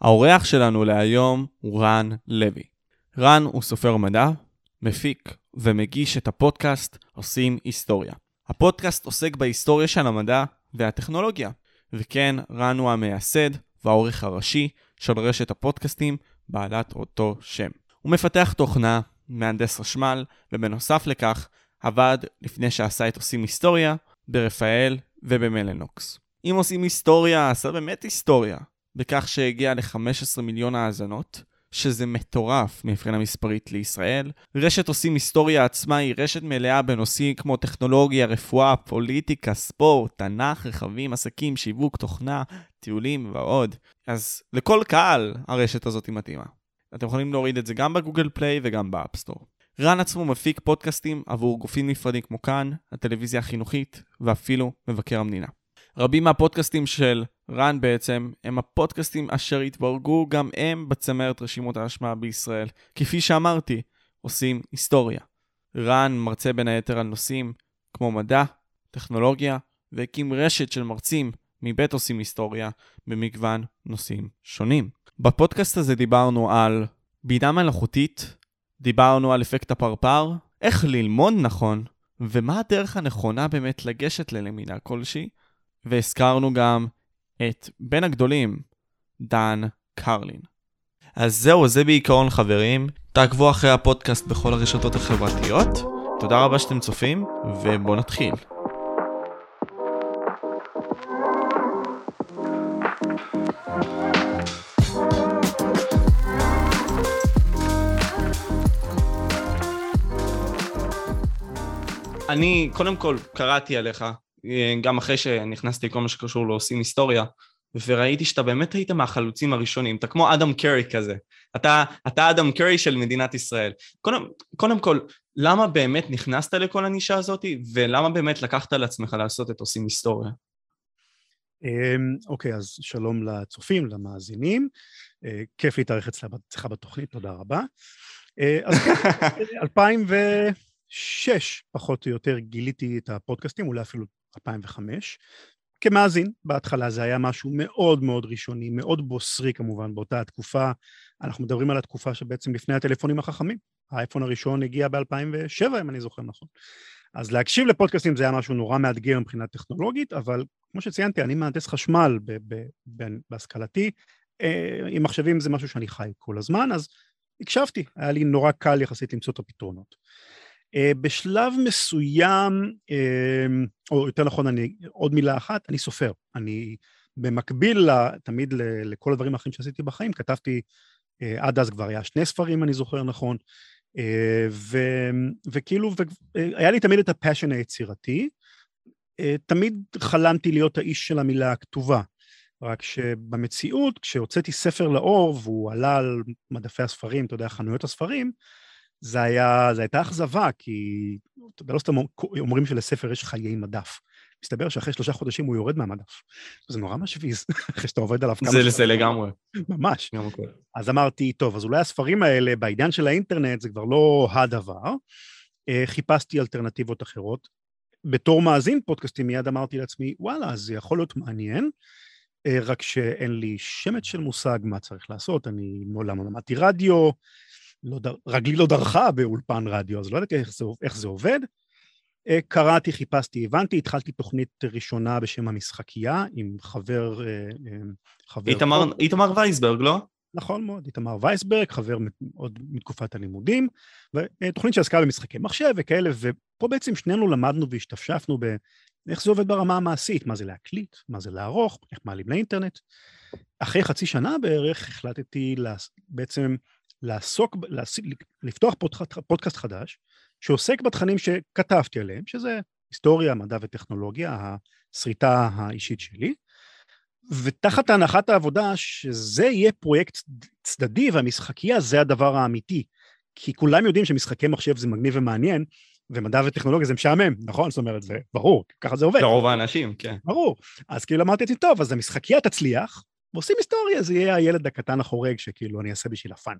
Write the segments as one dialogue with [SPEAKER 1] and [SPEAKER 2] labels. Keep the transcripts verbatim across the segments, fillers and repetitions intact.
[SPEAKER 1] האורח שלנו להיום הוא רן לוי. רן הוא סופר מדע, מפיק ומגיש את הפודקאסט עושים היסטוריה. הפודקאסט עוסק בהיסטוריה של המדע והטכנולוגיה. וכן, רן הוא המייסד והעורך הראשי של רשת הפודקאסטים בעלת אותו שם. הוא מפתח תוכנה, מהנדס חשמל, ובנוסף לכך עבד לפני שעשה את עושים היסטוריה ברפאל ובמלנוקס. אם עושים היסטוריה, עשה באמת היסטוריה, בכך שהגיע ל-חמישה עשר מיליון האזנות, שזה מטורף מבחינה מספרית לישראל. רשת עושים היסטוריה עצמה היא רשת מלאה בנושאים כמו טכנולוגיה, רפואה, פוליטיקה, ספורט, תנ"ך, רכבים, עסקים, שיווק, תוכנה, טיולים ועוד. אז לכל קהל הרשת הזאת היא מתאימה. אתם יכולים להוריד את זה גם בגוגל פליי וגם באפסטור. רן עצמו מפיק פודקאסטים עבור גופים נפרדים כמו כאן, הטלוויזיה החינוכית ואפילו מבקר המדינה. רבים מהפודקאסטים של רן בעצם הם הפודקאסטים אשר התברגו גם הם בצמרת רשימות ההשמעה בישראל. כפי שאמרתי, עושים היסטוריה. רן מרצה בין היתר על נושאים כמו מדע, טכנולוגיה, והקים רשת של מרצים מבית עושים היסטוריה במגוון נושאים שונים. בפודקאסט הזה דיברנו על בינה מלאכותית, דיברנו על אפקט הפרפר, איך ללמוד נכון, ומה הדרך הנכונה באמת לגשת ללמידה כלשהי, והזכרנו גם את בן הגדולים, דן קרלין. אז זהו, זה בעיקרון חברים. תעקבו אחרי הפודקאסט בכל הרשתות החברתיות. תודה רבה שאתם צופים, ובואו נתחיל. אני קודם כל קראתי עליך, גם אחרי שנכנסתי כל מה שקשור לעושים היסטוריה, וראיתי שאתה באמת היית מהחלוצים הראשונים, אתה כמו אדם קרי כזה, אתה, אתה אדם קרי של מדינת ישראל. קודם, קודם כל, למה באמת נכנסת לכל הנישה הזאת, ולמה באמת לקחת על עצמך לעשות את עושים היסטוריה?
[SPEAKER 2] אוקיי, אז שלום לצופים, למאזינים, כיף להתארח אצלך בתוכנית, תודה רבה. אז אלפיים ושש פחות או יותר גיליתי את הפודקאסטים, אולי אפילו אלפיים וחמש, כמאזין, בהתחלה זה היה משהו מאוד מאוד ראשוני, מאוד בוסרי כמובן באותה התקופה, אנחנו מדברים על התקופה שבעצם לפני הטלפונים החכמים, האייפון הראשון הגיע ב-אלפיים ושבע אם אני זוכר נכון, אז להקשיב לפודקאסטים זה היה משהו נורא מאתגר מבחינה טכנולוגית, אבל כמו שציינתי, אני מהנדס חשמל ב- ב- ב- בהשכלתי, עם מחשבים זה משהו שאני חי כל הזמן, אז הקשבתי, היה לי נורא קל יחסית למצוא את הפתרונות. בשלב מסוים, או יותר נכון, אני, עוד מילה אחת, אני סופר. אני במקביל תמיד לכל הדברים האחרים שעשיתי בחיים, כתבתי, עד אז כבר היה שני ספרים, אני זוכר נכון, ו, וכאילו, היה לי תמיד את הפשן היצירתי, תמיד חלמתי להיות האיש של המילה הכתובה, רק שבמציאות, כשהוצאתי ספר לאור, והוא עלה על מדפי הספרים, אתה יודע, חנויות הספרים, זה היה, זה הייתה אכזבה, כי, אתה יודע, לא סתם אומרים שלספר יש חיי מדף. מסתבר שאחרי שלושה חודשים הוא יורד מהמדף. זה נורא משוויז, אחרי שאתה עובד עליו כמה...
[SPEAKER 1] זה לזה לגמרי.
[SPEAKER 2] ממש. אז אמרתי, טוב, אז אולי הספרים האלה, בעידן של האינטרנט, זה כבר לא הדבר. חיפשתי אלטרנטיבות אחרות. בתור מאזין פודקאסטים מיד אמרתי לעצמי, וואלה, זה יכול להיות מעניין, רק שאין לי שמץ של מושג מה צריך לעשות. אני מעולם לא למדתי רדיו, לא דר... רגלי לא דרכה באולפן רדיו, אז לא יודעת איך זה, איך זה עובד. קראתי, חיפשתי, הבנתי, התחלתי תוכנית ראשונה בשם המשחקייה, עם חבר... חבר
[SPEAKER 1] איתמר, איתמר וייסברג, לא?
[SPEAKER 2] נכון מאוד, איתמר וייסברג, חבר עוד מתקופת הלימודים, ותוכנית שעסקה במשחקי מחשב וכאלה, ופה בעצם שנינו למדנו והשתפשפנו באיך זה עובד ברמה המעשית, מה זה להקליט, מה זה לערוך, איך מעלים לאינטרנט. אחרי חצי שנה בערך החלטתי בעצם לעסוק, לפתוח פודקאסט חדש, שעוסק בתכנים שכתבתי עליהם, שזה היסטוריה, מדע וטכנולוגיה, הסריטה האישית שלי, ותחת הנחת העבודה שזה יהיה פרויקט צדדי, והמשחקייה זה הדבר האמיתי, כי כולם יודעים שמשחקי מחשב זה מגניב ומעניין, ומדע וטכנולוגיה זה משעמם, נכון? זאת אומרת, זה ברור, ככה זה עובד.
[SPEAKER 1] לרוב האנשים, כן.
[SPEAKER 2] ברור. אז כאילו אמרתי את טוב, אז המשחקייה תצליח, ועושים היסטוריה, זה יהיה הילד הקטן החורג שכאילו אני אעשה בשביל הפן.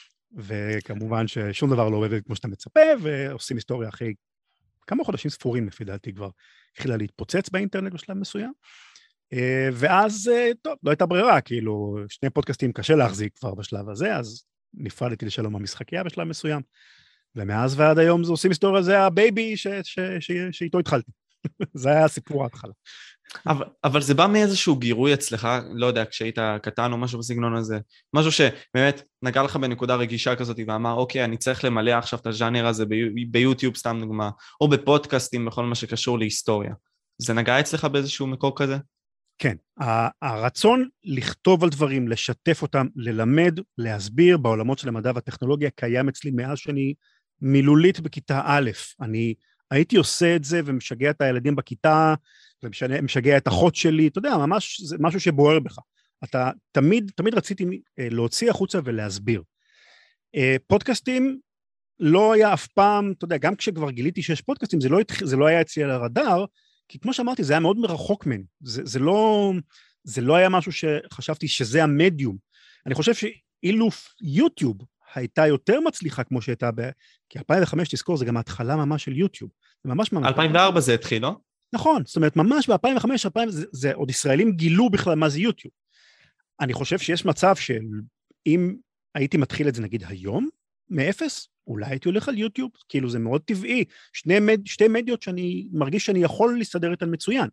[SPEAKER 2] וכמובן ששום דבר לא עובד כמו שאתה מצפה, ועושים היסטוריה אחרי כמה חודשים ספורים לפי דעתי כבר התחילה להתפוצץ באינטרנט בשלב מסוים. ואז, טוב, לא הייתה ברירה, כאילו, שני פודקאסטים קשה להחזיק כבר בשלב הזה, אז נפרדתי לשלום המשחקייה בשלב מסוים, ומאז ועד היום זה עושים היסטוריה, זה הבייבי ש, ש, ש, שאיתו התחלתי. זה היה הסיפור ההתחלה.
[SPEAKER 1] אבל, אבל זה בא מאיזשהו גירוי אצלך, לא יודע, כשהיית קטן או משהו בסגנון הזה, משהו שבאמת נגע לך בנקודה רגישה כזאת, ואמר, אוקיי, אני צריך למלא עכשיו את הז'אנר הזה ביוטיוב, סתם דוגמה, או בפודקאסטים, בכל מה שקשור להיסטוריה. זה נגע אצלך באיזשהו מקור כזה?
[SPEAKER 2] כן, הרצון לכתוב על דברים, לשתף אותם, ללמד, להסביר בעולמות של המדע והטכנולוגיה, קיים אצלי מאז שאני מילולית בכיתה א', אני הייתי עושה את זה ומשגע את הילדים בכיתה, ומשגע את אחות שלי, אתה יודע, ממש זה משהו שבוער בך. אתה תמיד, תמיד רציתי להוציא החוצה ולהסביר. פודקאסטים לא היה אף פעם, אתה יודע, גם כשכבר גיליתי שיש פודקאסטים, זה לא, זה לא היה אצלי על הרדאר, כי כמו שאמרתי, זה היה מאוד מרחוק ממני. זה, זה לא, זה לא היה משהו שחשבתי שזה המדיום. אני חושב שאילו יוטיוב הייתה יותר מצליחה כמו שהייתה, ב... כי אלפיים וחמש, תזכור, זה גם ההתחלה ממש של יוטיוב. זה ממש ממש...
[SPEAKER 1] אלפיים וארבע זה התחיל, לא?
[SPEAKER 2] נכון, זאת אומרת, ממש ב-אלפיים וחמש, אלפיים, זה, זה עוד ישראלים גילו בכלל מה זה יוטיוב. אני חושב שיש מצב שאם הייתי מתחיל את זה נגיד היום, מאפס, אולי הייתי הולך על יוטיוב, כאילו זה מאוד טבעי, שני, מד... שתי מדיות שאני מרגיש שאני יכול להסתדר איתן מצוין.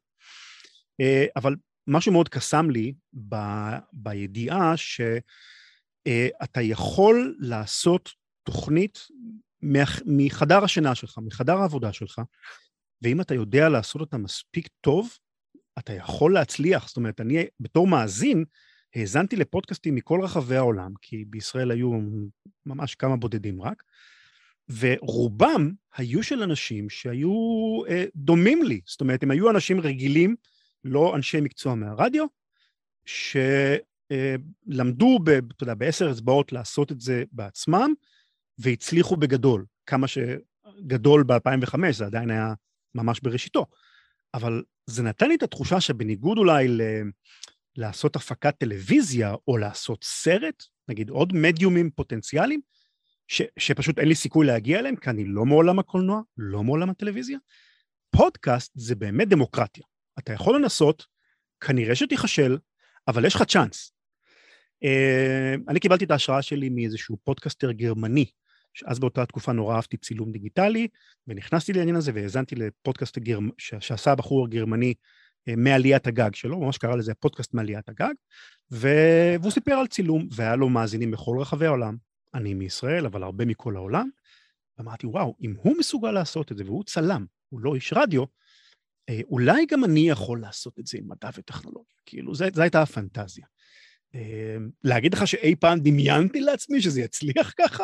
[SPEAKER 2] אבל משהו מאוד קסם לי ב... בידיעה שאתה יכול לעשות תוכנית מחדר השינה שלך, מחדר העבודה שלך, ואם אתה יודע לעשות אותה מספיק טוב, אתה יכול להצליח. זאת אומרת, אני בתור מאזין, האזנתי לפודקאסטים מכל רחבי העולם, כי בישראל היו ממש כמה בודדים רק, ורובם היו של אנשים שהיו אה, דומים לי. זאת אומרת, הם היו אנשים רגילים, לא אנשי מקצוע מהרדיו, שלמדו ב, אתה יודע, בעשר אצבעות לעשות את זה בעצמם, והצליחו בגדול. כמה שגדול ב-אלפיים וחמש, זה עדיין היה ממש בראשיתו. אבל זה נתן לי את התחושה שבניגוד אולי ל... לעשות הפקת טלוויזיה, או לעשות סרט, נגיד עוד מדיומים פוטנציאליים, ש, שפשוט אין לי סיכוי להגיע אליהם, כי אני לא מעולם הקולנוע, לא מעולם הטלוויזיה. פודקאסט זה באמת דמוקרטיה. אתה יכול לנסות, כנראה שתיחשל, אבל יש לך צ'אנס. אני קיבלתי את ההשראה שלי מאיזשהו פודקאסטר גרמני, שאז באותה תקופה נורא אהבתי צילום דיגיטלי, ונכנסתי לעניין הזה, והאזנתי לפודקאסט גרמ... שעשה הבחור הגרמני, מעליית הגג שלו, ממש קרא לזה פודקאסט מעליית הגג, והוא סיפר על צילום, והיה לו מאזינים בכל רחבי העולם, אני מישראל, אבל הרבה מכל העולם, ואמרתי, וואו, אם הוא מסוגל לעשות את זה, והוא צלם, הוא לא איש רדיו, אולי גם אני יכול לעשות את זה עם מדע וטכנולוגיה, כאילו, זו הייתה הפנטזיה. להגיד לך שאי פעם דמיינתי לעצמי שזה יצליח ככה?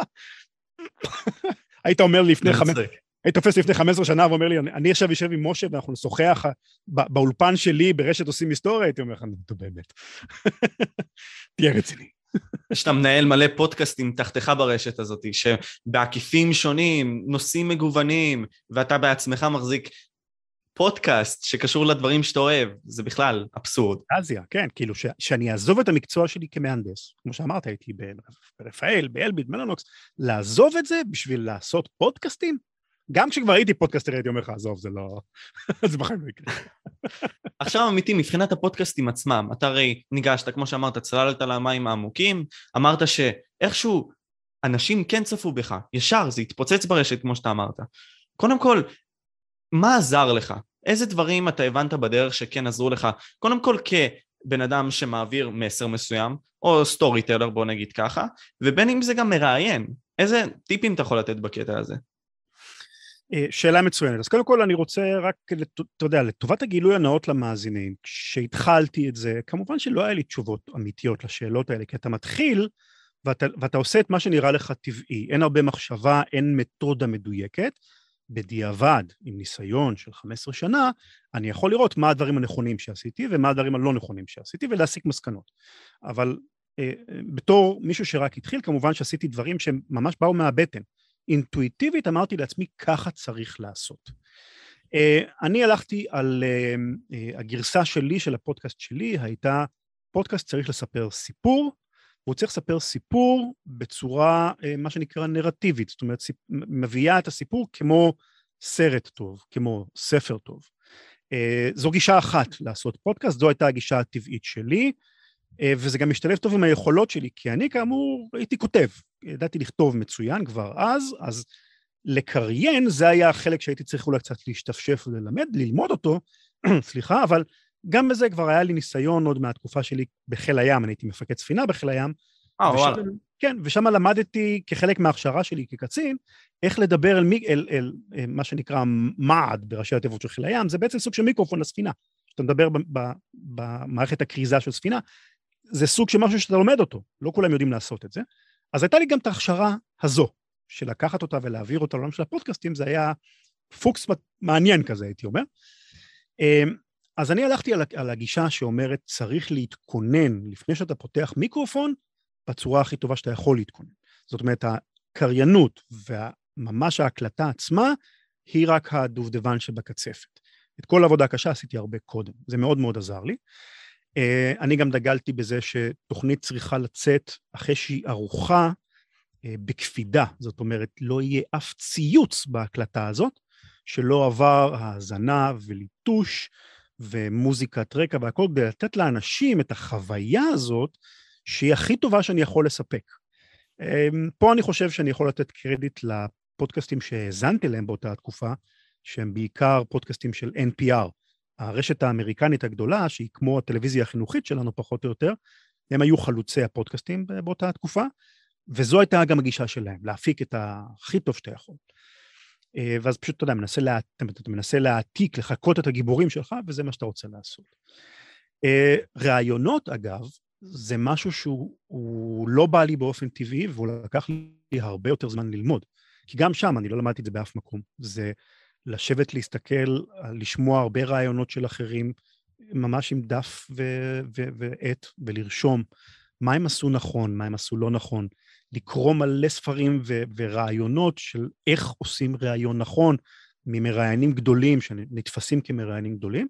[SPEAKER 2] היית אומר לי לפני חמש... היית תופס לפני חמש עשרה שנה ואומר לי, אני עכשיו יושב עם משה ואנחנו נשוחח באולפן שלי ברשת עושים היסטוריה, הייתי אומר לך, אתה באמת. תהיה רציני.
[SPEAKER 1] שאתה מנהל מלא פודקאסטים תחתיך ברשת הזאת, שבעקיפים שונים, נושאים מגוונים, ואתה בעצמך מחזיק פודקאסט שקשור לדברים שאתה אוהב, זה בכלל אבסורד.
[SPEAKER 2] אזיה, כן, כאילו ש, שאני אעזוב את המקצוע שלי כמהנדס, כמו שאמרת, הייתי ברפאל, באלביט, מלנוקס, לעזוב את זה בשביל לעשות פודקאסטים, גם כשכבר הייתי פודקאסטר, הייתי אומר לך, עזוב, זה לא... זה בחיים לא יקרה.
[SPEAKER 1] עכשיו אמיתי, מבחינת הפודקאסטים עצמם, אתה הרי ניגשת, כמו שאמרת, צללת למים העמוקים, אמרת שאיכשהו אנשים כן צפו בך, ישר, זה התפוצץ ברשת, כמו שאתה אמרת. קודם כל, מה עזר לך? איזה דברים אתה הבנת בדרך שכן עזרו לך? קודם כל, כבן אדם שמעביר מסר מסוים, או סטורי טלר, בוא נגיד ככה, ובין אם זה גם מראיין. איזה טיפים אתה יכול לתת בקטע הזה?
[SPEAKER 2] שאלה מצוינת. אז קודם כל אני רוצה רק, אתה יודע, לטובת הגילוי הנאות למאזינים, כשהתחלתי את זה, כמובן שלא היה לי תשובות אמיתיות לשאלות האלה, כי אתה מתחיל ואתה, ואתה עושה את מה שנראה לך טבעי, אין הרבה מחשבה, אין מתודה מדויקת, בדיעבד, עם ניסיון של חמש עשרה שנה, אני יכול לראות מה הדברים הנכונים שעשיתי, ומה הדברים הלא נכונים שעשיתי, ולהסיק מסקנות. אבל אה, בתור מישהו שרק התחיל, כמובן שעשיתי דברים שהם ממש באו מהבטן, אינטואיטיבית אמרתי לעצמי, ככה צריך לעשות. אני הלכתי על הגרסה שלי, של הפודקאסט שלי, הייתה, פודקאסט צריך לספר סיפור, והוא צריך לספר סיפור בצורה, מה שנקרא, נרטיבית, זאת אומרת, מביאה את הסיפור כמו סרט טוב, כמו ספר טוב. זו גישה אחת לעשות פודקאסט, זו הייתה הגישה הטבעית שלי, וזה גם משתלב טוב עם היכולות שלי, כי אני כאמור הייתי כותב, ידעתי לכתוב מצוין כבר אז, אז לקריין זה היה החלק שהייתי צריך אולי קצת להשתפשף וללמד, ללמוד אותו, סליחה, אבל גם בזה כבר היה לי ניסיון עוד מהתקופה שלי בחיל הים, אני הייתי מפקד ספינה בחיל הים,
[SPEAKER 1] אה, וואלה.
[SPEAKER 2] כן, ושם למדתי כחלק מההכשרה שלי כקצין, איך לדבר אל, אל, אל, אל מה שנקרא מעד בראשי התיבות של חיל הים, זה בעצם סוג של מיקרופון לספינה, שאתה מדבר ב, ב, במערכת הכריזה של ספינה, זה סוג של משהו שאתה לומד אותו, לא כולם יודעים לעשות את זה, אז הייתה לי גם את ההכשרה הזו, של לקחת אותה ולהעביר אותה לעולם של הפודקאסטים, זה היה פוקס מעניין כזה, הייתי אומר. אז אני הלכתי על הגישה שאומרת, צריך להתכונן לפני שאתה פותח מיקרופון, בצורה הכי טובה שאתה יכול להתכונן. זאת אומרת, הקריינות וממש ההקלטה עצמה, היא רק הדובדבן שבקצפת. את כל העבודה הקשה עשיתי הרבה קודם, זה מאוד מאוד עזר לי. אני גם דגלתי בזה שתוכנית צריכה לצאת אחרי שהיא ערוכה בקפידה, זאת אומרת, לא יהיה אף ציוץ בהקלטה הזאת, שלא עבר האזנה וליטוש ומוזיקת רקע והכל, כדי לתת לאנשים את החוויה הזאת, שהיא הכי טובה שאני יכול לספק. פה אני חושב שאני יכול לתת קרדיט לפודקאסטים שהאזנתי להם באותה התקופה, שהם בעיקר פודקאסטים של אן פי אר, הרשת האמריקנית הגדולה, שהיא כמו הטלוויזיה החינוכית שלנו פחות או יותר, הם היו חלוצי הפודקאסטים באותה התקופה, וזו הייתה גם הגישה שלהם, להפיק את הכי טוב שאתה יכול. ואז פשוט, אתה יודע, מנסה לה, אתה מנסה להעתיק, לחכות את הגיבורים שלך, וזה מה שאתה רוצה לעשות. רעיונות, אגב, זה משהו שהוא לא בא לי באופן טבעי, והוא לקח לי הרבה יותר זמן ללמוד. כי גם שם, אני לא למדתי את זה באף מקום. זה לשבת, להסתכל, לשמוע הרבה רעיונות של אחרים, ממש עם דף ועט, ולרשום מה הם עשו נכון, מה הם עשו לא נכון, לקרוא מלא ספרים ורעיונות של איך עושים רעיון נכון, ממראיינים גדולים, שנתפסים כמראיינים גדולים,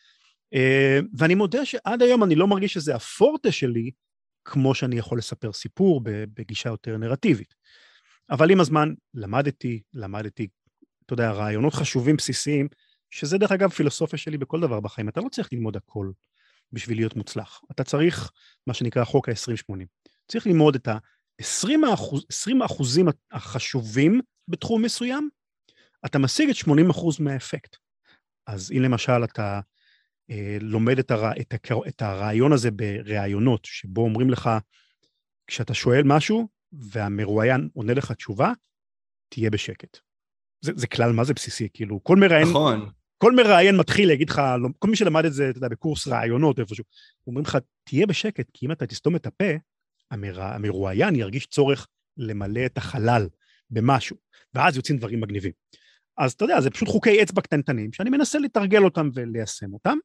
[SPEAKER 2] ואני מודה שעד היום אני לא מרגיש שזה הפורטה שלי, כמו שאני יכול לספר סיפור בגישה יותר נרטיבית. אבל עם הזמן למדתי, למדתי, אתה יודע, רעיונות חשובים בסיסיים, שזה דרך אגב פילוסופיה שלי בכל דבר בחיים, אתה לא צריך ללמוד הכל בשביל להיות מוצלח, אתה צריך מה שנקרא חוק ה-עשרים שמונים, צריך ללמוד את ה-עשרים אחוזים החשובים בתחום מסוים, אתה משיג את שמונים אחוז מהאפקט. אז אם למשל אתה אה, לומד את, הר... את, הקר... את הרעיון הזה ברעיונות, שבו אומרים לך, כשאתה שואל משהו, והמרואיין עונה לך תשובה, תהיה בשקט. זה, זה כלל מה זה בסיסי, כאילו, כל מראיין,
[SPEAKER 1] נכון.
[SPEAKER 2] כל מראיין מתחיל להגיד לך, כל מי שלמד את זה, אתה יודע, בקורס רעיונות, איפשהו, אומרים לך, תהיה בשקט, כי אם אתה תסתום את הפה, המר... המרואיין ירגיש צורך למלא את החלל במשהו, ואז יוצאים דברים מגניבים. אז אתה יודע, זה פשוט חוקי אצבע קטנטנים, שאני מנסה לתרגל אותם וליישם אותם,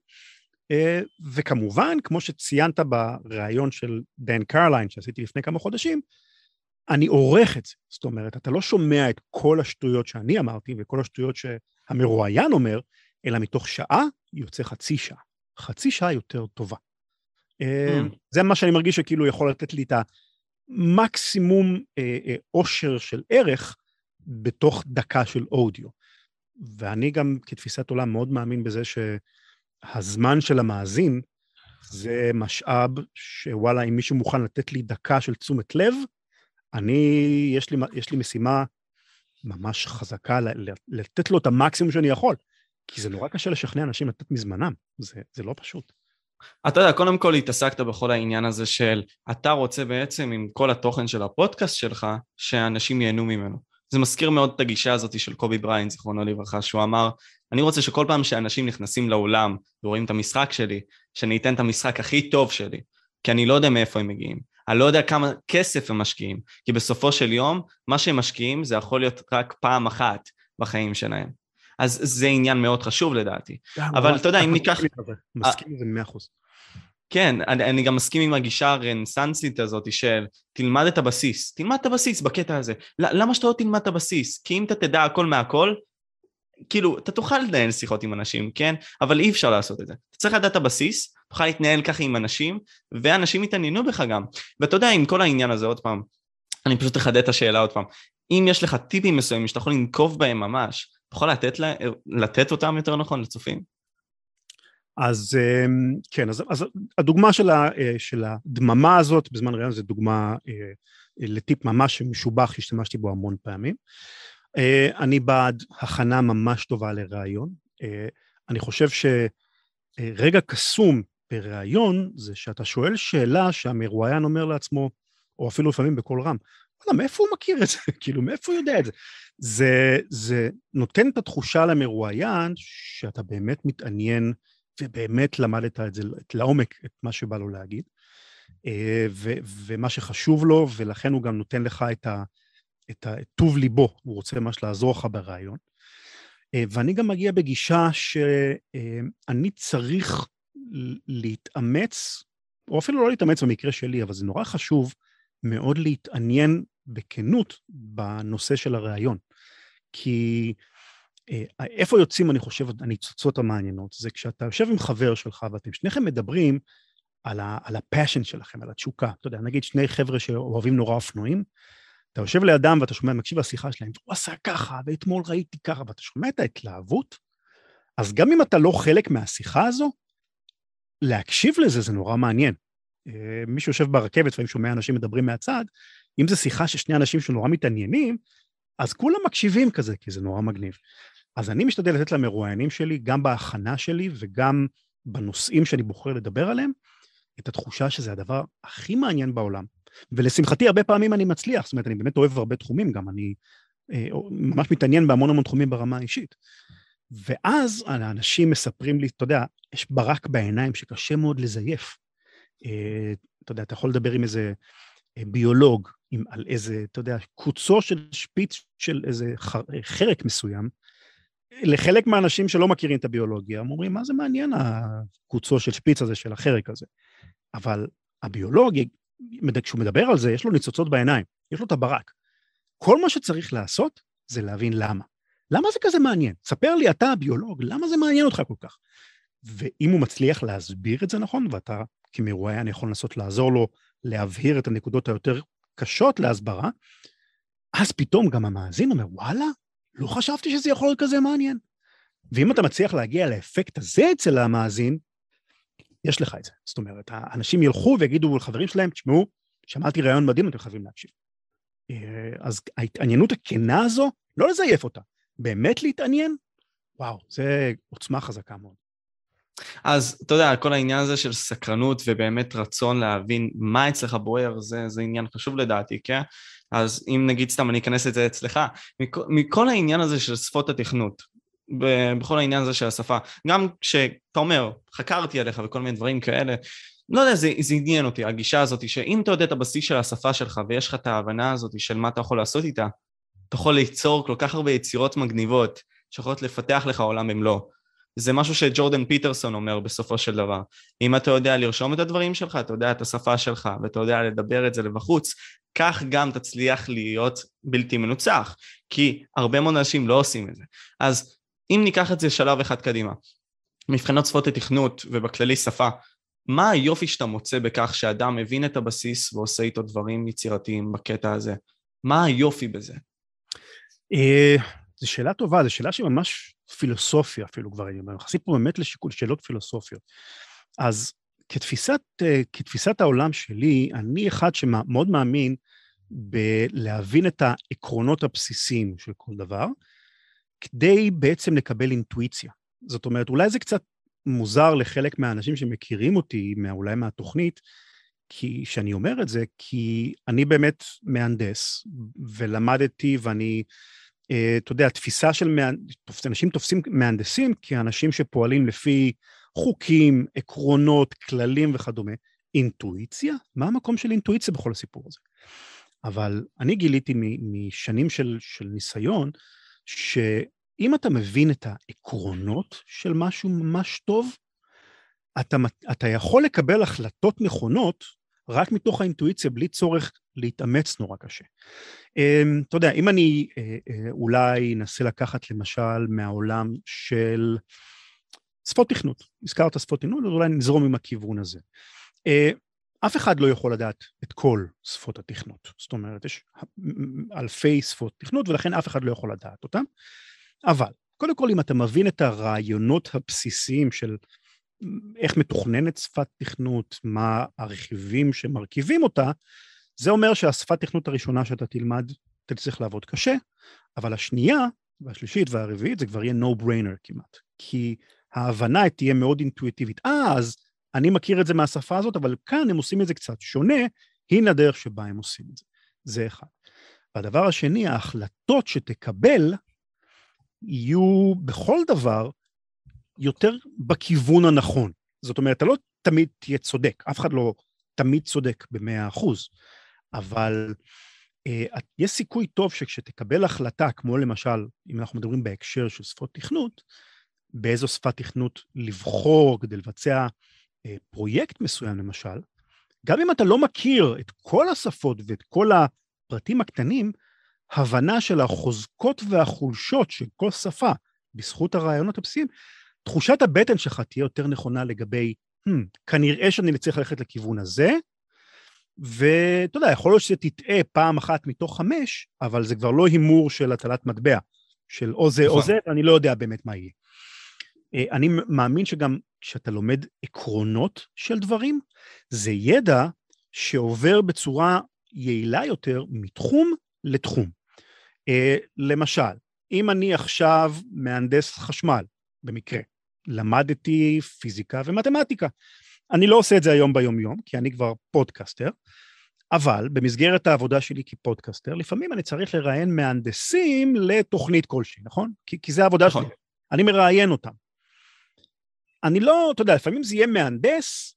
[SPEAKER 2] וכמובן, כמו שציינת ברעיון של דן קרליין, שעשיתי לפני כמה חודשים, אני עורך את זה, זאת אומרת, אתה לא שומע את כל השטויות שאני אמרתי, וכל השטויות שהמרואיין אומר, אלא מתוך שעה יוצא חצי שעה, חצי שעה יותר טובה. Mm. זה מה שאני מרגיש שכאילו יכול לתת לי את המקסימום עושר של ערך, בתוך דקה של אודיו. ואני גם כתפיסת עולם מאוד מאמין בזה שהזמן של המאזין, זה משאב שוואלה, אם מישהו מוכן לתת לי דקה של תשומת לב, אני, יש לי, יש לי משימה ממש חזקה, לתת לו את המקסימום שאני יכול, כי זה נורא קשה לשכנע אנשים לתת מזמנם, זה, זה לא פשוט.
[SPEAKER 1] אתה יודע, קודם כל התעסקת בכל העניין הזה של, אתה רוצה בעצם עם כל התוכן של הפודקאסט שלך, שאנשים ייהנו ממנו. זה מזכיר מאוד את הגישה הזאת של קובי בריינט, זיכרונו לברכה, שהוא אמר, אני רוצה שכל פעם שאנשים נכנסים לאולם, ורואים את המשחק שלי, שאני אתן את המשחק הכי טוב שלי, כי אני לא יודע מאיפה הם מגיעים, אני לא יודע כמה כסף הם משקיעים, כי בסופו של יום, מה שהם משקיעים זה יכול להיות רק פעם אחת בחיים שלהם. אז זה עניין מאוד חשוב לדעתי. אבל אתה יודע, אם ניקח...
[SPEAKER 2] מסכים לזה מאה אחוז.
[SPEAKER 1] כן, אני, אני גם מסכים עם הגישה הרנסנסית הזאת של תלמד את הבסיס, תלמד את הבסיס בקטע הזה. למה שאתה לא תלמד את הבסיס? כי אם אתה תדע הכל מהכל, כאילו, אתה תוכל לנהל שיחות עם אנשים, כן? אבל אי אפשר לעשות את זה. אתה צריך לדעת את הבסיס, תוכל להתנהל ככה עם אנשים, ואנשים יתעניינו בך גם. ואתה יודע, עם כל העניין הזה עוד פעם, אני פשוט אחדד את השאלה עוד פעם, אם יש לך טיפים מסוימים שאתה יכול לנקוב בהם ממש, אתה יכול לתת, לה, לתת אותם יותר נכון לצופים?
[SPEAKER 2] אז כן, אז, אז הדוגמה של, ה, של הדממה הזאת בזמן ראיון זה דוגמה לטיפ ממש משובח, השתמשתי בו המון פעמים. אני בעד הכנה ממש טובה לראיון. אני חושב שרגע קסום בראיון זה שאתה שואל שאלה שהמרואיין אומר לעצמו, או אפילו לפעמים בקול רם, וואלה, מאיפה הוא מכיר את זה? כאילו, מאיפה הוא יודע את זה? זה, זה נותן את התחושה למרואיין שאתה באמת מתעניין ובאמת למדת את זה לעומק, את מה שבא לו להגיד, ו, ומה שחשוב לו, ולכן הוא גם נותן לך את ה, את טוב ליבו, הוא רוצה ממש לעזור לך ברעיון. ואני גם מגיע בגישה שאני צריך להתאמץ, או אפילו לא להתאמץ במקרה שלי, אבל זה נורא חשוב מאוד להתעניין בכנות בנושא של הרעיון. כי איפה יוצאים, אני חושב, הניצוצות המעניינות, זה כשאתה יושב עם חבר שלך, ואתם שניכם מדברים על, ה, על הפשן שלכם, על התשוקה. אתה יודע, נגיד שני חבר'ה שאוהבים נורא אופנועים, אתה יושב לידם ואתה שומע, מקשיב לשיחה שלהם, הוא עשה ככה, ואתמול ראיתי ככה, ואתה שומע את ההתלהבות, אז גם אם אתה לא חלק מהשיחה הזו, להקשיב לזה זה נורא מעניין. מי שיושב ברכבת, ואם שומע אנשים מדברים מהצד, אם זו שיחה ששני אנשים שנורא מתעניינים, אז כולם מקשיבים כזה, כי זה נורא מגניב. אז אני משתדל לתת למרואיינים שלי, גם בהכנה שלי, וגם בנושאים שאני בוחר לדבר עליהם, את התחושה שזה הדבר הכי מעניין בעולם. ולשמחתי, הרבה פעמים אני מצליח, זאת אומרת, אני באמת אוהב הרבה תחומים, גם אני אה, ממש מתעניין בהמון המון תחומים ברמה האישית. ואז האנשים מספרים לי, אתה יודע, יש ברק בעיניים שקשה מאוד לזייף. אה, אתה יודע, אתה יכול לדבר עם איזה אה, ביולוג, עם, על איזה, אתה יודע, קוצו של שפיץ של איזה חר, חרק מסוים, לחלק מהאנשים שלא מכירים את הביולוגיה, הם אומרים, מה זה מעניין הקוצו של שפיץ הזה, של החרק הזה? אבל הביולוג, כשהוא מדבר על זה, יש לו ניצוצות בעיניים, יש לו את הברק. כל מה שצריך לעשות, זה להבין למה. למה זה כזה מעניין? ספר לי, אתה הביולוג, למה זה מעניין אותך כל כך? ואם הוא מצליח להסביר את זה נכון, ואתה כמרואיין יכול לנסות לעזור לו, להבהיר את הנקודות היותר קשות להסברה, אז פתאום גם המאזין אומר, וואלה, לא חשבתי שזה יכול להיות כזה מעניין. ואם אתה מצליח להגיע לאפקט הזה אצל המאזין, יש לך את זה. זאת אומרת, האנשים ילכו ויגידו לחברים שלהם, תשמעו, שמעתי רעיון מדהים, אתם חייבים להקשיב. אז ההתעניינות הכנה הזו, לא לזייף אותה, באמת להתעניין, וואו, זה עוצמה חזקה מאוד.
[SPEAKER 1] אז אתה יודע, כל העניין הזה של סקרנות ובאמת רצון להבין מה אצלך בוער, זה, זה עניין חשוב לדעתי, כן? אז אם נגיד סתם אני אכנס את זה אצלך, מכל, מכל העניין הזה של שפות התכנות, בכל העניין הזה של השפה, גם כשאתה אומר, חקרתי עליך וכל מיני דברים כאלה, לא יודע, זה, זה עניין אותי, הגישה הזאת, שאם אתה יודע את הבסיס של השפה שלך, ויש לך את ההבנה הזאת של מה אתה יכול לעשות איתה, אתה יכול ליצור כל כך הרבה יצירות מגניבות, שיכולות לפתח לך עולם במלוא. זה משהו שג'ורדן פיטרסון אומר בסופו של דבר. אם אתה יודע לרשום את הדברים שלך, אתה יודע את השפה שלך, ואתה יודע לדבר את זה לבחוץ, כך גם תצליח להיות בלתי מנוצח, כי הרבה מאוד אנשים לא עושים את זה. אז אם ניקח את זה שלב אחד קדימה, מבחינות שפות התכנות ובכללי שפה, מה היופי שאתה מוצא בכך שאדם מבין את הבסיס ועושה איתו דברים יצירתיים בקטע הזה? מה היופי בזה?
[SPEAKER 2] זו שאלה טובה, זו שאלה שממש פילוסופיה אפילו כבר, אני מחסי פה באמת לשיקול שאלות פילוסופיות. אז כתפיסת, כתפיסת העולם שלי, אני אחד שמאוד מאמין בלהבין את העקרונות הבסיסיים של כל דבר, כדי בעצם לקבל אינטואיציה. זאת אומרת, אולי זה קצת מוזר לחלק מהאנשים שמכירים אותי, אולי מהתוכנית, כי שאני אומר את זה, כי אני באמת מהנדס, ולמדתי ואני, אתה יודע, התפיסה של אנשים תופסים מהנדסים כאנשים שפועלים לפי חוקים, עקרונות, כללים וכדומה. אינטואיציה? מה המקום של אינטואיציה בכל הסיפור הזה? אבל אני גיליתי משנים של, של ניסיון, שאם אתה מבין את העקרונות של משהו ממש טוב, אתה, אתה יכול לקבל החלטות נכונות רק מתוך האינטואיציה, בלי צורך להתאמץ נורא קשה. אתה יודע, אם אני אולי אנסה לקחת למשל מהעולם של שפות תכנות, הזכרת שפות תכנות, אז אולי נזרום עם הכיוון הזה. אף אחד לא יכול לדעת את כל שפות התכנות, זאת אומרת, יש אלפי שפות תכנות, ולכן אף אחד לא יכול לדעת אותם, אבל קודם כל, אם אתה מבין את הרעיונות הבסיסיים של איך מתוכננת שפת תכנות, מה הרכיבים שמרכיבים אותה, זה אומר שהשפת תכנות הראשונה שאתה תלמד, אתה צריך לעבוד קשה, אבל השנייה והשלישית והרביעית זה כבר יהיה no brainer כמעט, כי ההבנה תהיה מאוד אינטואיטיבית. אה, אז אני מכיר את זה מהשפה הזאת, אבל כאן הם עושים את זה קצת שונה, הנה הדרך שבה הם עושים את זה. זה אחד. והדבר השני, ההחלטות שתקבל, יהיו בכל דבר יותר בכיוון הנכון. זאת אומרת, אתה לא תמיד תהיה צודק, אף אחד לא תמיד צודק במאה אחוז, אבל אה, יש סיכוי טוב שכשתקבל החלטה, כמו למשל, אם אנחנו מדברים בהקשר של שפות תכנות, באיזו שפת תכנות לבחור כדי לבצע אה, פרויקט מסוים למשל, גם אם אתה לא מכיר את כל השפות ואת כל הפרטים הקטנים, הבנה של החוזקות והחולשות של כל שפה, בזכות הרעיונות הבסיסיים, תחושת הבטן שלך תהיה יותר נכונה לגבי, hmm, כנראה שאני צריך ללכת לכיוון הזה, ואתה יודע, יכול להיות שזה תטעה פעם אחת מתוך חמש, אבל זה כבר לא הימור של הטלת מטבע, של או זה או זה, אני לא יודע באמת מה יהיה. אני מאמין שגם כשאתה לומד עקרונות של דברים, זה ידע שעובר בצורה יעילה יותר מתחום לתחום. למשל, אם אני עכשיו מהנדס חשמל, במקרה, למדתי פיזיקה ומתמטיקה, אני לא עושה את זה היום ביום יום, כי אני כבר פודקאסטר, אבל במסגרת העבודה שלי כפודקאסטר, לפעמים אני צריך לראיין מהנדסים לתוכנית כלשהי, נכון? כי, כי זה העבודה
[SPEAKER 1] נכון.
[SPEAKER 2] שלי, אני מראיין אותם. אני לא, אתה יודע, לפעמים זה יהיה מהנדס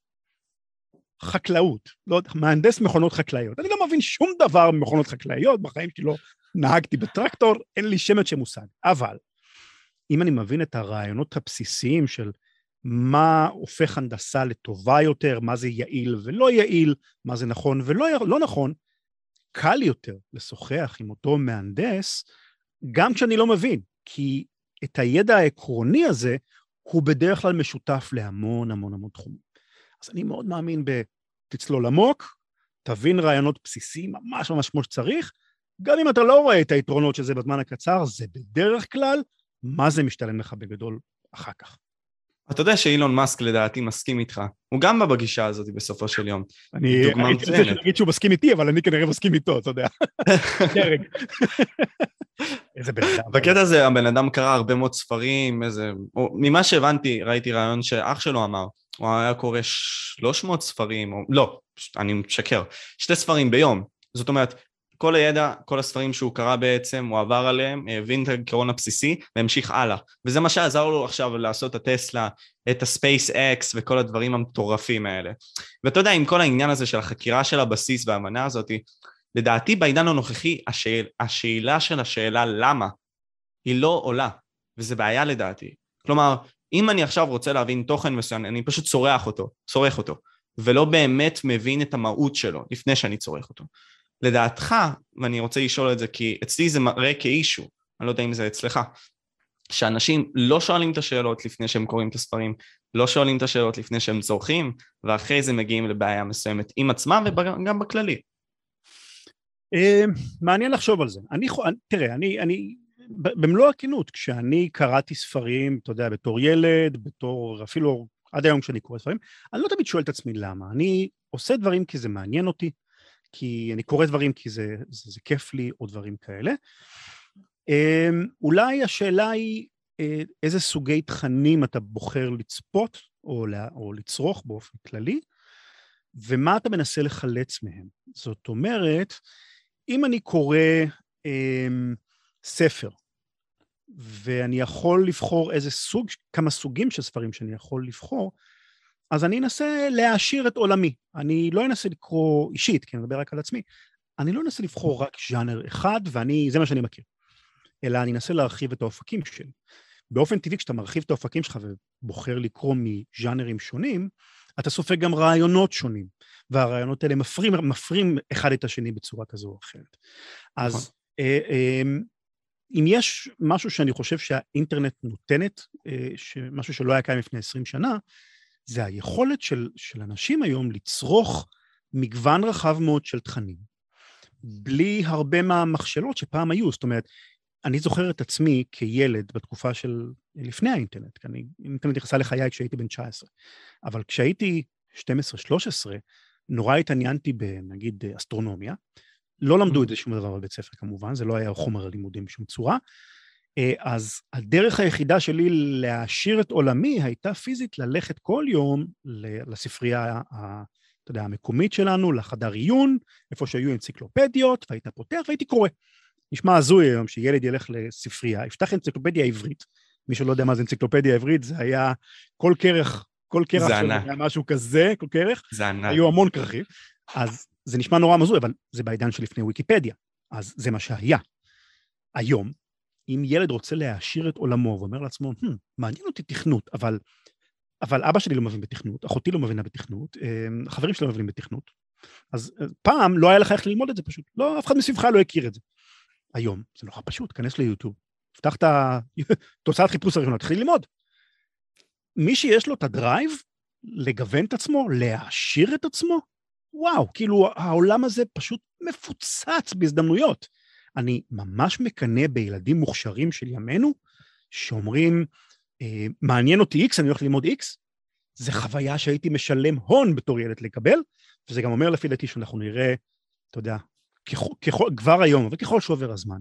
[SPEAKER 2] חקלאות, לא יודע, מהנדס מכונות חקלאיות. אני לא מבין שום דבר ממכונות חקלאיות, בחיים שלי לא נהגתי בטרקטור, אין לי שמץ שמושג. אבל, אם אני מבין את הרעיונות הבסיסיים של מה הופך הנדסה לטובה יותר, מה זה יעיל ולא יעיל, מה זה נכון ולא לא נכון, קל יותר לשוחח עם אותו מהנדס, גם כשאני לא מבין, כי את הידע העקרוני הזה, הוא בדרך כלל משותף להמון המון המון תחומים. אז אני מאוד מאמין בתצלול עמוק, תבין רעיונות בסיסיים ממש ממש כמו שצריך, גם אם אתה לא רואה את היתרונות של זה בזמן הקצר, זה בדרך כלל, מה זה משתלם לך בגדול אחר כך.
[SPEAKER 1] אתה יודע שאילון מאסק לדעתי מסכים איתך, הוא גם בא בגישה הזאת בסופו של יום.
[SPEAKER 2] אני הייתי רוצה להגיד שהוא מסכים איתי, אבל אני כנראה מסכים איתו, אתה יודע. איזה בן אדם.
[SPEAKER 1] בקטע הזה הבן אדם קרא הרבה מאוד ספרים, איזה... ממה שהבנתי, ראיתי רעיון שאח שלו אמר, הוא היה קורא שלוש מאות ספרים, או... לא, אני משקר, שתי ספרים ביום. זאת אומרת, כל הידע, כל הספרים שהוא קרא בעצם, הוא עבר עליהם, הבין את העיקרון הבסיסי, והמשיך הלאה. וזה מה שעזר לו עכשיו לעשות את הטסלה, את הספייס אקס וכל הדברים המטורפים האלה. ואתה יודע, עם כל העניין הזה של החקירה של הבסיס והאמנה הזאת, לדעתי בעידן הנוכחי, השאל, השאלה של השאלה למה, היא לא עולה, וזה בעיה לדעתי. כלומר, אם אני עכשיו רוצה להבין תוכן מסוים, אני פשוט צורח אותו, צורך אותו, ולא באמת מבין את המהות שלו, לפני שאני צורך אותו. לדעתך, ואני רוצה לשאול את זה, כי אצלי זה מראה כאישו, אני לא יודע אם זה אצלך, שאנשים לא שואלים את השאלות לפני שהם קוראים את הספרים, לא שואלים את השאלות לפני שהם צורכים, ואחרי זה מגיעים לבעיה מסוימת עם עצמם וגם בכללי.
[SPEAKER 2] מעניין לחשוב על זה. אני, תראה, אני, אני, במלוא הכנות, כשאני קראתי ספרים, אתה יודע, בתור ילד, בתור, אפילו עד היום כשאני קורא ספרים, אני לא תמיד שואל את עצמי למה. אני עושה דברים כי זה מעניין אותי, כי אני קורא דברים כי זה, זה, זה כיף לי, או דברים כאלה. אולי השאלה היא, איזה סוגי תכנים אתה בוחר לצפות, או, או לצרוך באופן כללי, ומה אתה מנסה לחלץ מהם. זאת אומרת, אם אני קורא אה, ספר, ואני יכול לבחור איזה סוג, כמה סוגים של ספרים שאני יכול לבחור, אז אני אנסה להעשיר את עולמי. אני לא אנסה לקרוא אישית, כי אני מדבר רק על עצמי, אני לא אנסה לבחור רק ז'אנר אחד, ואני, זה מה שאני מכיר. אלא אני אנסה להרחיב את האופקים שלי. באופן טבעי, כשאתה מרחיב את האופקים שלך ובוחר לקרוא מז'אנרים שונים, אתה סופג גם רעיונות שונים, והרעיונות האלה מפרים, מפרים אחד את השני בצורה כזו או אחרת. אז אה, אה, אם יש משהו שאני חושב שהאינטרנט נותנת, אה, משהו שלא היה קיים לפני עשרים שנה, זה היכולת של, של אנשים היום לצרוך מגוון רחב מאוד של תכנים, בלי הרבה מהמכשלות שפעם היו. זאת אומרת, אני זוכר את עצמי כילד בתקופה של לפני האינטרנט, כי אני, האינטרנט נכנסה לחיי כשהייתי בן תשע עשרה, אבל כשהייתי שתים עשרה שלוש עשרה, נורא התעניינתי בנגיד אסטרונומיה, לא למדו את זה שום דבר בבית ספר כמובן, זה לא היה חומר הלימודים בשום צורה, אז הדרך היחידה שלי להעשיר את עולמי הייתה פיזית ללכת כל יום לספרייה, אתה יודע, המקומית שלנו, לחדר עיון, איפה שהיו אנציקלופדיות, והיית פותח והייתי קורא. נשמע הזוי היום שילד ילך לספרייה, יפתח אנציקלופדיה עברית, מי שלא יודע מה זה אנציקלופדיה עברית, זה היה כל כרך, כל כרך שלו היה משהו כזה, כל כרך, היו המון כרכים, אז זה נשמע נורא מזוי, אבל זה בעידן שלפני ויקיפדיה, אז זה מה שהיה. היום, אם ילד רוצה להעשיר את עולמו, ואומר לעצמו, hmm, מעניין אותי תכנות, אבל, אבל אבא שלי לא מבין בתכנות, אחותי לא מבינה בתכנות, החברים שלי לא מבינים בתכנות, אז פעם לא היה לך איך ללמוד את זה פשוט, לא, אף אחד מסביבך לא הכיר את זה. היום, זה נורא פשוט, כנס ליוטיוב, פתח את תוצאת חיפוש הראשונה, תתחיל ללמוד. מי שיש לו את הדרייב, לגוון את עצמו, להעשיר את עצמו, וואו, כאילו העולם הזה פשוט מפוצץ בהזדמנויות. אני ממש מקנה בילדים מוכשרים של ימינו, שאומרים, אה, מעניין אותי X, אני הולך ללמוד X, זה חוויה שהייתי משלם הון בתור ילד לקבל, וזה גם אומר לפי דעתי שאנחנו נראה, אתה יודע, ככל, ככל, כבר היום, אבל ככל שעובר הזמן,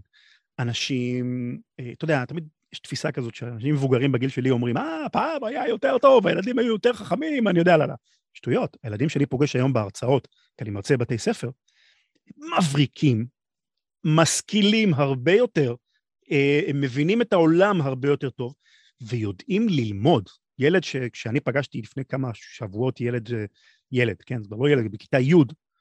[SPEAKER 2] אנשים, אה, אתה יודע, תמיד יש תפיסה כזאת שאנשים מבוגרים בגיל שלי אומרים, אה, פעם היה יותר טוב, הילדים היו יותר חכמים, אני יודע למה. שטויות, הילדים שלי פוגש היום בהרצאות, כי אני מרצה בתי ספר, מבריקים, משכילים הרבה יותר, הם מבינים את העולם הרבה יותר טוב, ויודעים ללמוד. ילד שכשאני פגשתי לפני כמה שבועות, ילד, ילד, כן, זה לא ילד, בכיתה י',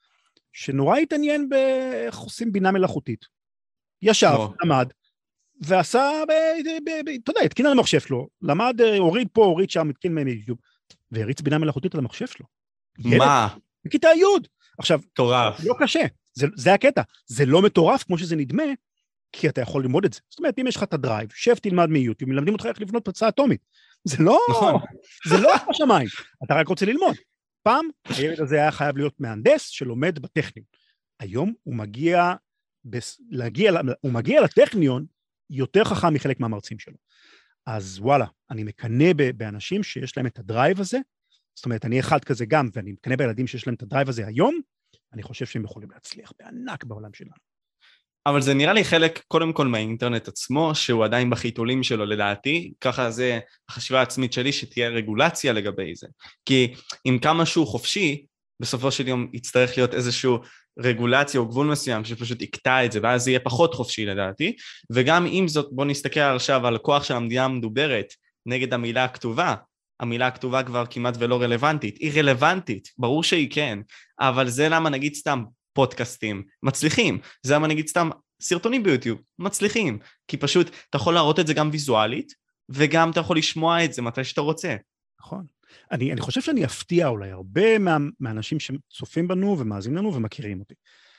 [SPEAKER 2] שנורא התעניין באיך עושים בינה מלאכותית. ישב, למד, ועשה, אתה יודע, התקין על המחשב שלו, למד, הוריד פה, הוריד שם, התקין מיוטיוב, והריץ בינה מלאכותית על המחשב שלו.
[SPEAKER 3] מה?
[SPEAKER 2] בכיתה י'. עכשיו,
[SPEAKER 3] מטורף.
[SPEAKER 2] לא קשה, זה, זה הקטע, זה לא מטורף כמו שזה נדמה, כי אתה יכול ללמוד את זה. זאת אומרת, אם יש לך את הדרייב, שב תלמד מיוטיוב, מלמדים אותך איך לבנות פצצה אטומית. זה לא,
[SPEAKER 3] נכון.
[SPEAKER 2] זה לא השמיים, אתה רק רוצה ללמוד. פעם, הילד הזה היה חייב להיות מהנדס שלומד בטכניון. היום הוא מגיע, להגיע, הוא מגיע לטכניון יותר חכם מחלק מהמרצים שלו. אז וואלה, אני מקנה באנשים שיש להם את הדרייב הזה, זאת אומרת, אני אחד כזה גם, ואני מקנה בילדים שיש להם את הדרייב הזה היום, אני חושב שהם יכולים להצליח בענק בעולם שלנו.
[SPEAKER 3] אבל זה נראה לי חלק, קודם כל, מהאינטרנט עצמו, שהוא עדיין בחיתולים שלו לדעתי, ככה זה החשיבה העצמית שלי, שתהיה רגולציה לגבי זה. כי אם כמה שהוא חופשי, בסופו של יום יצטרך להיות איזשהו רגולציה או גבול מסוים, שפשוט יקטע את זה, ואז זה יהיה פחות חופשי לדעתי, וגם אם זאת, בוא נסתכל עכשיו על הכוח של המדינה המדוברת, נגד המילה הכתובה, המילה הכתובה כבר כמעט ולא רלוונטית, היא רלוונטית, ברור שהיא כן, אבל זה למה נגיד סתם פודקאסטים מצליחים, זה למה נגיד סתם סרטונים ביוטיוב מצליחים, כי פשוט אתה יכול להראות את זה גם ויזואלית, וגם אתה יכול לשמוע את זה מתי שאתה רוצה.
[SPEAKER 2] נכון. אני, אני חושב שאני אפתיע אולי הרבה מה, מהאנשים שצופים בנו ומאזינים לנו ומכירים אותי.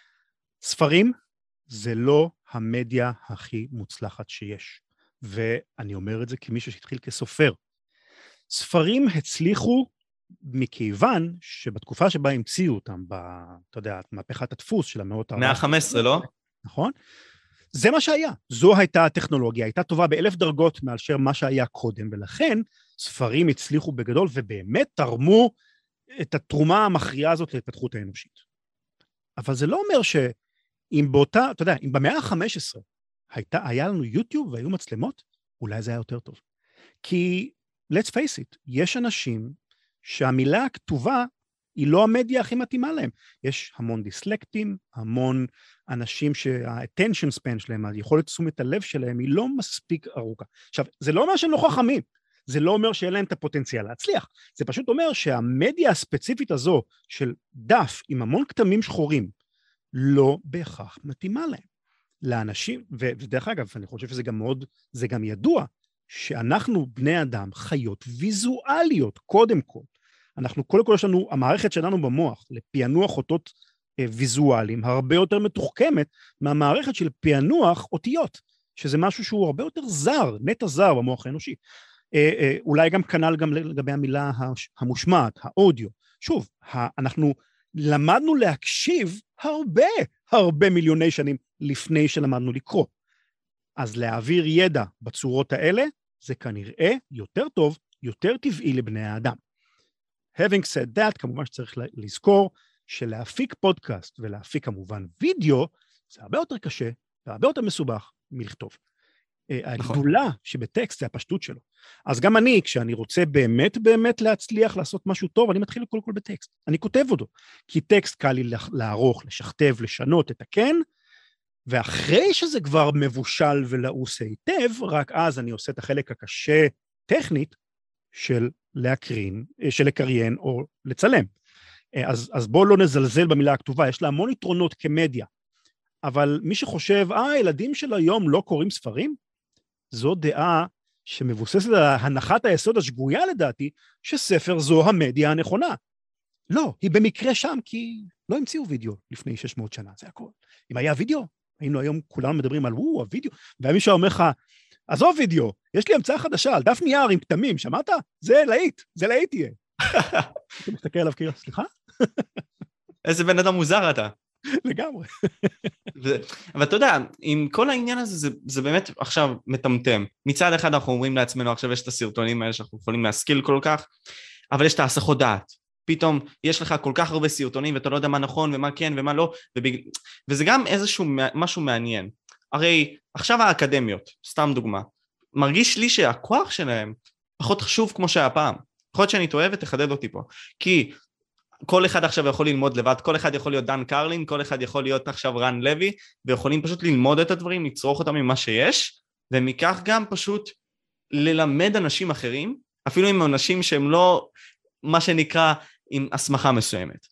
[SPEAKER 2] ספרים זה לא המדיה הכי מוצלחת שיש, ואני אומר את זה כמישהו שהתחיל כסופר. ספרים הצליחו מכיוון שבתקופה שבה המציאו אותם, ב, אתה יודע, מהפכת הדפוס של המאות
[SPEAKER 3] מאה ה-חמש עשרה, לא?
[SPEAKER 2] נכון? זה מה שהיה. זו הייתה הטכנולוגיה, הייתה טובה באלף דרגות מאשר מה שהיה קודם, ולכן ספרים הצליחו בגדול ובאמת תרמו את התרומה המכריעה הזאת להתפתחות האנושית. אבל זה לא אומר שאם באותה, אתה יודע, אם במאה ה-חמש עשרה הייתה, היה לנו יוטיוב והיו מצלמות, אולי זה היה יותר טוב. כי, let's face it, יש אנשים שהמילה הכתובה היא לא המדיה הכי מתאימה להם. יש המון דיסלקטים, המון אנשים שה-attention span שלהם, היכולת תשומת הלב שלהם, היא לא מספיק ארוכה. עכשיו, זה לא אומר שהם לא חכמים, זה לא אומר שאין להם את הפוטנציאל להצליח, זה פשוט אומר שהמדיה הספציפית הזו של דף עם המון כתמים שחורים, לא בהכרח מתאימה להם. לאנשים, ודרך אגב, אני חושב שזה גם מאוד, זה גם ידוע, שאנחנו בני אדם חיות ויזואליות, קודם כל. אנחנו, קודם כל יש לנו, המערכת שלנו במוח, לפענוח אותות אה, ויזואליים, הרבה יותר מתוחכמת מהמערכת של פענוח אותיות, שזה משהו שהוא הרבה יותר זר, נטע זר במוח האנושי. אה, אה, אולי גם כנ"ל גם לגבי המילה המושמעת, האודיו. שוב, אנחנו למדנו להקשיב הרבה, הרבה מיליוני שנים לפני שלמדנו לקרוא. אז להעביר ידע בצורות האלה, זה כנראה יותר טוב, יותר טבעי לבני האדם. Having said that, כמובן שצריך לזכור שלהפיק פודקאסט ולהפיק כמובן וידאו, זה הרבה יותר קשה והרבה יותר מסובך מלכתוב. הגדולה שבטקסט זה הפשטות שלו. אז גם אני, כשאני רוצה באמת באמת להצליח לעשות משהו טוב, אני מתחיל קודם כל בטקסט. אני כותב אותו, כי טקסט קל לי לערוך, לשכתב, לשנות, לתקן, ואחרי שזה כבר מבושל ולעוס היטב, רק אז אני עושה את החלק הקשה טכנית של להקרין, של לקריין או לצלם. אז, אז בואו לא נזלזל במילה הכתובה, יש לה המון יתרונות כמדיה, אבל מי שחושב, אה, הילדים של היום לא קוראים ספרים, זו דעה שמבוססת על הנחת היסוד השגויה לדעתי, שספר זו המדיה הנכונה. לא, היא במקרה שם, כי לא המציאו וידאו לפני שש מאות שנה, זה הכל. אם היה וידאו, היינו היום כולנו מדברים על, וואו, הוידאו, והיה מישהו אומר לך, עזוב וידאו, יש לי המצאה חדשה, על דף נייר עם כתמים, שמעת? זה להיט, זה להיט יהיה. אתה מסתכל עליו כאילו, סליחה?
[SPEAKER 3] איזה בן אדם מוזר אתה.
[SPEAKER 2] לגמרי.
[SPEAKER 3] אבל אתה יודע, עם כל העניין הזה, זה, זה באמת עכשיו מטמטם. מצד אחד אנחנו אומרים לעצמנו, עכשיו יש את הסרטונים האלה שאנחנו יכולים להשכיל כל כך, אבל יש את ההסחות דעת. פתאום יש לך כל כך הרבה סרטונים, ואתה לא יודע מה נכון ומה כן ומה לא, ובג... וזה גם איזשהו משהו מעניין. הרי עכשיו האקדמיות, סתם דוגמה, מרגיש לי שהכוח שלהם פחות חשוב כמו שהיה פעם. יכול להיות שאני טועה ותחדד אותי פה. כי כל אחד עכשיו יכול ללמוד לבד, כל אחד יכול להיות דן קרלין, כל אחד יכול להיות עכשיו רן לוי, ויכולים פשוט ללמוד את הדברים, לצרוך אותם ממה שיש, ומכך גם פשוט ללמד אנשים אחרים, אפילו עם אנשים שהם לא, מה שנקרא, עם הסמכה מסוימת.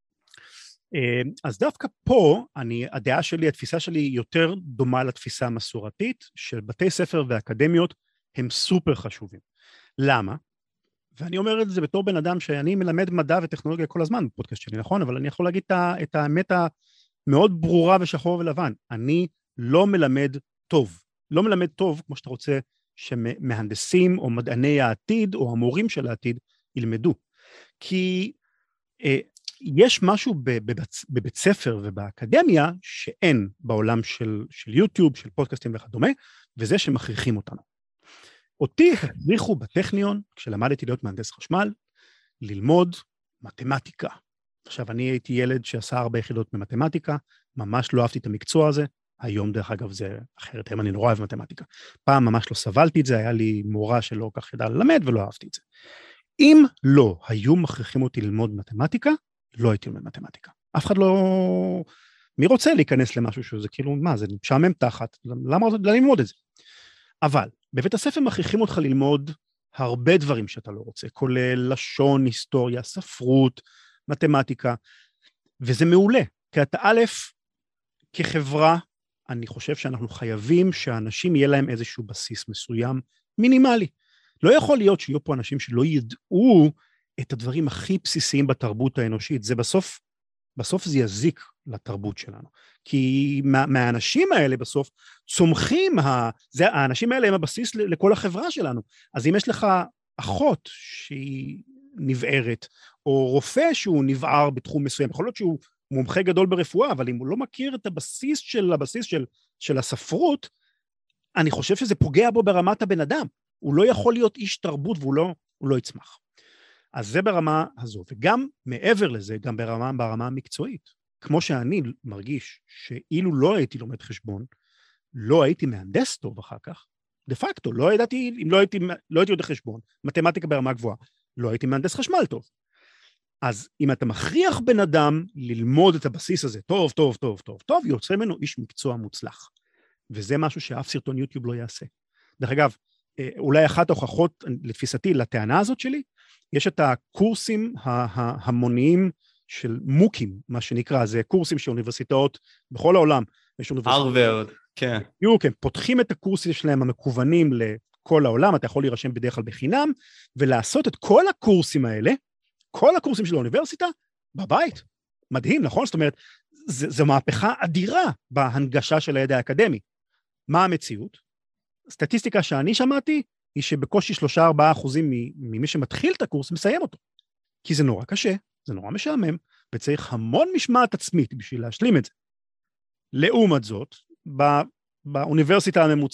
[SPEAKER 2] אז דווקא פה, אני, הדעה שלי, התפיסה שלי יותר דומה לתפיסה המסורתית, של בתי ספר ואקדמיות הם סופר חשובים. למה? ואני אומר את זה בתור בן אדם שאני מלמד מדע וטכנולוגיה כל הזמן בפודקאסט שלי, נכון? אבל אני יכול להגיד את האמת המאוד ברורה ושחור ולבן. אני לא מלמד טוב. לא מלמד טוב, כמו שאתה רוצה, שמהנדסים או מדעני העתיד או המורים של העתיד ילמדו. כי אה, יש משהו בבית, בבית ספר ובאקדמיה שאין בעולם של, של יוטיוב, של פודקאסטים וכדומה, וזה שמכריחים אותנו. אותי הכריחו בטכניון, כשלמדתי להיות מהנדס חשמל, ללמוד מתמטיקה. עכשיו, אני הייתי ילד שעשה הרבה יחידות במתמטיקה, ממש לא אהבתי את המקצוע הזה, היום דרך אגב זה אחרת, היום אני נורא אוהב מתמטיקה. פעם ממש לא סבלתי את זה, היה לי מורה שלא כך ידע ללמד ולא אהבתי את זה. אם לא היו מכריחים אותי ללמוד מתמטיקה, לא הייתי ללמד מתמטיקה. אף אחד לא... מי רוצה להיכנס למשהו שזה כאילו, מה, זה משעמם תחת, למה ללמוד את זה? אבל בבית הספר מכריחים אותך ללמוד הרבה דברים שאתה לא רוצה, כולל לשון, היסטוריה, ספרות, מתמטיקה, וזה מעולה, כי אתה א', כחברה, אני חושב שאנחנו חייבים שהאנשים יהיה להם איזשהו בסיס מסוים, מינימלי. לא יכול להיות שיהיו פה אנשים שלא ידעו את הדברים הכי בסיסיים בתרבות האנושית, זה בסוף, בסוף זה יזיק לתרבות שלנו, כי מה, מהאנשים האלה בסוף צומחים, ה, זה, האנשים האלה הם הבסיס לכל החברה שלנו, אז אם יש לך אחות שהיא נבערת, או רופא שהוא נבער בתחום מסוים, יכול להיות שהוא מומחה גדול ברפואה, אבל אם הוא לא מכיר את הבסיס של, הבסיס של, של הספרות, אני חושב שזה פוגע בו ברמת הבן אדם, הוא לא יכול להיות איש תרבות והוא לא, הוא לא יצמח. אז זה ברמה הזו, וגם מעבר לזה, גם ברמה, ברמה המקצועית, כמו שאני מרגיש שאילו לא הייתי לומד חשבון, לא הייתי מהנדס טוב אחר כך, דה פקטו, לא ידעתי, אם לא הייתי, לא הייתי יודע חשבון, מתמטיקה ברמה גבוהה, לא הייתי מהנדס חשמל טוב. אז אם אתה מכריח בן אדם ללמוד את הבסיס הזה, טוב, טוב, טוב, טוב, טוב, יוצא ממנו איש מקצוע מוצלח. וזה משהו שאף סרטון יוטיוב לא יעשה. דרך אגב, אולי אחת ההוכחות לתפיסתי לטענה הזאת שלי, יש את הקורסים המוניים של מוקים, מה שנקרא, זה קורסים של אוניברסיטאות בכל העולם.
[SPEAKER 3] הרווארד, כן.
[SPEAKER 2] יוק, הם פותחים את הקורסים שלהם המקוונים לכל העולם, אתה יכול להירשם בדרך כלל בחינם, ולעשות את כל הקורסים האלה, כל הקורסים של האוניברסיטה, בבית. מדהים, נכון? זאת אומרת, זו מהפכה אדירה בהנגשה של הידע האקדמי. מה המציאות? סטטיסטיקה שאני שמעתי, היא שבקושי שלושה ארבעה אחוזים ממי שמתחיל את הקורס מסיים אותו. כי זה נורא קשה, זה נורא משעמם, וצריך המון משמעת עצמית בשביל להשלים את זה. לעומת זאת, באוניברסיטה הממוצעת,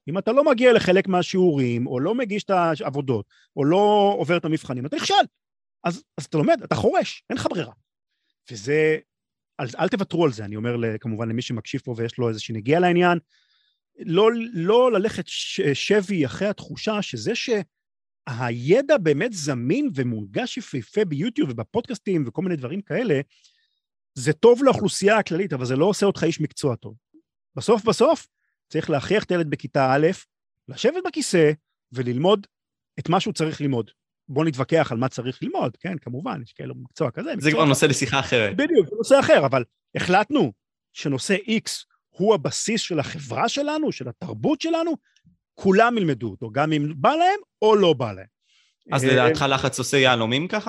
[SPEAKER 2] אם אתה לא מגיע לחלק מהשיעורים, או לא מגיש את העבודות, או לא עובר את המבחנים, אתה נכשל. אז, אז אתה לומד, אתה חורש, אין לך ברירה. וזה, אל, אל תוותרו על זה, אני אומר כמובן למי שמקשיב פה ויש לו איזושהי נגיעה לעניין, לא, לא ללכת שבי אחרי התחושה שזה שהידע באמת זמין ומונגש יפהפה ביוטיוב ובפודקאסטים וכל מיני דברים כאלה, זה טוב לאוכלוסייה הכללית, אבל זה לא עושה אותך איש מקצוע טוב. בסוף בסוף צריך להכריח את הילד בכיתה א', לשבת בכיסא וללמוד את מה שהוא צריך ללמוד. בוא נתווכח על מה צריך ללמוד, כן, כמובן, יש כאלה מקצוע כזה.
[SPEAKER 3] זה כבר נושא לשיחה אחרת.
[SPEAKER 2] בדיוק, זה נושא אחר, אבל החלטנו שנושא X הוא הבסיס של החברה שלנו, של התרבות שלנו, כולם ילמדו אותו, גם אם בא להם או לא בא להם.
[SPEAKER 3] אז לדעתך לחץ עושה יהלומים ככה?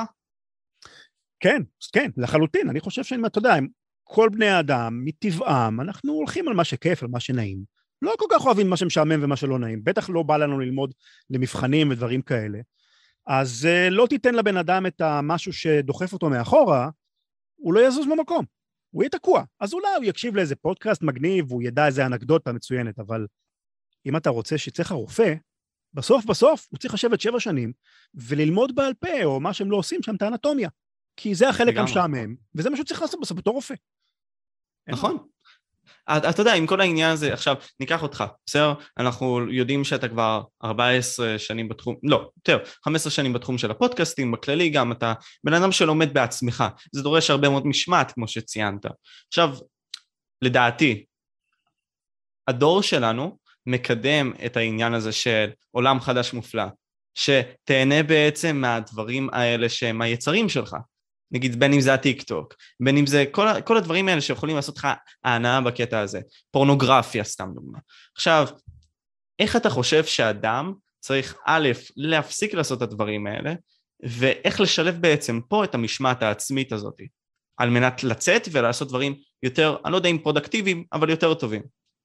[SPEAKER 2] כן, כן, לחלוטין. אני חושב שאם אתה יודע, כל בני האדם, מטבעם, אנחנו הולכים על מה שכיף, על מה שנעים. לא כל כך אוהבים מה שמשעמם ומה שלא נעים. בטח לא בא לנו ללמוד למבחנים ודברים כאלה. אז לא תיתן לבן אדם את המשהו שדוחף אותו מאחורה, הוא לא יזוז במקום. הוא יהיה תקוע. אז אולי הוא יקשיב לאיזה פודקאסט מגניב, והוא ידע איזה אנקדוטה מצוינת, אבל אם אתה רוצה שצריך הרופא, בסוף בסוף הוא צריך לשבת שבע שנים, וללמוד בעל פה, או מה שהם לא עושים שם, את האנטומיה. כי זה החלק המשעמם, וזה מה שהוא צריך לעשות בסוף בתור רופא.
[SPEAKER 3] נכון. אתה יודע, עם כל העניין הזה, עכשיו ניקח אותך, בסדר? אנחנו יודעים שאתה כבר ארבע עשרה שנים בתחום, לא, יותר, חמש עשרה שנים בתחום של הפודקאסטים, בכללי גם אתה בן אדם שלומד בעצמך, זה דורש הרבה מאוד משמעת, כמו שציינת. עכשיו, לדעתי, הדור שלנו מקדם את העניין הזה של עולם חדש מופלא, שתהנה בעצם מהדברים האלה שהם היצרים שלך. נגיד בין אם זה הטיק-טוק, בין אם זה כל, כל הדברים האלה שיכולים לעשות לך הענאה בקטע הזה, פורנוגרפיה סתם דוגמה. עכשיו, איך אתה חושב שאדם צריך א', להפסיק לעשות את הדברים האלה, ואיך לשלב בעצם פה את המשמעת העצמית הזאת, על מנת לצאת ולעשות דברים יותר, אני לא יודע אם פרודקטיביים, אבל יותר טובים.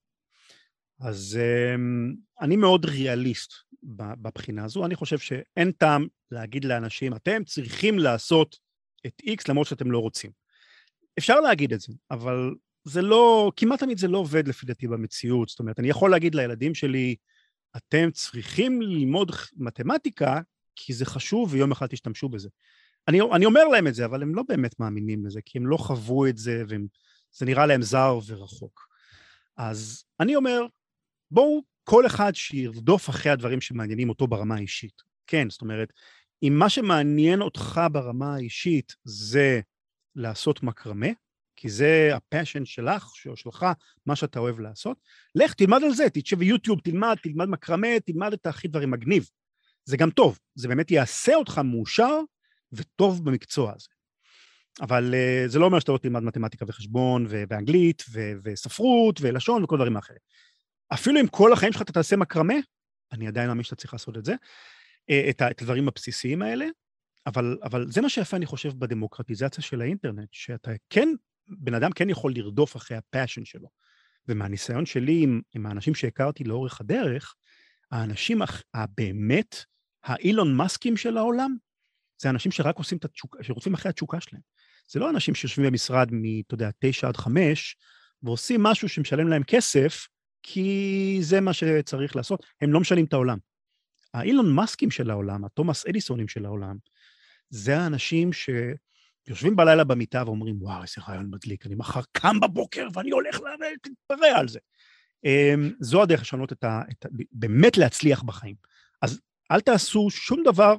[SPEAKER 2] אז אני מאוד ריאליסט בבחינה הזו, אני חושב שאין טעם להגיד לאנשים, אתם צריכים לעשות את X למרות שאתם לא רוצים. אפשר להגיד את זה, אבל זה לא, כמעט תמיד זה לא עובד לפי דעתי במציאות, זאת אומרת, אני יכול להגיד לילדים שלי, אתם צריכים ללמוד מתמטיקה, כי זה חשוב ויום אחד תשתמשו בזה. אני, אני אומר להם את זה, אבל הם לא באמת מאמינים לזה, כי הם לא חוו את זה, וזה נראה להם זר ורחוק. אז אני אומר, בואו כל אחד שירדוף אחרי הדברים שמעניינים אותו ברמה האישית. כן, זאת אומרת, אם מה שמעניין אותך ברמה האישית זה לעשות מקרמה, כי זה הפשן שלך, או שלך, מה שאתה אוהב לעשות, לך תלמד על זה, תשב ביוטיוב, תלמד, תלמד מקרמה, תלמד את הכי דברים מגניב. זה גם טוב, זה באמת יעשה אותך מאושר וטוב במקצוע הזה. אבל uh, זה לא אומר שאתה לא תלמד מתמטיקה וחשבון, ואנגלית, ו- וספרות, ולשון, וכל דברים אחרים. אפילו אם כל החיים שלך אתה תעשה מקרמה, אני עדיין מאמין שאתה צריך לעשות את זה, את הדברים הבסיסיים האלה, אבל, אבל זה מה שיפה אני חושב בדמוקרטיזציה של האינטרנט, שאתה כן, בן אדם כן יכול לרדוף אחרי הפאשן שלו, ומהניסיון שלי עם, עם האנשים שהכרתי לאורך הדרך, האנשים הבאמת, האילון מסקים של העולם, זה אנשים שרק עושים את התשוקה, שרודפים אחרי התשוקה שלהם. זה לא אנשים שיושבים במשרד אתה יודע, תשע עד חמש, ועושים משהו שמשלם להם כסף, כי זה מה שצריך לעשות, הם לא משנים את העולם. האילון מסקים של העולם, התומאס אדיסונים של העולם, זה האנשים שיושבים בלילה במיטה ואומרים, וואו, איזה רעיון מדליק, אני מחר קם בבוקר ואני הולך להתפרע על זה. זו הדרך לשנות את ה... את ה... באמת להצליח בחיים. אז אל תעשו שום דבר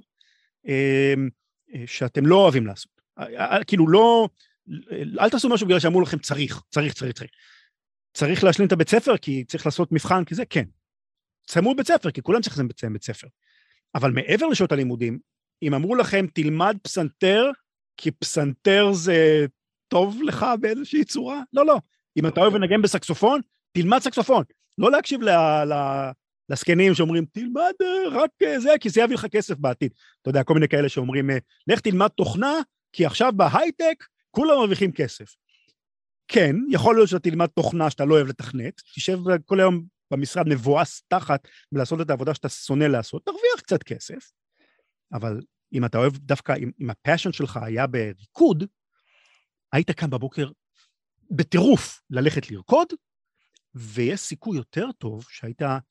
[SPEAKER 2] שאתם לא אוהבים לעשות. כאילו לא... אל תעשו משהו בגלל שאמרו לכם צריך, צריך, צריך, צריך. צריך להשלים את הבית ספר כי צריך לעשות מבחן, כי זה כן. תסיימו בית ספר, כי כולם צריכים לסיים בית ספר. אבל מעבר לשעות הלימודים, אם אמרו לכם, תלמד פסנתר, כי פסנתר זה טוב לך באיזושהי צורה, לא, לא. אם אתה אוהב לנגן בסקסופון, תלמד סקסופון. לא להקשיב לסקנים שאומרים, תלמד רק זה, כי זה יביא לך כסף בעתיד. אתה יודע, כל מיני כאלה שאומרים, לך תלמד תוכנה, כי עכשיו בהייטק, כולם מרוויחים כסף. כן, יכול להיות שאתה תלמד תוכנה שאתה לא אוהב לתכנת, תשב כל היום במשרד מבואס תחת ולעשות את העבודה שאתה שונא לעשות, תרוויח קצת כסף, אבל אם אתה אוהב דווקא, אם, אם הפאשן שלך היה בריקוד, היית כאן בבוקר בטירוף ללכת לרקוד, ויש סיכוי יותר טוב שהיית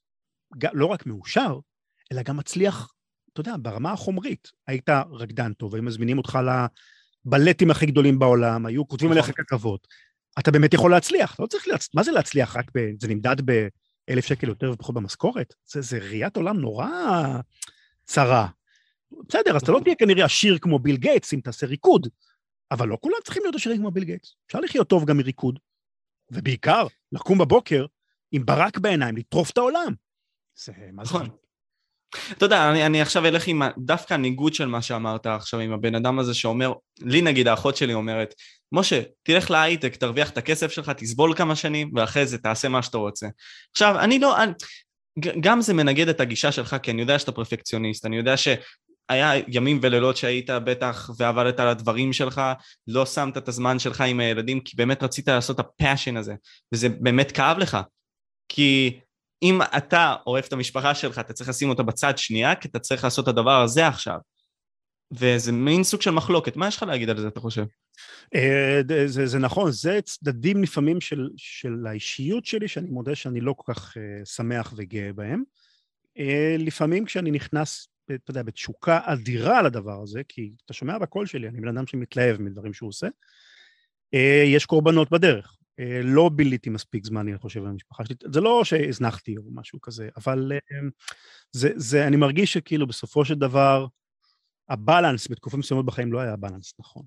[SPEAKER 2] לא רק מאושר, אלא גם מצליח, אתה יודע, ברמה החומרית. היית רקדן טוב, היו מזמינים אותך לבלטים הכי גדולים בעולם, היו כותבים עליך כתבות. אתה באמת יכול להצליח, אתה לא צריך להצליח, מה זה להצליח? רק ב, זה נמדד באלף שקל יותר ופחות במשכורת? זה, זה ראיית עולם נורא צרה. בסדר, אז אתה לא תהיה כנראה עשיר כמו ביל גייטס, אם תעשה ריקוד, אבל לא כולם צריכים להיות עשירים כמו ביל גייטס. אפשר לחיות טוב גם מריקוד, ובעיקר, לקום בבוקר, עם ברק בעיניים, לטרוף את העולם. זה מה זה?
[SPEAKER 3] אתה יודע, אני, אני עכשיו אלך עם דווקא הניגוד של מה שאמרת עכשיו, עם הבן אדם הזה שאומר, לי נגיד האחות שלי אומרת, משה, תלך להייטק, תרוויח את הכסף שלך, תסבול כמה שנים, ואחרי זה תעשה מה שאתה רוצה. עכשיו, אני לא, אני, גם זה מנגד את הגישה שלך, כי אני יודע שאתה פרפקציוניסט, אני יודע שהיה ימים ולילות שהיית בטח ועבדת על הדברים שלך, לא שמת את הזמן שלך עם הילדים, כי באמת רצית לעשות את הפאשן הזה, וזה באמת כאב לך, כי אם אתה אוהב את המשפחה שלך, אתה צריך לשים אותה בצד שנייה, כי אתה צריך לעשות את הדבר הזה עכשיו. וזה מין סוג של מחלוקת. מה יש לך להגיד על זה, אתה חושב?
[SPEAKER 2] זה, זה נכון, זה צדדים לפעמים של, של האישיות שלי, שאני מודה שאני לא כל כך שמח וגאה בהם. לפעמים כשאני נכנס, אתה יודע, בתשוקה אדירה לדבר הזה, כי אתה שומע בקול שלי, אני בן אדם שמתלהב מדברים שהוא עושה, יש קורבנות בדרך. לא ביליתי מספיק זמן, אני חושב, במשפחה שלי. זה לא שהזנחתי או משהו כזה, אבל זה, זה, אני מרגיש שכאילו בסופו של דבר, הבלנס בתקופות מסוימות בחיים לא היה הבלנס, נכון.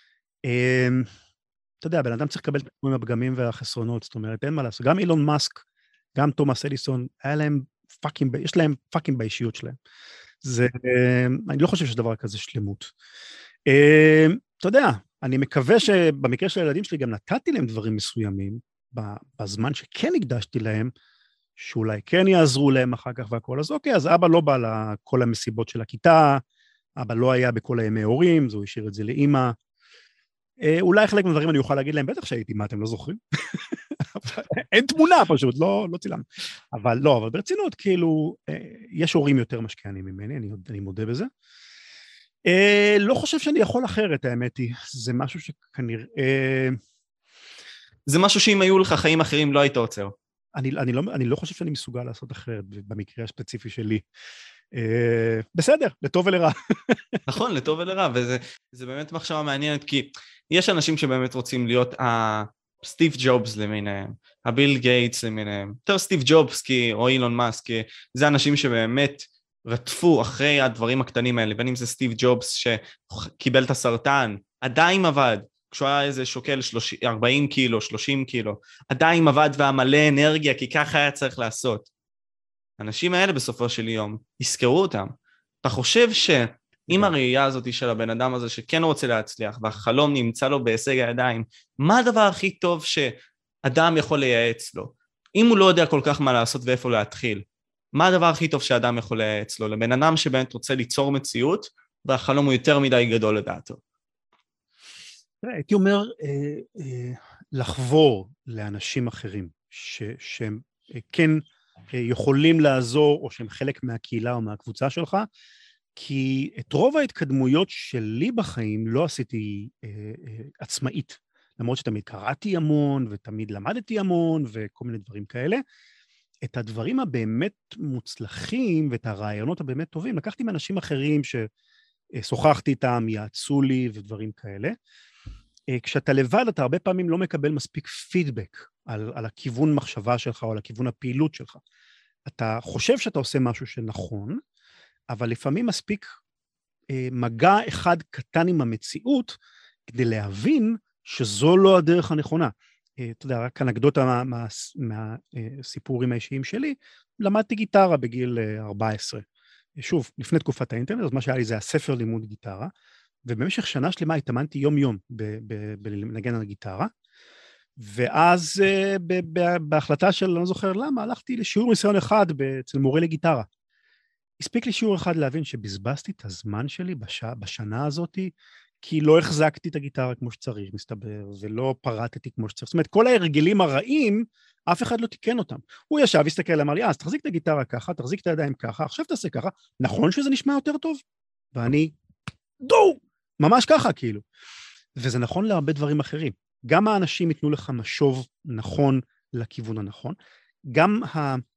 [SPEAKER 2] אתה יודע, בן אדם צריך לקבל את הפגמים והחסרונות, זאת אומרת, אין מה לעשות. גם אילון מאסק, גם תומאס אדיסון, היה להם פאקים, יש להם פאקים באישיות שלהם. זה, אני לא חושב שדבר כזה שלמות. אתה יודע, אני מקווה שבמקרה של הילדים שלי גם נתתי להם דברים מסוימים, בזמן שכן הקדשתי להם, שאולי כן יעזרו להם אחר כך והכל, אז אוקיי, אז אבא לא בא לכל המסיבות של הכיתה, אבא לא היה בכל הימי הורים, אז הוא השאיר את זה לאמא. אולי חלק מהדברים אני אוכל להגיד להם, בטח שהייתי, מה אתם לא זוכרים? אין תמונה פשוט, לא, לא צילם. אבל לא, אבל ברצינות, כאילו, יש הורים יותר משקיענים ממני, אני, אני מודה בזה. לא חושב שאני יכול אחרת, האמת היא. זה משהו שכנראה...
[SPEAKER 3] זה משהו שאם היו לך חיים אחרים לא היית עוצר.
[SPEAKER 2] אני, אני, לא, אני לא חושב שאני מסוגל לעשות אחרת, במקרה הספציפי שלי. בסדר, לטוב ולרע.
[SPEAKER 3] נכון, לטוב ולרע, וזה זה באמת מחשבה מעניינת, כי יש אנשים שבאמת רוצים להיות הסטיב ג'ובס למיניהם, הביל גייטס למיניהם, יותר סטיב ג'ובס כי, או אילון מאסק, כי זה אנשים שבאמת רדפו אחרי הדברים הקטנים האלה, בין אם זה סטיב ג'ובס שקיבל את הסרטן, עדיין עבד, כשהוא היה איזה שוקל ארבעים קילו, שלושים קילו, עדיין עבד והמלא אנרגיה, כי ככה היה צריך לעשות. האנשים האלה בסופו של יום, יזכרו אותם. אתה חושב שאם הראייה הזאת של הבן אדם הזה שכן רוצה להצליח, והחלום נמצא לו בהישג הידיים, מה הדבר הכי טוב שאדם יכול לייעץ לו? אם הוא לא יודע כל כך מה לעשות ואיפה להתחיל, מה הדבר הכי טוב שאדם יכול לייעץ לו? לבן אדם שבאמת רוצה ליצור מציאות, והחלום הוא יותר מדי גדול לדעתו.
[SPEAKER 2] הייתי אומר, לחבור לאנשים אחרים, שהם כן יכולים לעזור, או שהם חלק מהקהילה או מהקבוצה שלך, כי את רוב ההתקדמויות שלי בחיים לא עשיתי עצמאית, למרות שתמיד קראתי המון, ותמיד למדתי המון, וכל מיני דברים כאלה. את הדברים הבאמת מוצלחים, ואת הרעיונות הבאמת טובים, לקחתי מאנשים אחרים ששוחחתי איתם, יעצו לי ודברים כאלה. כשאתה לבד, אתה הרבה פעמים לא מקבל מספיק פידבק על, על הכיוון מחשבה שלך או על הכיוון הפעילות שלך. אתה חושב שאתה עושה משהו שנכון, אבל לפעמים מספיק אה, מגע אחד קטן עם המציאות, כדי להבין שזו לא הדרך הנכונה. אה, אתה יודע, רק אנקדוטה מהסיפורים מה, מה, האישיים שלי, למדתי גיטרה בגיל ארבע עשרה. שוב, לפני תקופת האינטרנט, אז מה שהיה לי זה הספר לימוד גיטרה, ובמשך שנה שלמה התאמנתי יום יום בלנגן על הגיטרה, ואז בהחלטה של, אני לא זוכר למה, הלכתי לשיעור ניסיון אחד אצל מורה לגיטרה. הספיק לי שיעור אחד להבין שבזבזתי את הזמן שלי בשנה הזאת, כי לא החזקתי את הגיטרה כמו שצריך, מסתבר, ולא פרטתי כמו שצריך. זאת אומרת, כל ההרגלים הרעים, אף אחד לא תיקן אותם. הוא ישב, הסתכל, אמר לי, אז תחזיק את הגיטרה ככה, תחזיק את הידיים ככה, עכשיו תעשה ככה, נכון שזה נשמע יותר טוב? ואני, דו! ממש ככה, כאילו. וזה נכון להרבה דברים אחרים. גם האנשים ייתנו לך משוב נכון לכיוון הנכון, גם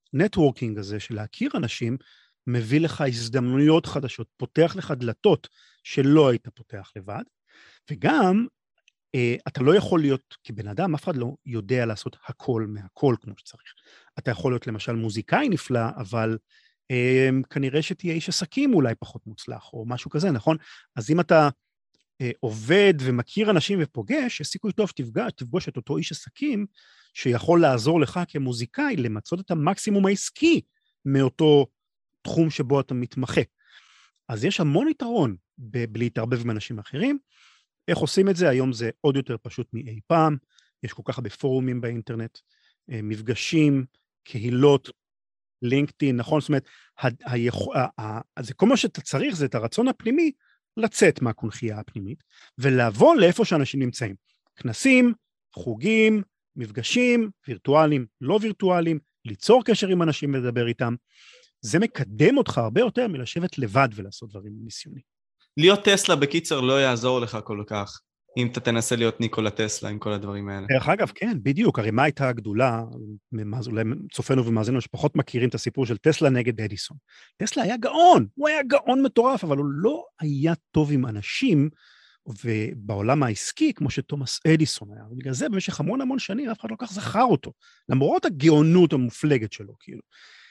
[SPEAKER 2] הנטוורקינג הזה של להכיר אנשים, מביא לך הזדמנויות חדשות, פותח לך דלתות שלא היית פותח לבד, וגם אתה לא יכול להיות, כבן אדם, אף אחד לא יודע לעשות הכל מהכל כמו שצריך. אתה יכול להיות למשל מוזיקאי נפלא, אבל כנראה שתהיה איש עסקים אולי פחות מוצלח, או משהו כזה, נכון? אז אם אתה עובד ומכיר אנשים ופוגש, יש סיכוי טוב שתפגש, תפגוש את אותו איש עסקים, שיכול לעזור לך כמוזיקאי, למצות את המקסימום העסקי, מאותו תחום שבו אתה מתמחה. אז יש המון יתרון, בלהתערבב עם אנשים אחרים. איך עושים את זה? היום זה עוד יותר פשוט מאי פעם, יש כל כך הרבה פורומים באינטרנט, מפגשים, קהילות, לינקדאין, נכון? זאת אומרת, אז כל מה שאתה צריך זה את הרצון הפנימי, לצאת מהקונחייה הפנימית, ולבוא לאיפה שאנשים נמצאים. כנסים, חוגים, מפגשים, וירטואליים, לא וירטואליים, ליצור קשר עם אנשים ולדבר איתם, זה מקדם אותך הרבה יותר מלשבת לבד ולעשות דברים ניסיוני.
[SPEAKER 3] להיות טסלה בקיצר לא יעזור לך כל כך, אם אתה תנסה להיות ניקולה טסלה עם כל הדברים האלה.
[SPEAKER 2] דרך אגב, כן, בדיוק, הרי מה הייתה הגדולה, אולי צופנו ומאזינו שפחות מכירים את הסיפור של טסלה נגד אדיסון. טסלה היה גאון, הוא היה גאון מטורף, אבל הוא לא היה טוב עם אנשים, ובעולם העסקי, כמו שתומאס אדיסון היה, ובגלל זה במשך המון המון שנים, אף אחד לא כך זכר אותו, למרות הגאונות המופלגת שלו, כאילו.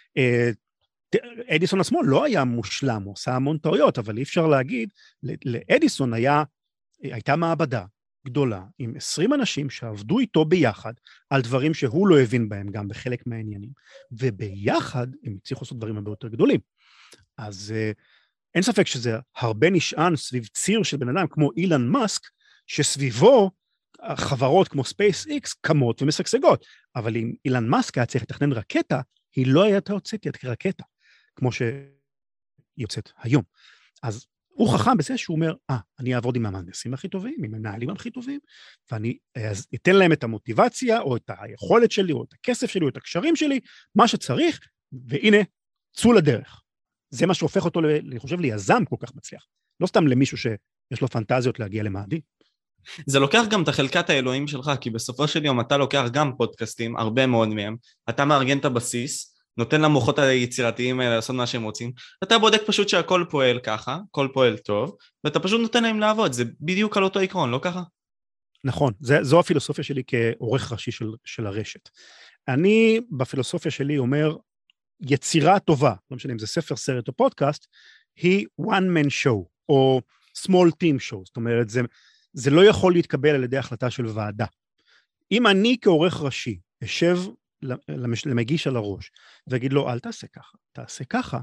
[SPEAKER 2] אדיסון עצמו לא היה מושלם, הוא עשה המון טעויות, אבל אי אפשר להגיד, לאדיסון היה, הייתה מעבדה גדולה, עם עשרים אנשים שעבדו איתו ביחד, על דברים שהוא לא הבין בהם גם בחלק מהעניינים, וביחד הם הצליחו לעשות דברים הרבה יותר גדולים. אז אין ספק שזה הרבה נשען סביב ציר של בן אדם, כמו אילן מאסק, שסביבו חברות כמו SpaceX קמות ומשגשגות, אבל אם אילן מאסק היה צריך לתכנן רקטה, היא לא הייתה יוצאת יד כרקטה, כמו שהיא יוצאת היום. אז הוא חכם בזה שהוא אומר, אה, אני אעבוד עם המהנדסים הכי טובים, עם המנהלים הכי טובים, ואני אתן להם את המוטיבציה, או את היכולת שלי, או את הכסף שלי, או את הקשרים שלי, מה שצריך, והנה, צאו לדרך. זה מה שהופך אותו, אני חושב, ליזם כל כך מצליח. לא סתם למישהו שיש לו פנטזיות להגיע למאדים.
[SPEAKER 3] זה לוקח גם את החלקת האלוהים שלך, כי בסופו של יום אתה לוקח גם פודקאסטים, הרבה מאוד מהם, אתה מארגן את הבסיס, נותן למוחות היצירתיים האלה לעשות מה שהם רוצים, אתה בודק פשוט שהכל פועל ככה, הכל פועל טוב, ואתה פשוט נותן להם לעבוד, זה בדיוק על אותו עקרון, לא ככה?
[SPEAKER 2] נכון, זה, זו הפילוסופיה שלי כעורך ראשי של, של הרשת. אני בפילוסופיה שלי אומר, יצירה טובה, לא משנה אם זה ספר, סרט או פודקאסט, היא one man show, או small team show, זאת אומרת, זה, זה לא יכול להתקבל על ידי החלטה של ועדה. אם אני כעורך ראשי, אשב למגיש על הראש, ואגיד לו, אל תעשה ככה, תעשה ככה,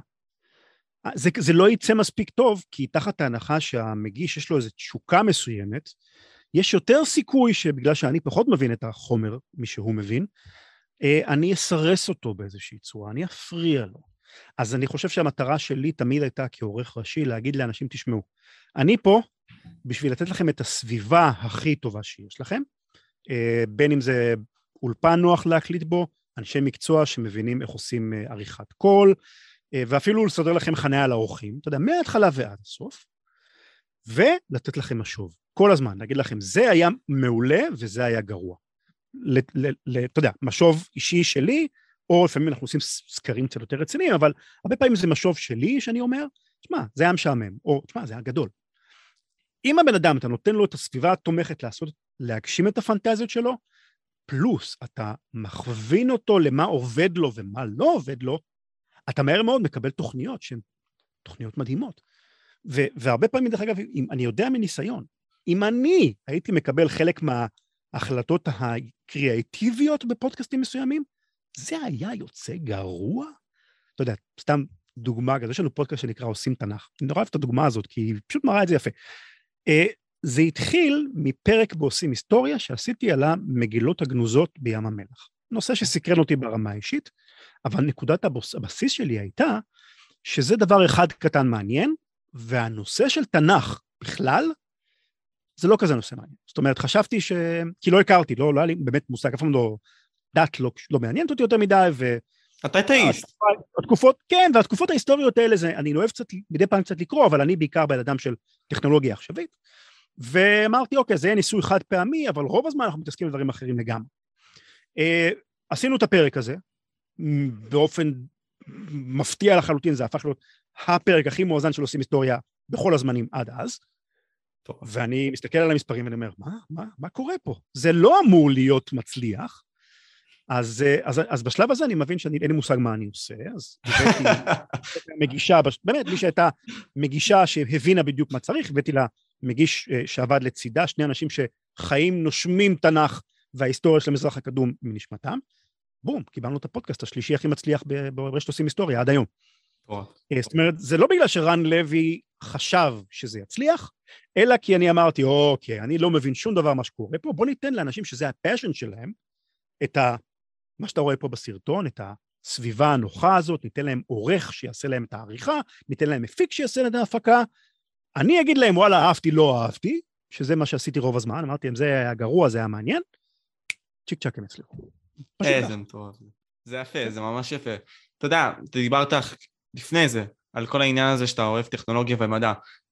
[SPEAKER 2] זה, זה לא יצא מספיק טוב, כי תחת ההנחה שהמגיש יש לו איזו תשוקה מסוימת, יש יותר סיכוי שבגלל שאני פחות מבין את החומר, מי שהוא מבין, אני אסרס אותו באיזושהי צורה, אני אפריע לו. אז אני חושב שהמטרה שלי תמיד הייתה כעורך ראשי, להגיד לאנשים, תשמעו, אני פה בשביל לתת לכם את הסביבה הכי טובה שיש לכם, בין אם זה אולפן נוח להקליט בו, אנשי מקצוע שמבינים איך עושים עריכת קול, ואפילו לסדר לכם חניה לאורחים, אתה יודע, מההתחלה ועד הסוף, ולתת לכם משוב, כל הזמן, להגיד לכם, זה היה מעולה וזה היה גרוע. אתה יודע, משוב אישי שלי, או לפעמים אנחנו עושים סקרים קצת יותר רציניים, אבל הרבה פעמים זה משוב שלי שאני אומר, תשמע, זה היה משעמם, או תשמע, זה היה גדול. אם הבן אדם, אתה נותן לו את הסביבה התומכת לעשות, להגשים את הפנטזיות שלו, פלוס אתה מכווין אותו למה עובד לו ומה לא עובד לו, אתה מהר מאוד מקבל תוכניות שהן תוכניות מדהימות. ו- והרבה פעמים, דרך אגב, אם, אני יודע מניסיון, אם אני הייתי מקבל חלק מההחלטות הקריאטיביות בפודקאסטים מסוימים, זה היה יוצא גרוע. אתה יודע, סתם דוגמה, יש לנו פודקאסט שנקרא עושים תנ"ך. אני נורא אוהב את הדוגמה הזאת, כי היא פשוט מראה את זה יפה. זה התחיל מפרק בעושים היסטוריה, שעשיתי על המגילות הגנוזות בים המלח. נושא שסקרן אותי ברמה האישית, אבל נקודת הבסיס שלי הייתה, שזה דבר אחד קטן מעניין, והנושא של תנ"ך בכלל, זה לא כזה נושא מעניין. זאת אומרת, חשבתי ש... כי לא הכרתי, לא, לא היה לי באמת מושג, אף פעם לא... דת לא, לא מעניינת אותי יותר מדי, ו...
[SPEAKER 3] אתה אתאיסט.
[SPEAKER 2] התקופות, כן, והתקופות ההיסטוריות האלה, זה, אני לא אוהב קצת, מדי פעם קצת לקרוא, אבל אני בעיקר בן אדם של טכנולוגיה עכשווית, ואמרתי, אוקיי, זה יהיה ניסוי חד פעמי, אבל רוב הזמן אנחנו מתעסקים בדברים אחרים לגמרי. אה, עשינו את הפרק הזה, באופן מפתיע לחלוטין, זה הפך להיות הפרק הכי מואזן של עושים היסטוריה בכל הזמנים עד אז, טוב. ואני מסתכל על המספרים ואני אומר, מה, מה, מה קורה פה? זה לא אמור להיות מצליח, אז, אז, אז בשלב הזה אני מבין שאני, אין לי מושג מה אני עושה, אז הבאתי מגישה, באמת מי שהייתה מגישה שהבינה בדיוק מה צריך, הבאתי לה מגיש שעבד לצידה, שני אנשים שחיים נושמים תנ"ך, וההיסטוריה של המזרח הקדום מנשמתם, בום, קיבלנו את הפודקאסט השלישי הכי מצליח ברשת עושים היסטוריה עד היום. זאת אומרת, זה לא בגלל שרן לוי חשב שזה יצליח, אלא כי אני אמרתי, אוקיי, אני לא מבין שום דבר מה שקורה פה, בוא ניתן לאנשים שזה הפשן שלהם, את ה, מה שאתה רואה פה בסרטון, את הסביבה הנוחה הזאת, ניתן להם עורך שיעשה להם את העריכה, ניתן להם מפיק שיעשה להם את ההפקה, אני אגיד להם, וואלה, אהבתי, לא אהבתי, שזה מה שעשיתי רוב הזמן, אמרתי, אם זה היה גרוע, זה היה מעניין, צ'יק צ'ק הם הצליחו.
[SPEAKER 3] איזה מטורף. זה יפה, זה ממש יפה. אתה יודע, אתה דיברת לפני זה, על כל העניין הזה שאתה אוהב טכנולוגיה ומדע.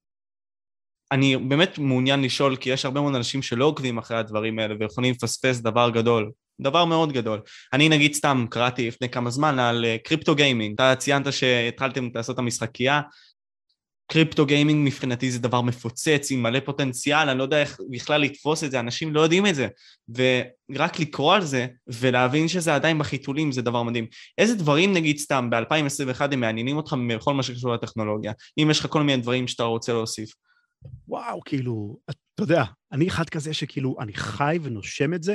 [SPEAKER 3] אני באמת מעוניין לשאול, כי יש הרבה מאוד אנשים שלא עוקבים אחרי הדברים האלה, ויכולים לפספס דבר גדול, דבר מאוד גדול. אני נגיד סתם קראתי לפני כמה זמן על קריפטו גיימינג, אתה ציינת שהתחלתם לעשות את המשחקייה, קריפטו גיימינג מבחינתי זה דבר מפוצץ, עם מלא פוטנציאל, אני לא יודע איך בכלל לתפוס את זה, אנשים לא יודעים את זה, ורק לקרוא על זה, ולהבין שזה עדיין בחיתולים, זה דבר מדהים. איזה דברים נגיד סתם ב-אלפיים עשרים ואחת הם מעניינים אותך בכל מה שקשור לטכנולוגיה, אם יש לך כל מיני דברים שאתה רוצה להוסיף?
[SPEAKER 2] וואו, כאילו, אתה יודע, אני אחד כזה שכאילו, אני חי ונושם את זה,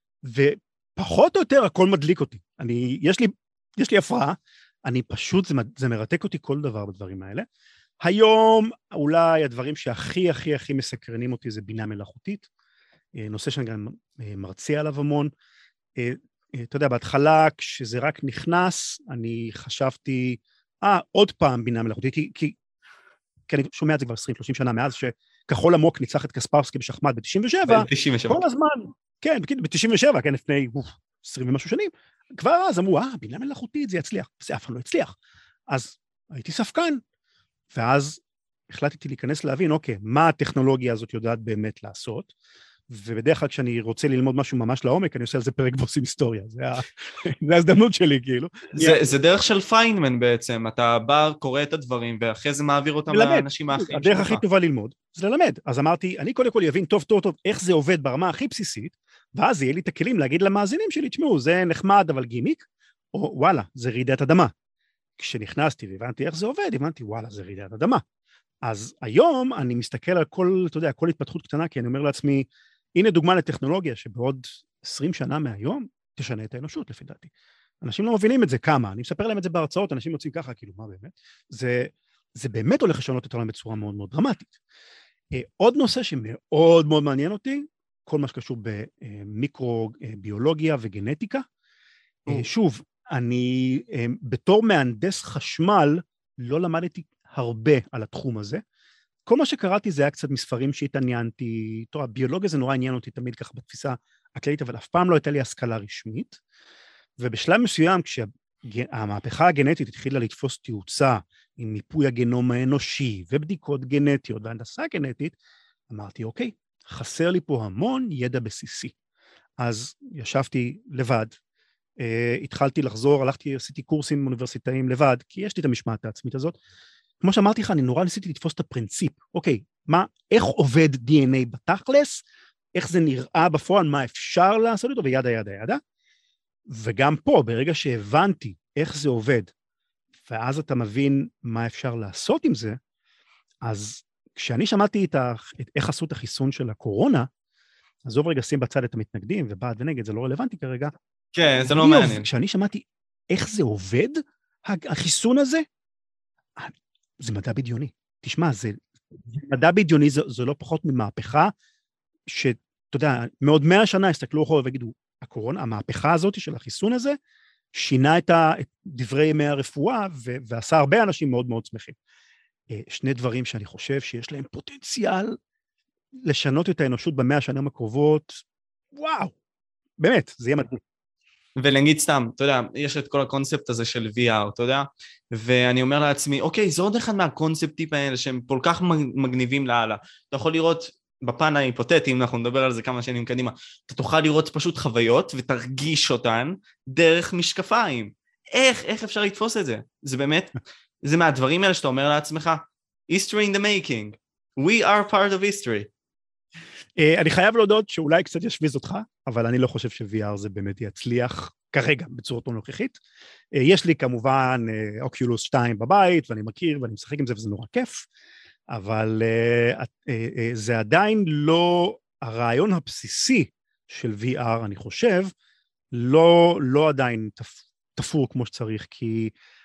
[SPEAKER 2] ופחות או יותר הכל מדליק אותי. אני, יש לי, יש לי הפרעה, אני פשוט, זה, זה מרתק אותי כל דבר בדברים האלה. היום אולי הדברים שהכי הכי הכי מסקרנים אותי זה בינה מלאכותית, נושא שאני גם מרצה עליו המון. אתה יודע, בהתחלה כשזה רק נכנס, אני חשבתי, אה, עוד פעם בינה מלאכותית, כי, כי, כי אני שומע את זה כבר עשרים שלושים שנה מאז, שכחול עמוק ניצח את קספרסקי בשחמט ב-תשעים ושבע, כל הזמן, כן, ב-תשעים ושבע, כן, לפני עשרים ומשהו שנים, כבר אז אמרו, אה, בינה מלאכותית זה יצליח, זה אף פעם לא יצליח. אז הייתי ספקן, ואז החלטתי להיכנס להבין, אוקיי, מה הטכנולוגיה הזאת יודעת באמת לעשות, ובדרך כלל כשאני רוצה ללמוד משהו ממש לעומק, אני עושה על זה פרק ועושים היסטוריה, זה, זה ההזדמנות שלי, כאילו.
[SPEAKER 3] זה, זה דרך של פיינמן בעצם, אתה בא, קורא את הדברים, ואחרי זה מעביר אותם לאנשים האחרים.
[SPEAKER 2] הדרך הכי טובה ללמוד, זה ללמד. אז אמרתי, אני קודם כל אבין טוב טוב טוב איך זה עובד ברמה הכי בסיסית, ואז יהיה לי את הכלים להגיד למאזינים שלי, תשמעו, זה נחמד, אבל גימיק, או וואלה, זה רעידת אדמה. כשנכנסתי והבנתי איך זה עובד, הבנתי, וואלה, זה רעידת אדמה. אז היום אני מסתכל על כל, אתה יודע, כל התפתחות קטנה, כי אני אומר לעצמי, הנה דוגמה לטכנולוגיה שבעוד עשרים שנה מהיום תשנה את האנושות, לפי דעתי. אנשים לא מבינים את זה כמה, אני מספר להם את זה בהרצאות, אנשים יוצאים ככה, כאילו, מה באמת? זה, זה באמת הולך לשנות את העולם בצורה מאוד מאוד דרמטית. עוד נושא שמאוד מאוד מעניין אותי, כל מה שקשור במיקרוביולוגיה וגנטיקה. שוב, אני בתור מהנדס חשמל לא למדתי הרבה על התחום הזה. כל מה שקראתי זה היה קצת מספרים שהתעניינתי, טוב, הביולוגיה זה נורא עניין אותי תמיד ככה בתפיסה הכללית, אבל אף פעם לא הייתה לי השכלה רשמית, ובשלב מסוים כשהמהפכה הגנטית התחילה לתפוס תאוצה עם מיפוי הגנום האנושי ובדיקות גנטיות והנדסה גנטית, אמרתי, אוקיי, חסר לי פה המון ידע בסיסי. אז ישבתי לבד, Uh, התחלתי לחזור, הלכתי, עשיתי קורסים אוניברסיטאיים לבד, כי יש לי את המשמעת העצמית הזאת. כמו שאמרתי לך, אני נורא ניסיתי לתפוס את הפרינציפ. אוקיי, מה, איך עובד די אן איי בתכלס, איך זה נראה בפועל, מה אפשר לעשות אותו, וידה ידה ידה. וגם פה, ברגע שהבנתי איך זה עובד, ואז אתה מבין מה אפשר לעשות עם זה, אז כשאני שמעתי את ה... את איך עשו את החיסון של הקורונה, עזוב רגע שים בצד את המתנגדים, ובעד ונגד, זה לא רלוונטי כרגע,
[SPEAKER 3] כן, זה לא מעניין.
[SPEAKER 2] כשאני שמעתי איך זה עובד, החיסון הזה, זה מדע בדיוני. תשמע, זה מדע בדיוני, זה לא פחות ממהפכה, שאתה יודע, מעוד מאה שנה הסתכלו אחורה ויגידו, הקורונה, המהפכה הזאת של החיסון הזה, שינה את דברי ימי הרפואה, ועשה הרבה אנשים מאוד מאוד שמחים. שני דברים שאני חושב שיש להם פוטנציאל לשנות את האנושות במאה השנים הקרובות, וואו, באמת, זה יהיה מדהים.
[SPEAKER 3] ולהגיד סתם, אתה יודע, יש את כל הקונספט הזה של וי אר, אתה יודע, ואני אומר לעצמי, אוקיי, זה עוד אחד מהקונספטים האלה שהם כל כך מגניבים להלאה. אתה יכול לראות, בפן ההיפותטי, אם אנחנו נדבר על זה כמה שנים קדימה, אתה תוכל לראות פשוט חוויות ותרגיש אותן דרך משקפיים. איך, איך אפשר לתפוס את זה? זה באמת, זה מהדברים האלה שאתה אומר לעצמך, history in the making, we are part of history.
[SPEAKER 2] אני חייב להודות שאולי קצת ישוויז אותך, אבל אני לא חושב ש-וי אר זה באמת יצליח כרגע בצורתו נוכחית. יש לי כמובן אוקיולוס שתיים בבית, ואני מכיר ואני משחק עם זה וזה נורא כיף, אבל זה עדיין לא הרעיון הבסיסי של וי אר, אני חושב, לא, לא עדיין תפור כמו שצריך, כי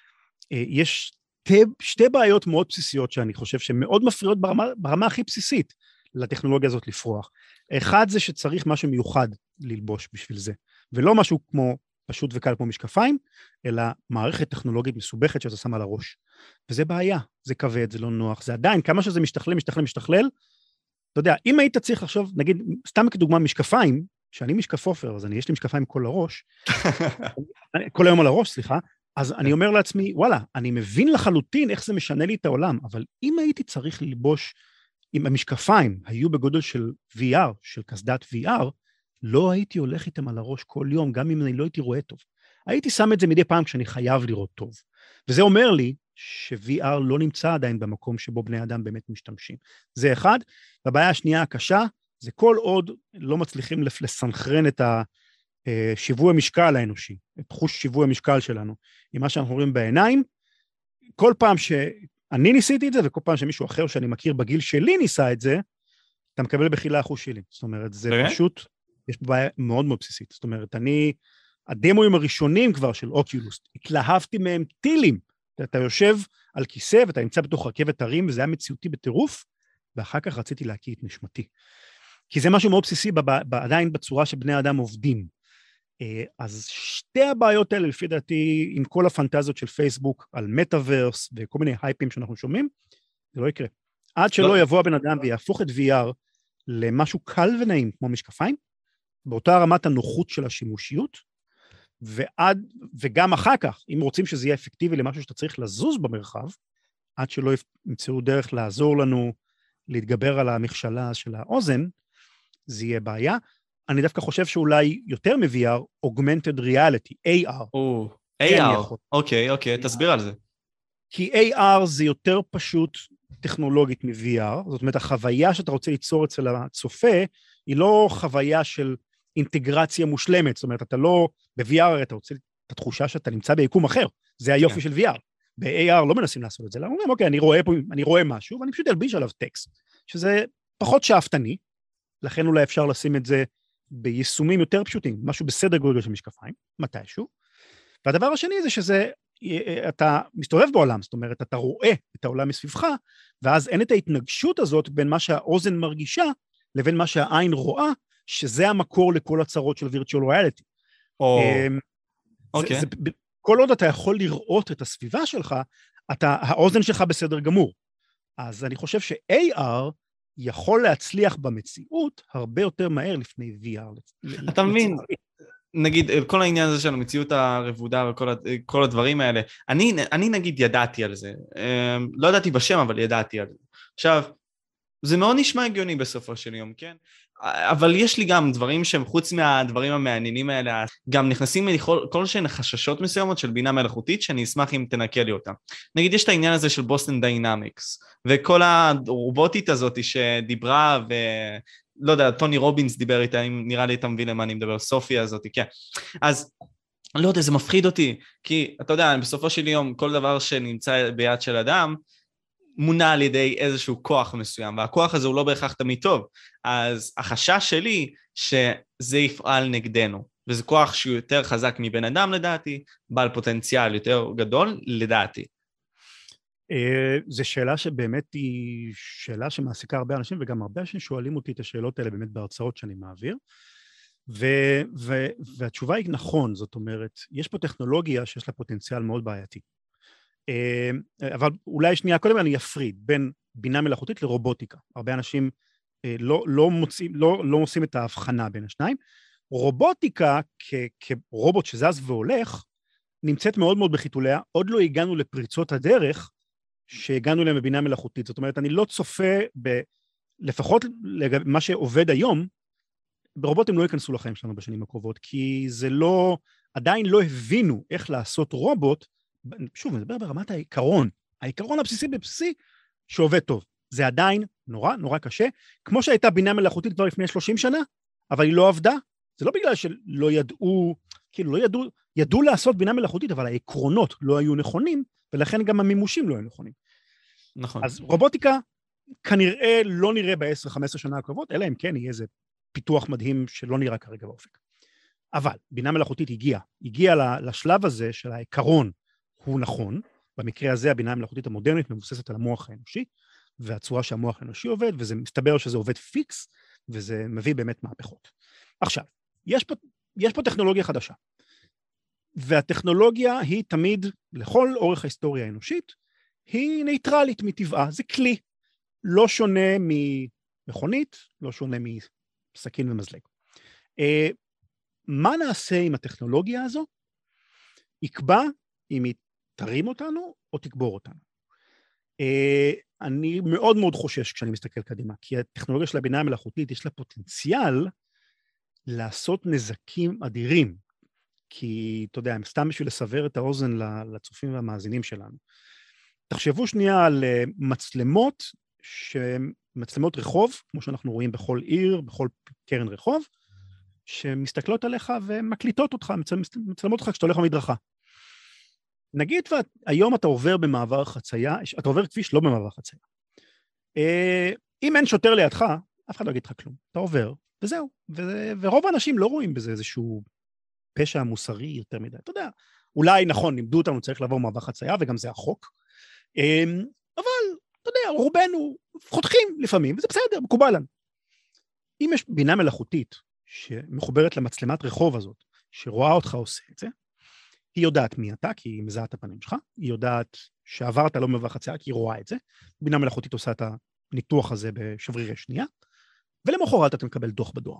[SPEAKER 2] יש שתי, שתי בעיות מאוד בסיסיות שאני חושב שהן מאוד מפריעות ברמה, ברמה הכי בסיסית לטכנולוגיה הזאת לפרוח. אחד זה שצריך משהו מיוחד ללבוש בשביל זה, ולא משהו כמו פשוט וקל כמו משקפיים, אלא מערכת טכנולוגית מסובכת שאתה שם על הראש. וזה בעיה, זה כבד, זה לא נוח, זה עדיין, כמה שזה משתכלל, משתכלל, משתכלל, אתה יודע, אם היית צריך לחשוב, נגיד, סתם כדוגמה משקפיים, שאני משקפופר, אז אני, יש לי משקפיים כל הראש, כל היום על הראש, סליחה, אז אני אומר לעצמי, וואלה, אני מבין לחלוטין איך זה משנה לי את העולם, אבל אם הייתי צריך ללבוש, אם המשקפיים היו בגודל של וי אר, של קסדת וי אר, לא הייתי הולך איתם על הראש כל יום, גם אם אני לא הייתי רואה טוב. הייתי שם את זה מדי פעם כשאני חייב לראות טוב. וזה אומר לי ש-וי אר לא נמצא עדיין במקום שבו בני אדם באמת משתמשים. זה אחד. והבעיה השנייה הקשה, זה כל עוד לא מצליחים לסנכרן את השיווי המשקל האנושי, את חוש שיווי המשקל שלנו, עם מה שאנחנו רואים בעיניים, כל פעם שאני ניסיתי את זה, וכל פעם שמישהו אחר שאני מכיר בגיל שלי ניסה את זה, אתה מקבל בחילה החוש שלי. זאת אומרת, זה פשוט, יש בעיה מאוד מאוד בסיסית. זאת אומרת, אני, הדמוים הראשונים כבר של אוקיולוס, התלהבתי מהם טילים. אתה יושב על כיסא, ואתה נמצא בתוך רכבת הרים, וזה היה מציאותי בטירוף, ואחר כך רציתי להקיא את נשמתי. כי זה משהו מאוד בסיסי, עדיין בצורה שבני אדם עובדים. אז שתי הבעיות האלה, לפי דעתי, עם כל הפנטזיות של פייסבוק, על מטאברס, וכל מיני הייפים שאנחנו שומעים, זה לא יקרה. עד שלא יבוא הבן אדם ויהפוך את וי אר למשהו קל ונעים, כמו משקפיים, באותה רמת הנוחות של השימושיות, ועד, וגם אחר כך, אם רוצים שזה יהיה אפקטיבי למשהו שאתה צריך לזוז במרחב, עד שלא ימצאו דרך לעזור לנו להתגבר על המכשלה של האוזן, זה יהיה בעיה. אני דווקא חושב שאולי יותר מ-וי אר, Augmented Reality, איי אר.
[SPEAKER 3] או, איי אר, אוקיי, אוקיי, תסביר על זה.
[SPEAKER 2] כי איי אר זה יותר פשוט טכנולוגית מ-וי אר, זאת אומרת, החוויה שאתה רוצה ליצור אצל הצופה, היא לא חוויה של אינטגרציה מושלמת, זאת אומרת, אתה לא, ב-וי אר אתה רוצה את התחושה שאתה נמצא ביקום אחר, זה היופי של וי אר. ב-איי אר לא מנסים לעשות את זה, אלא אומרים, אוקיי, אני רואה פה, אני רואה משהו, ואני פשוט אלביש עליו טקסט, שזה פחות שאפתני, לכן אולי אפשר לשים את זה ביישומים יותר פשוטים, משהו בסדר גודל של משקפיים, מתישהו. והדבר השני זה שזה, אתה מסתובב בעולם, זאת אומרת, אתה רואה את העולם מסביבך, ואז אין את ההתנגשות הזאת בין מה שהאוזן מרגישה, לבין מה שהעין רואה, שזה המקור לכל הצרות של virtual reality. אוקיי. כל עוד אתה יכול לראות את הסביבה שלך, אתה, האוזן שלך בסדר גמור. אז אני חושב ש-איי אר יכול להצליח במציאות הרבה יותר מהר לפני וי אר.
[SPEAKER 3] אתה מבין, נגיד, כל העניין הזה של המציאות הרבודה וכל הדברים האלה, אני, אני נגיד ידעתי על זה, לא ידעתי בשם, אבל ידעתי על זה. עכשיו, זה מאוד נשמע הגיוני בסופו של יום, כן? אבל יש לי גם דברים שהם חוץ מהדברים המעניינים האלה, גם נכנסים לכל כל שהן חששות מסוימות של בינה מלאכותית, שאני אשמח אם תנקה לי אותה. נגיד, יש את העניין הזה של בוסטון דיינמיקס, וכל הרובוטית הזאת שדיברה, ולא יודע, טוני רובינס דיבר איתה, נראה לי אתה מבין למה אני מדבר, סופיה הזאת, כן. אז לא יודע, זה מפחיד אותי, כי אתה יודע, בסופו של יום, כל דבר שנמצא ביד של אדם, מונע על ידי איזשהו כוח מסוים, והכוח הזה הוא לא בהכרח תמיד טוב, אז החשש שלי שזה יפעל נגדנו, וזה כוח שהוא יותר חזק מבן אדם לדעתי, בעל פוטנציאל יותר גדול לדעתי.
[SPEAKER 2] זו שאלה שבאמת היא שאלה שמעסיקה הרבה אנשים, וגם הרבה אנשים שואלים אותי את השאלות האלה באמת בהרצאות שאני מעביר, ו- ו- והתשובה היא נכון, זאת אומרת, יש פה טכנולוגיה שיש לה פוטנציאל מאוד בעייתי. אבל אולי שנייה קודם אני אפריד בין בינה מלאכותית לרובוטיקה. הרבה אנשים לא, לא, מוצאים, לא, לא עושים את ההבחנה בין השניים. רובוטיקה כ- כרובוט שזז והולך, נמצאת מאוד מאוד בחיתוליה, עוד לא הגענו לפריצות הדרך שהגענו להם בבינה מלאכותית. זאת אומרת, אני לא צופה, ב, לפחות מה שעובד היום, ברובוטים לא ייכנסו לחיים שלנו בשנים הקרובות, כי זה לא, עדיין לא הבינו איך לעשות רובוט, שוב, אני מדבר ברמת העיקרון, העיקרון הבסיסי בבסיסי, שעובד טוב. זה עדיין נורא, נורא קשה, כמו שהייתה בינה מלאכותית כבר לפני שלושים שנה, אבל היא לא עבדה, זה לא בגלל שלא ידעו, כאילו לא ידעו, ידעו לעשות בינה מלאכותית, אבל העקרונות לא היו נכונים, ולכן גם המימושים לא היו נכונים.
[SPEAKER 3] נכון.
[SPEAKER 2] אז רובוטיקה כנראה לא נראה ב-עשר חמש עשרה שנה הקרובות, אלא אם כן יהיה איזה פיתוח מדהים שלא נראה כרגע באופק. אבל בינה מלאכותית הגיעה, הגיעה לשלב הזה של העיקרון הוא נכון, במקרה הזה הבינה המלאכותית המודרנית מבוססת על המוח האנושי, והצורה שהמוח האנושי עובד, וזה מסתבר שזה עובד פיקס, וזה מביא באמת מהפכות. עכשיו, יש פה, יש פה טכנולוגיה חדשה, והטכנולוגיה היא תמיד, לכל אורך ההיסטוריה האנושית, היא נייטרלית מטבעה, זה כלי, לא שונה ממכונית, לא שונה מסכין ומזלג. מה נעשה עם הטכנולוגיה הזו? יקבע אם היא תרים אותנו או תקבור אותנו. אני מאוד מאוד חושש כשאני מסתכל קדימה, כי הטכנולוגיה של הבינה המלאכותית יש לה פוטנציאל לעשות נזקים אדירים, כי אתה יודע, סתם בשביל לסבר את האוזן לצופים והמאזינים שלנו. תחשבו שנייה על מצלמות, מצלמות רחוב, כמו שאנחנו רואים בכל עיר, בכל קרן רחוב, שמסתכלות עליך ומקליטות אותך, מצלמות אותך כשאתה הולך במדרכה. נגיד והיום אתה עובר במעבר חצייה, אתה עובר כביש לא במעבר חצייה. אם אין שוטר לידך, אף אחד לא יגיד לך כלום. אתה עובר, וזהו. ורוב האנשים לא רואים בזה איזשהו פשע מוסרי יותר מדי. אתה יודע, אולי נכון, לימדו אותנו, צריך לעבור מעבר חצייה, וגם זה החוק. אבל, אתה יודע, רובנו חותכים לפעמים, וזה בסדר, מקובל לנו. אם יש בינה מלאכותית שמחוברת למצלמת רחוב הזאת, שרואה אותך עושה את זה, היא יודעת מי אתה, כי היא מזהה את הפנים שלך, היא יודעת שעברת לא במעבר חצייה, כי היא רואה את זה, בינה מלאכותית עושה את הניתוח הזה בשברירי שנייה, ולמחרת אתה מקבל דוח בדואר.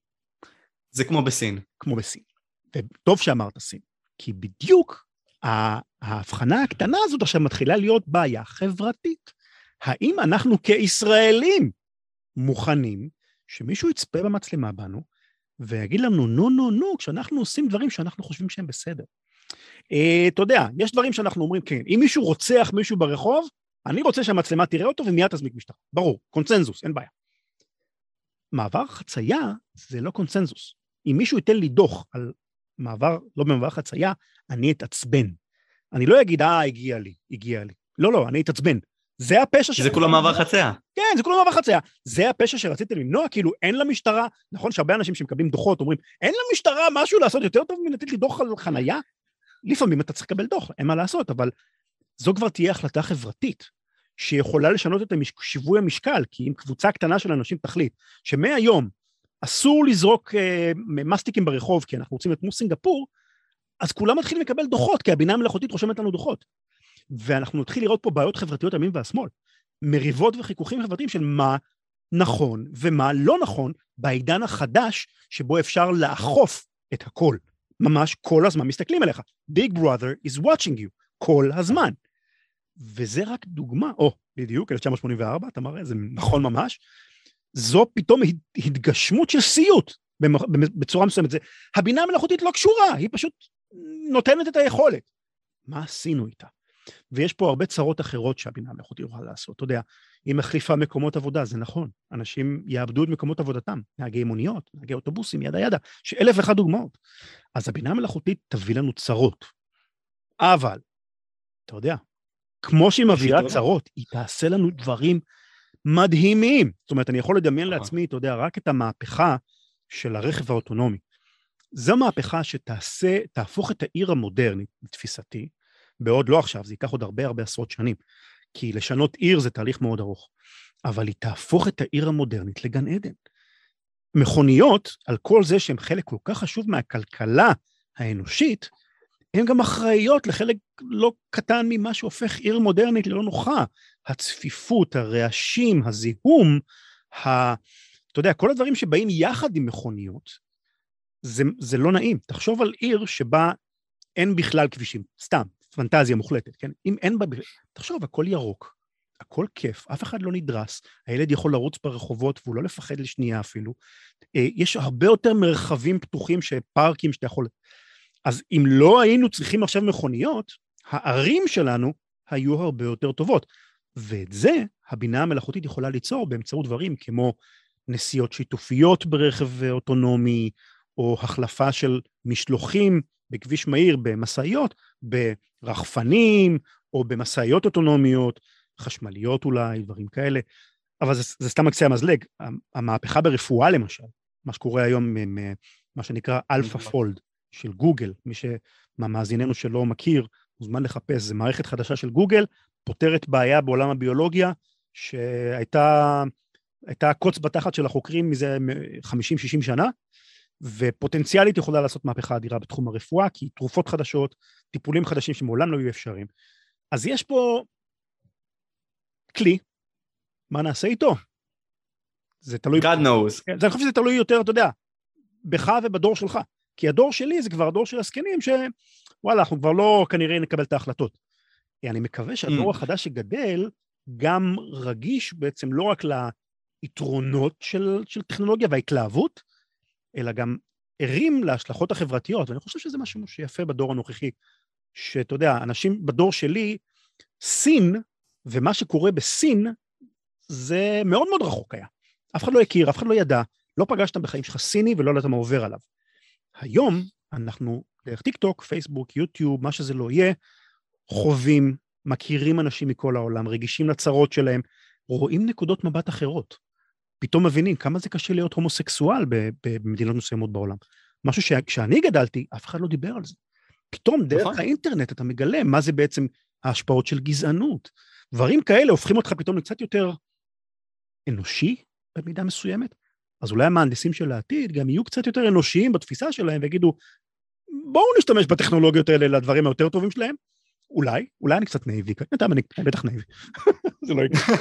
[SPEAKER 3] זה כמו בסין.
[SPEAKER 2] כמו בסין. וטוב שאמרת סין, כי בדיוק ההבחנה הקטנה הזאת עכשיו מתחילה להיות בעיה חברתית. האם אנחנו כישראלים מוכנים שמישהו יצפה במצלמה בנו, ויגיד לנו, נו, נו, נו, כשאנחנו עושים דברים שאנחנו חושבים שהם בסדר. אתה יודע, יש דברים שאנחנו אומרים, כן, אם מישהו רוצח מישהו ברחוב, אני רוצה שהמצלמה תראה אותו ומיד תזמיק משטרה. ברור, קונצנזוס, אין בעיה. מעבר חצייה זה לא קונצנזוס. אם מישהו ייתן לי דוח על מעבר, לא במעבר חצייה, אני אתעצבן. אני לא אגיד, אה, הגיע לי, הגיע לי. לא, לא, אני אתעצבן. זה הפשע
[SPEAKER 3] זה כולה מעבר חצייה.
[SPEAKER 2] כן, זה כולה מעבר חצייה. זה הפשע שרציתי למנוע, כאילו אין למשטרה, נכון שהרבה אנשים שמקבלים דוחות אומרים, אין למשטרה משהו לעשות יותר טוב מלתת לי דוח על חנייה? לפעמים אתה צריך לקבל דוח, אין מה לעשות, אבל זו כבר תהיה החלטה חברתית, שיכולה לשנות את שיווי המשקל, כי אם קבוצה קטנה של אנשים תחליט, שמהיום אסור לזרוק אה, מסטיקים ברחוב, כי אנחנו רוצים להיות כמו סינגפור, אז כולם מתחילים לקבל דוחות, כי הבינה המלאכותית רושמת לנו דוחות. ואנחנו נתחיל לראות פה בעיות חברתיות הימין והשמאל, מריבות וחיכוכים חברתיים של מה נכון ומה לא נכון, בעידן החדש שבו אפשר לאכוף את הכל. ממש כל הזמן מסתכלים עליך. Big brother is watching you, כל הזמן. וזה רק דוגמה, או, בדיוק, אלף תשע מאות שמונים וארבע, אתה מראה, זה נכון ממש, זו פתאום התגשמות של סיוט, בצורה מסוימת. זה, הבינה המלאכותית לא קשורה, היא פשוט נותנת את היכולת. מה עשינו איתה? ויש פה הרבה צרות אחרות שהבינה המלאכותית יכולה לעשות. אתה יודע, היא מחליפה מקומות עבודה, זה נכון. אנשים יאבדו את מקומות עבודתם, נהגי מוניות, נהגי אוטובוסים, ידה ידה, שאלף ואחת דוגמאות. אז הבינה המלאכותית תביא לנו צרות. אבל, אתה יודע, כמו שהיא מביאה צרות, היא תעשה לנו דברים מדהימים. זאת אומרת, אני יכול לדמיין לעצמי, אתה יודע, רק את המהפכה של הרכב האוטונומי. זו מהפכה שתעשה, תהפוך את העיר המודרנית, לתפיסתי, בעוד לא עכשיו, זה ייקח עוד הרבה הרבה עשרות שנים, כי לשנות עיר זה תהליך מאוד ארוך, אבל היא תהפוך את העיר המודרנית לגן עדן. מכוניות, על כל זה שהן חלק כל כך חשוב מהכלכלה האנושית, הן גם אחראיות לחלק לא קטן ממה שהופך עיר מודרנית ללא נוחה. הצפיפות, הרעשים, הזיהום, ה... אתה יודע, כל הדברים שבאים יחד עם מכוניות, זה, זה לא נעים. תחשוב על עיר שבה אין בכלל כבישים, סתם, פנטזיה מוחלטת, כן? אם אין בה, תחשוב, הכל ירוק, הכל כיף, אף אחד לא נדרס, הילד יכול לרוץ ברחובות והוא לא לפחד לשנייה אפילו, יש הרבה יותר מרחבים פתוחים שפארקים שאתה יכול... אז אם לא היינו צריכים עכשיו מכוניות, הערים שלנו היו הרבה יותר טובות. ואת זה הבינה המלאכותית יכולה ליצור באמצעות דברים כמו נסיעות שיתופיות ברכב אוטונומי, או החלפה של משלוחים בכביש מהיר במסעיות, ברחפנים, או במסעיות אוטונומיות, חשמליות אולי, דברים כאלה. אבל זה, זה סתם מקצה המזלג. המהפכה ברפואה למשל, מה שקורה היום, מה שנקרא אלפא פולד של גוגל, מי שמאזיננו שלא מכיר, מוזמן לחפש, זה מערכת חדשה של גוגל, פותרת בעיה בעולם הביולוגיה, שהייתה הייתה קוץ בתחת של החוקרים מזה חמישים שישים שנה, ופוטנציאלית יכולה לעשות מהפכה אדירה בתחום הרפואה, כי תרופות חדשות, טיפולים חדשים שמעולם לא יהיו אפשריים. אז יש פה כלי, מה נעשה איתו? זה תלוי...
[SPEAKER 3] God knows.
[SPEAKER 2] זה, אני חושב שזה תלוי יותר, אתה יודע, בך ובדור שלך. כי הדור שלי זה כבר הדור של הזקנים, שוואלה, אנחנו כבר לא כנראה נקבל את ההחלטות. אני מקווה שהדור
[SPEAKER 3] Mm.
[SPEAKER 2] החדש שגדל, גם רגיש בעצם לא רק ליתרונות של, של טכנולוגיה וההתלהבות, אלא גם ערים להשלכות החברתיות, ואני חושב שזה משהו שיפה בדור הנוכחי, שאתה יודע, אנשים בדור שלי, סין, ומה שקורה בסין, זה מאוד מאוד רחוק היה. אף אחד לא הכיר, אף אחד לא ידע, לא פגשת בחיים שלך סיני ולא ידעת מה עובר עליו. היום אנחנו דרך טיק טוק, פייסבוק, יוטיוב, מה שזה לא יהיה, חווים, מכירים אנשים מכל העולם, רגישים לצרות שלהם, רואים נקודות מבט אחרות. פתאום מבינים כמה זה קשה להיות הומוסקסואל במדינות מסוימות בעולם. משהו שכשאני גדלתי, אף אחד לא דיבר על זה. פתאום דרך האינטרנט אתה מגלה מה זה בעצם ההשפעות של גזענות. דברים כאלה הופכים אותך פתאום לקצת יותר אנושי במידה מסוימת. אז אולי המהנדסים של העתיד גם יהיו קצת יותר אנושיים בתפיסה שלהם, ויגידו, בואו נשתמש בטכנולוגיות האלה לדברים היותר טובים שלהם. אולי, אולי אני קצת נאיבי, אני בטח נאיבי. זה לא יקרה.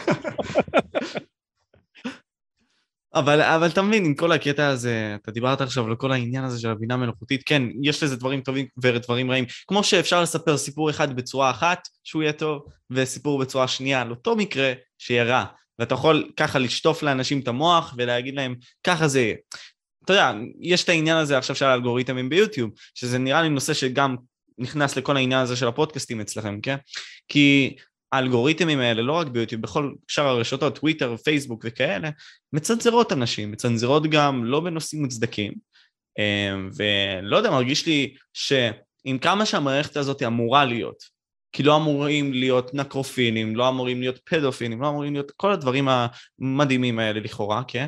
[SPEAKER 3] אבל, אבל אתה מבין, עם כל הקטע הזה, אתה דיברת עכשיו על כל העניין הזה של הבינה מלאכותית, כן, יש לזה דברים טובים ודברים רעים, כמו שאפשר לספר סיפור אחד בצורה אחת, שהוא יהיה טוב, וסיפור בצורה שנייה, על אותו מקרה שיהיה רע, ואתה יכול ככה לשטוף לאנשים את המוח, ולהגיד להם, ככה זה יהיה. אתה יודע, יש את העניין הזה עכשיו של האלגוריתמים ביוטיוב, שזה נראה לי נושא שגם נכנס לכל העניין הזה של הפודקאסטים אצלכם, כן? כי האלגוריתמים האלה, לא רק ביוטיוב, בכל שאר הרשתות, טוויטר, פייסבוק וכאלה, מצנזרות אנשים, מצנזרות גם לא בנושאים מוצדקים, ולא יודע, מרגיש לי שעם כמה שהמערכת הזאת אמורה להיות, כי לא אמורים להיות נקרופינים, לא אמורים להיות פדופינים, לא אמורים להיות כל הדברים המדהימים האלה לכאורה, כן?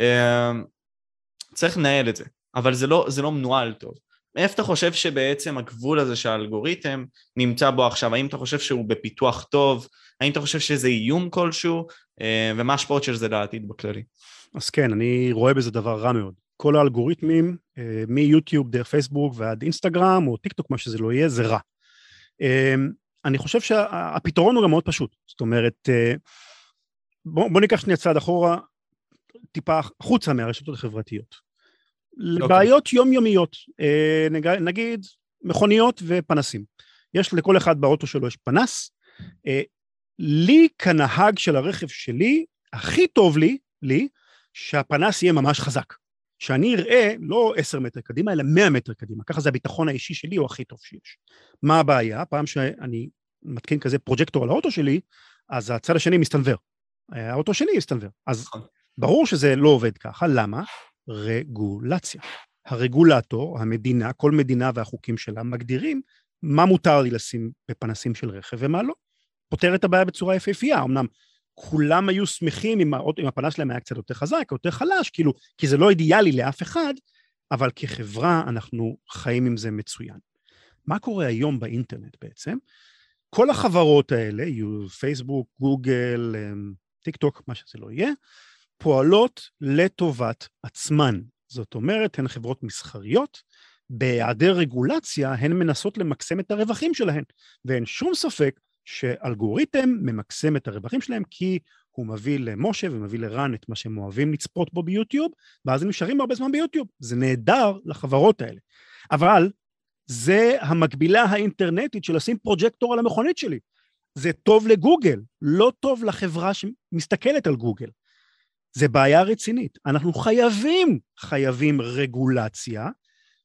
[SPEAKER 3] צריך לנהל את זה, אבל זה לא, זה לא מנוהל טוב. איפה אתה חושב שבעצם הגבול הזה שהאלגוריתם נמצא בו עכשיו? האם אתה חושב שהוא בפיתוח טוב? האם אתה חושב שזה איום כלשהו? ומה ההשפעות של זה לעתיד בכללי?
[SPEAKER 2] אז כן, אני רואה בזה דבר רע מאוד. כל האלגוריתמים, מיוטיוב, דרך פייסבוק ועד אינסטגרם, או טיק טוק, מה שזה לא יהיה, זה רע. אני חושב שהפתרון הוא גם מאוד פשוט. זאת אומרת, בוא, בוא ניקח שנייה צעד אחורה, טיפה חוצה מהרשתות החברתיות. לבעיות okay. יומיומיות, נגיד מכוניות ופנסים. יש לכל אחד באוטו שלו יש פנס. לי כנהג של הרכב שלי, הכי טוב לי, לי, שהפנס יהיה ממש חזק. שאני אראה לא עשר מטר קדימה, אלא מאה מטר קדימה. ככה זה הביטחון האישי שלי, הוא הכי טוב שיש. מה הבעיה? פעם שאני מתקין כזה פרוג'קטור על האוטו שלי, אז הצד השני מסתנבר. האוטו שלי מסתנבר. אז ברור שזה לא עובד ככה. למה? רגולציה. הרגולטור, המדינה, כל מדינה והחוקים שלה מגדירים מה מותר לי לשים בפנסים של רכב ומה לא. פותר את הבעיה בצורה יפהפייה. אמנם כולם היו שמחים אם, אם הפנס שלהם היה קצת יותר חזק, יותר חלש, כאילו, כי זה לא אידיאלי לאף אחד, אבל כחברה אנחנו חיים עם זה מצוין. מה קורה היום באינטרנט בעצם? כל החברות האלה, יהיו פייסבוק, גוגל, טיק טוק, מה שזה לא יהיה, פועלות לטובת עצמן. זאת אומרת, הן חברות מסחריות, בהיעדר רגולציה, הן מנסות למקסם את הרווחים שלהן, ואין שום ספק שאלגוריתם ממקסם את הרווחים שלהם, כי הוא מביא למשה ומביא לרן את מה שהם אוהבים לצפות בו ביוטיוב, ואז הם נשארים הרבה זמן ביוטיוב. זה נהדר לחברות האלה. אבל זה המקבילה האינטרנטית של לשים פרוג'קטור על המכונית שלי. זה טוב לגוגל, לא טוב לחברה שמסתכלת על גוגל. זה בעיה רצינית. אנחנו חייבים, חייבים רגולציה,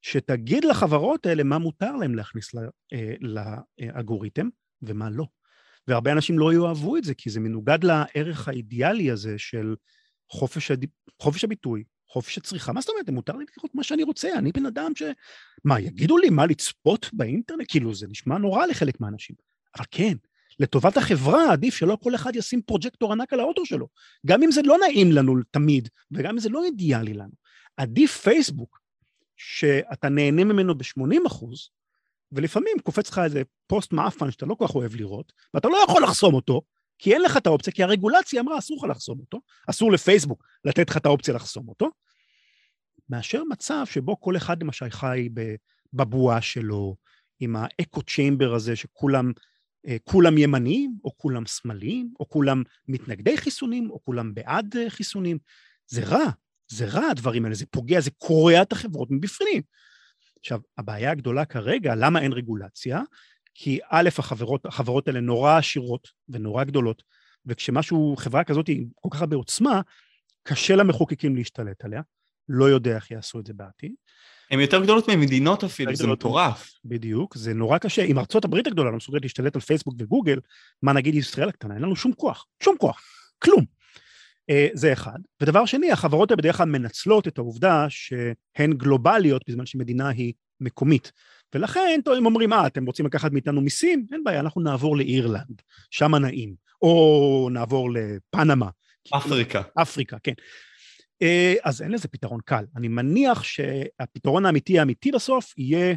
[SPEAKER 2] שתגיד לחברות האלה מה מותר להם להכניס לאלגוריתם ומה לא. והרבה אנשים לא יאהבו את זה, כי זה מנוגד לערך האידיאלי הזה של חופש, הד... חופש הביטוי, חופש הצריכה. מה זאת אומרת? מותר לי לראות מה שאני רוצה, אני בן אדם ש... מה, יגידו לי מה לצפות באינטרנט? כאילו, זה נשמע נורא לחלק מהאנשים. אבל כן, לטובת החברה עדיף שלא כל אחד ישים פרוג'קטור ענק על האוטו שלו. גם אם זה לא נעים לנו תמיד, וגם אם זה לא אידיאלי לנו. עדיף פייסבוק, שאתה נהנה ממנו ב-שמונים אחוז, ולפעמים קופץ לך איזה פוסט מאפן שאתה לא כל כך אוהב לראות, ואתה לא יכול לחסום אותו, כי אין לך את האופציה, כי הרגולציה אמרה, אסור לך לחסום אותו, אסור לפייסבוק לתת לך את האופציה לחסום אותו, מאשר מצב שבו כל אחד למשל חי בבועה שלו, עם האקו צ'יימבר הזה שכולם כולם ימניים, או כולם שמאליים, או כולם מתנגדי חיסונים, או כולם בעד חיסונים. זה רע, זה רע הדברים האלה, זה פוגע, זה קורע את החברות מבפנים. עכשיו, הבעיה הגדולה כרגע, למה אין רגולציה? כי א', החברות, החברות האלה נורא עשירות ונורא גדולות, וכשמשהו, חברה כזאת היא כל כך הרבה עוצמה, קשה למחוקקים להשתלט עליה, לא יודע איך יעשו את זה בעתיד.
[SPEAKER 3] הן יותר גדולות ממדינות אפילו, זה מטורף.
[SPEAKER 2] בדיוק, זה נורא קשה. אם ארצות הברית הגדולה לא מסוגלת להשתלט על פייסבוק וגוגל, מה נגיד ישראל הקטנה? אין לנו שום כוח, שום כוח, כלום. זה אחד. ודבר שני, החברות האלה בדרך כלל מנצלות את העובדה שהן גלובליות בזמן שמדינה היא מקומית. ולכן, הם אומרים, אה, אתם רוצים לקחת מאיתנו מיסים? אין בעיה, אנחנו נעבור לאירלנד, שם נעים. או נעבור לפנמה.
[SPEAKER 3] אפריקה.
[SPEAKER 2] אפריקה, כן. אז אין לזה פתרון קל. אני מניח שהפתרון האמיתי האמיתי בסוף יהיה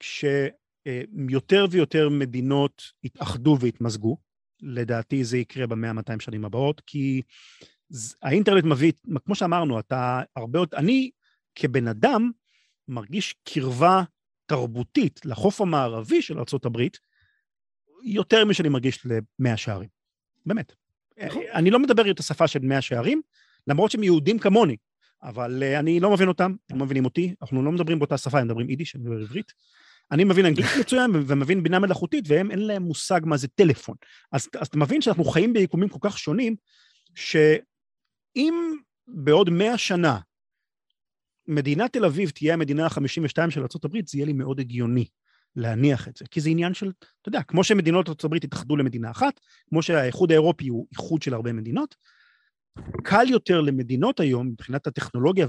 [SPEAKER 2] כשיותר ויותר מדינות יתאחדו ויתמזגו. לדעתי זה יקרה במאה מאתיים שנים הבאות, כי האינטרנט מביא, כמו שאמרנו, אתה הרבה עוד, אני כבן אדם מרגיש קרבה תרבותית לחוף המערבי של ארצות הברית, יותר משאני מרגיש למאה שערים. באמת. אני לא מדבר את השפה של מאה שערים, למרות שהם יהודים כמוני, אבל uh, אני לא מבין אותם, הם לא מבינים אותי, אנחנו לא מדברים באותה שפה, הם מדברים יידיש, אני מדבר עברית, אני מבין אנגלית מצוין ומבין בינה מלאכותית, והם אין להם מושג מה זה טלפון. אז, אז אתה מבין שאנחנו חיים ביקומים כל כך שונים, שאם בעוד מאה שנה מדינת תל אביב תהיה המדינה ה-חמישים ושתיים של ארצות הברית, זה יהיה לי מאוד הגיוני להניח את זה, כי זה עניין של, אתה יודע, כמו שמדינות ארצות הברית התאחדו למדינה אחת, כמו שהאיחוד האירופי הוא איחוד של הרבה מדינות, קל יותר למדינות היום, מבחינת הטכנולוגיה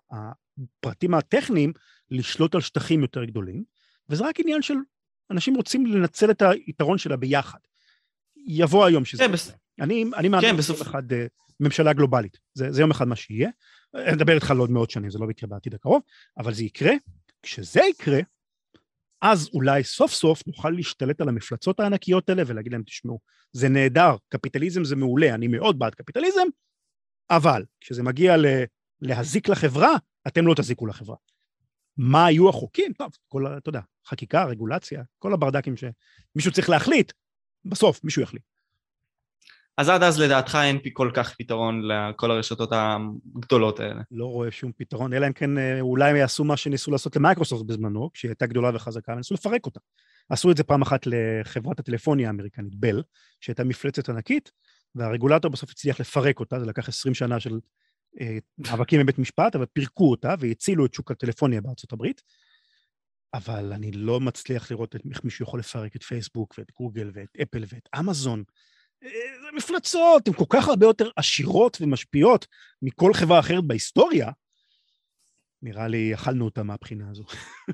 [SPEAKER 2] והפרטים הטכניים, לשלוט על שטחים יותר גדולים, וזה רק עניין של אנשים רוצים לנצל את היתרון שלה ביחד. יבוא היום שזה... אני מאמין בסוף אחד ממשלה גלובלית, זה יום אחד מה שיהיה, אני מדבר איתך על עוד מאות שנים, זה לא יקרה בעתיד הקרוב, אבל זה יקרה, כשזה יקרה, אז אולי סוף סוף נוכל להשתלט על המפלצות הענקיות האלה, ולהגיד להם, תשמעו, זה נהדר, קפיטליזם זה מעולה, אני מאוד בעד קפיטליזם, אבל כשזה מגיע להזיק לחברה, אתם לא תזיקו לחברה. מה היו החוקים? טוב, כל, אתה יודע, חקיקה, רגולציה, כל הברדקים שמישהו צריך להחליט, בסוף מישהו יחליט.
[SPEAKER 3] אז עד אז לדעתך אין פי כל כך פתרון לכל הרשתות הגדולות האלה.
[SPEAKER 2] לא רואה שום פתרון, אלא אם כן אולי הם יעשו מה שניסו לעשות למייקרוסופט בזמנו, כשהיא הייתה גדולה וחזקה, וניסו לפרק אותה. עשו את זה פעם אחת לחברת הטלפוניה האמריקנית, בל, שהייתה מפלצת ענקית, והרגולטור בסוף הצליח לפרק אותה, זה לקח עשרים שנה של מאבקים בבית משפט, אבל פירקו אותה והצילו את שוק הטלפוניה בארצות הברית, אבל אני לא מצליח לראות איך מישהו יכול לפרק את פייסבוק ואת גוגל ואת אפל ואת אמזון. זה מפלצות, הן כל כך הרבה יותר עשירות ומשפיעות מכל חברה אחרת בהיסטוריה, נראה לי אכלנו אותה מהבחינה הזו.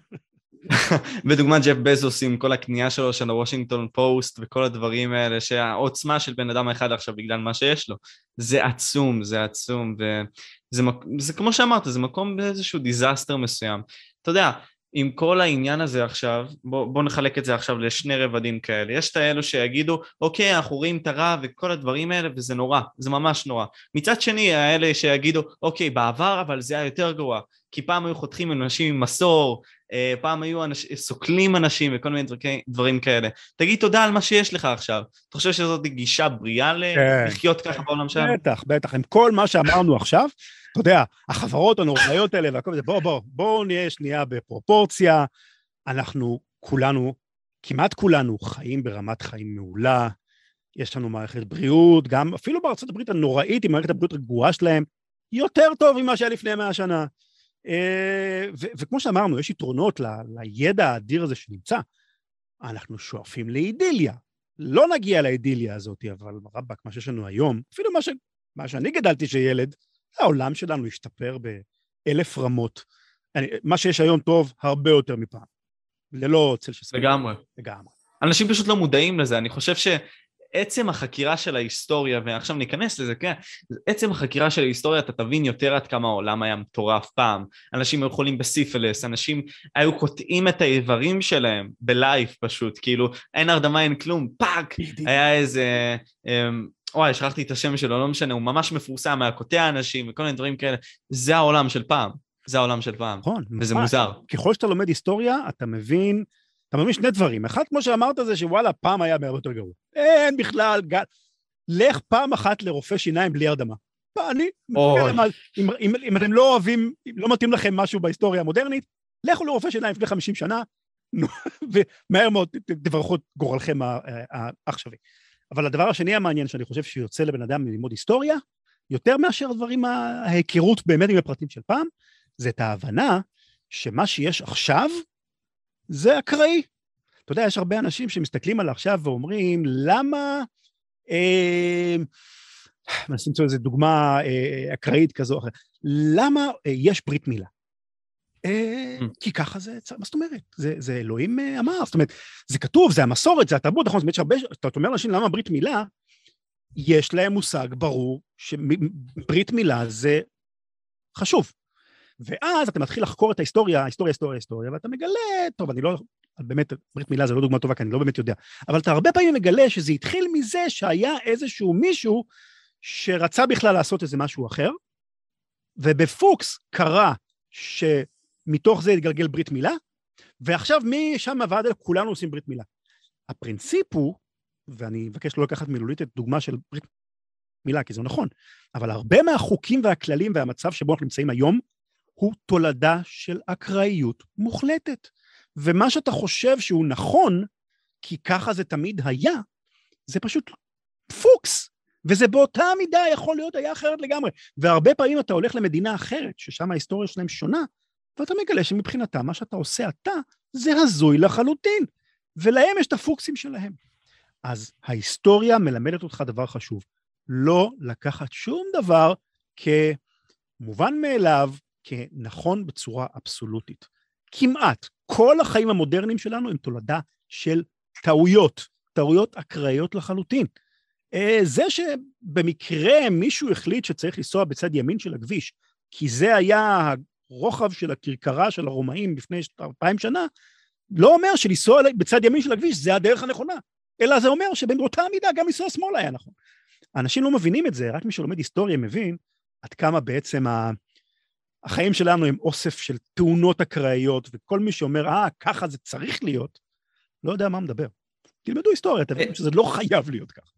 [SPEAKER 3] בדוגמת ג'ף בזוס עם כל הקנייה שלו של הוושינגטון פוסט וכל הדברים האלה, שהעוצמה של בן אדם אחד עכשיו בגלל מה שיש לו, זה עצום, זה עצום, וזה זה, כמו שאמרת, זה מקום באיזשהו דיזסטר מסוים. אתה יודע, עם כל העניין הזה עכשיו, בוא, בוא נחלק את זה עכשיו לשני רבדים כאלה. יש את האלו שיגידו, אוקיי, אנחנו רואים את הרע וכל הדברים האלה, וזה נורא, זה ממש נורא. מצד שני, האלה שיגידו, אוקיי, בעבר, אבל זה היה יותר גרוע, כי פעם היו חותכים אנשים עם מסור, פעם היו אנש... סוקלים אנשים וכל מיני דברים, דברים כאלה. תגיד תודה על מה שיש לך עכשיו. אתה חושב שזאת גישה בריאה לחיות ככה בעולם שם?
[SPEAKER 2] בטח, בטח. עם כל מה שאמרנו עכשיו, אתה יודע, החברות הנוראיות האלה והכל זה, בוא, בוא, בוא נהיה שנייה בפרופורציה. אנחנו כולנו, כמעט כולנו, חיים ברמת חיים מעולה. יש לנו מערכת בריאות, גם אפילו בארצות הברית הנוראית, עם מערכת הבריאות רגועה שלהם, יותר טוב ממה שהיה לפני מאה שנה. ו- וכמו שאמרנו, יש יתרונות ל- לידע האדיר הזה שנמצא. אנחנו שואפים לאידיליה. לא נגיע לאידיליה הזאת, אבל רבק, מה שיש לנו היום, אפילו מה, ש... מה שאני גדלתי שילד, העולם שלנו השתפר באלף רמות. אני, מה שיש היום טוב הרבה יותר מפעם. ללא צל של ספק.
[SPEAKER 3] לגמרי.
[SPEAKER 2] לגמרי.
[SPEAKER 3] אנשים פשוט לא מודעים לזה, אני חושב שעצם החקירה של ההיסטוריה, ועכשיו ניכנס לזה, כן, עצם החקירה של ההיסטוריה, אתה תבין יותר עד כמה העולם היה מטורף פעם, אנשים היו חולים בסיפילס, אנשים היו קוטעים את האיברים שלהם, בלייף פשוט, כאילו, אין הרדמה, אין כלום, פאק, היה איזה, וואי, שכחתי את השם שלו, לא משנה, הוא ממש מפורסם, היה קוטע אנשים, וכל מיני דברים כאלה, זה העולם של פעם, זה העולם של פעם,
[SPEAKER 2] נכון,
[SPEAKER 3] וזה
[SPEAKER 2] ממש.
[SPEAKER 3] מוזר.
[SPEAKER 2] ככל שאתה לומד היסטוריה, אתה מבין, אתה מבין שני דברים. אחד, כמו שאמרת, זה שוואלה, פעם היה הרבה יותר גרוע. אין בכלל, ג... לך פעם אחת לרופא שיניים בלי הרדמה. אני, אם, אם, אם אתם לא אוהבים, אם לא מתאים לכם משהו בהיסטוריה המודרנית, לכו לרופא שיניים לפני חמישים שנה, ומהר מאוד תברכו את גורלכם העכשווי. אבל הדבר השני המעניין, שאני חושב שיוצא לבן אדם ללמוד היסטוריה, יותר מאשר הדברים, ההיכרות באמת עם הפרטים של פעם, זה את ההבנה שמה שיש עכשיו, זה אקראי. אתה יודע, יש הרבה אנשים שמסתכלים על עכשיו ואומרים, למה, אה, מנסים למצוא איזו דוגמה אה, אקראית כזו או אחרת, למה אה, יש ברית מילה? אה, כי ככה זה, מה זאת אומרת? זה, זה אלוהים אה, אמר, זאת אומרת, זה כתוב, זה המסורת, זה התרבות, נכון? זאת אומרת שהרבה, אתה אומר לאנשים, למה ברית מילה? יש להם מושג ברור, שברית מילה זה חשוב. ואז אתה מתחיל לחקור את ההיסטוריה, היסטוריה, היסטוריה, היסטוריה, ואתה מגלה, טוב, אני לא, באמת, ברית מילה זה לא דוגמה טובה, כי אני לא באמת יודע, אבל אתה הרבה פעמים מגלה שזה התחיל מזה שהיה איזשהו מישהו שרצה בכלל לעשות איזה משהו אחר, ובפוקס קרה שמתוך זה התגלגל ברית מילה, ועכשיו משם ועד אל כולנו עושים ברית מילה. הפרינציפ הוא, ואני מבקש לא לקחת מילולית את דוגמה של ברית מילה, כי זה נכון, אבל הרבה מהחוקים והכללים והמצב שבו אנחנו נמצאים היום, הוא תולדה של אקראיות מוחלטת. ומה שאתה חושב שהוא נכון, כי ככה זה תמיד היה, זה פשוט פוקס. וזה באותה מידה יכול להיות היה אחרת לגמרי. והרבה פעמים אתה הולך למדינה אחרת, ששם ההיסטוריה שלהם שונה, ואתה מגלה שמבחינתה, מה שאתה עושה אתה, זה הזוי לחלוטין. ולהם יש את הפוקסים שלהם. אז ההיסטוריה מלמדת אותך דבר חשוב. לא לקחת שום דבר כמובן מאליו, כנכון בצורה אבסולוטית. כמעט כל החיים המודרניים שלנו הם תולדה של טעויות, טעויות אקראיות לחלוטין. זה שבמקרה מישהו החליט שצריך לנסוע בצד ימין של הכביש, כי זה היה הרוחב של הכרכרה של הרומאים לפני אלפיים שנה, לא אומר שלנסוע בצד ימין של הכביש זה הדרך הנכונה, אלא זה אומר שבאותה מידה גם לנסוע שמאל היה נכון. האנשים לא מבינים את זה, רק מי שלומד היסטוריה מבין עד כמה בעצם ה... החיים שלנו הם אוסף של תאונות אקראיות, וכל מי שאומר, אה, ככה זה צריך להיות, לא יודע מה מדבר. תלמדו היסטוריה, תבינו שזה לא חייב להיות ככה.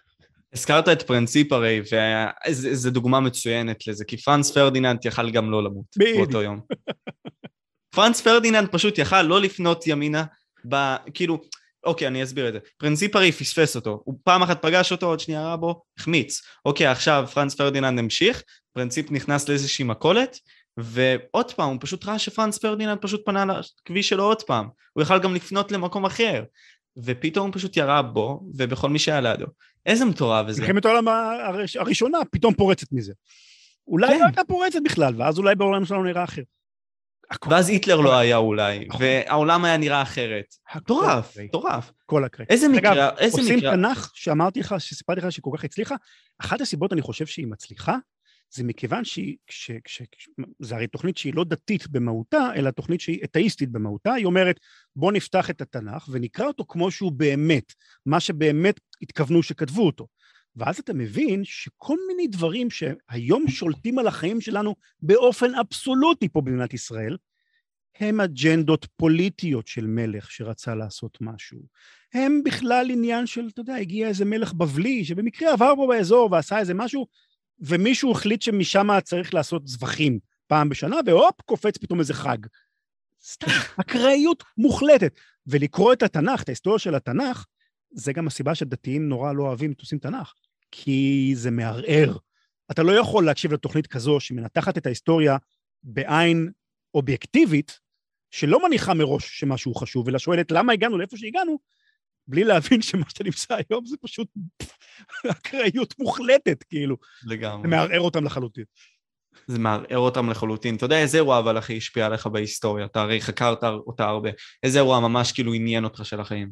[SPEAKER 3] הזכרת את פרינציפ הרי, וזו דוגמה מצוינת לזה, כי פרנץ פרדיננד יכל גם לא למות באותו יום. פרנץ פרדיננד פשוט יכל לא לפנות ימינה, כאילו, אוקיי, אני אסביר את זה. פרינציפ הרי פספס אותו, הוא פעם אחת פגש אותו, עוד שנייה ראה בו, החמיץ. אוקיי, עכשיו פרנץ פרדיננד המשיך, פרינציפ נכנס לאיזושהי מקולת, ועוד פעם, הוא פשוט ראה שפרנץ פרדיננד פשוט פנה לכביש שלו עוד פעם, הוא יכל גם לפנות למקום אחר, ופתאום הוא פשוט ירה בו, ובכל מי שהיה לידו. איזה מטורף זה.
[SPEAKER 2] מלחמת העולם הראשונה פתאום פורצת מזה. אולי לא הייתה פורצת בכלל, ואז אולי בעולם שלנו נראה אחר.
[SPEAKER 3] ואז היטלר לא היה אולי, והעולם היה נראה אחרת. מטורף, מטורף.
[SPEAKER 2] כל הקריא.
[SPEAKER 3] איזה מקרה, איזה
[SPEAKER 2] עושים
[SPEAKER 3] מקרה.
[SPEAKER 2] תנ"ך שאמרתי לך, שסיפרתי לך שהיא כל כך הצליחה, אחת הסיבות אני חושב שהיא מצליחה, זה מכיוון שהיא, ש, ש, ש, זה הרי תוכנית שהיא לא דתית במהותה, אלא תוכנית שהיא אתאיסטית במהותה, היא אומרת, בוא נפתח את התנ"ך ונקרא אותו כמו שהוא באמת, מה שבאמת התכוונו שכתבו אותו. ואז אתה מבין שכל מיני דברים שהיום שולטים על החיים שלנו באופן אבסולוטי פה במדינת ישראל, הם אג'נדות פוליטיות של מלך שרצה לעשות משהו. הם בכלל עניין של, אתה יודע, הגיע איזה מלך בבלי, שבמקרה עבר פה באזור ועשה איזה משהו, ומישהו החליט שמשם צריך לעשות זבחים פעם בשנה, והופ, קופץ פתאום איזה חג. סתם, אקראיות מוחלטת. ולקרוא את התנ"ך, את ההיסטוריה של התנ"ך, זה גם הסיבה שדתיים נורא לא אוהבים את עושים תנ"ך, כי זה מערער. אתה לא יכול להקשיב לתוכנית כזו שמנתחת את ההיסטוריה בעין אובייקטיבית, שלא מניחה מראש שמשהו חשוב, אלא שואלת למה הגענו לאיפה שהגענו, בלי להבין שמה שאתה נמצא היום זה פשוט אקראיות מוחלטת, כאילו.
[SPEAKER 3] לגמרי.
[SPEAKER 2] זה מערער אותם לחלוטין.
[SPEAKER 3] זה מערער אותם לחלוטין. אתה יודע איזה אירוע אבל הכי השפיע עליך בהיסטוריה? אתה הרי חקרת אותה הרבה. איזה אירוע ממש כאילו עניין אותך של החיים?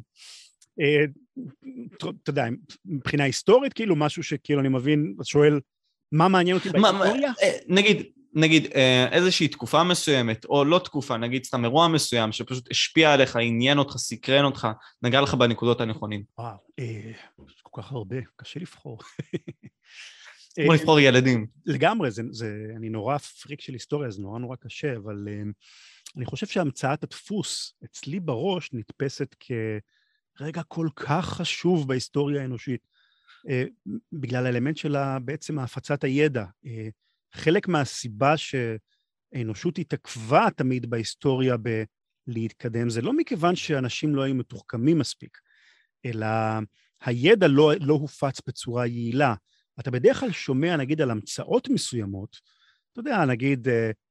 [SPEAKER 2] אתה יודע, מבחינה היסטורית, כאילו משהו שכאילו אני מבין, אז שואל, מה מעניין אותי בהיסטוריה?
[SPEAKER 3] נגיד, נגיד איזושהי תקופה מסוימת, או לא תקופה, נגיד סתם אירוע מסוים, שפשוט השפיע עליך, עניין אותך, סקרן אותך, נגע לך בנקודות הנכונים.
[SPEAKER 2] וואו, יש כל כך הרבה, קשה לבחור.
[SPEAKER 3] כמו לבחור ילדים.
[SPEAKER 2] לגמרי, אני נורא פריק של היסטוריה, זה נורא נורא קשה, אבל אני חושב שהמצאת הדפוס אצלי בראש נתפסת כרגע כל כך חשוב בהיסטוריה האנושית, בגלל האלמנט שלה בעצם הפצת הידע. חלק מהסיבה שהאנושות התעכבה תמיד בהיסטוריה בלהתקדם, זה לא מכיוון שאנשים לא היו מתוחכמים מספיק, אלא הידע לא, לא הופץ בצורה יעילה. אתה בדרך כלל שומע, נגיד, על המצאות מסוימות, אתה יודע, נגיד,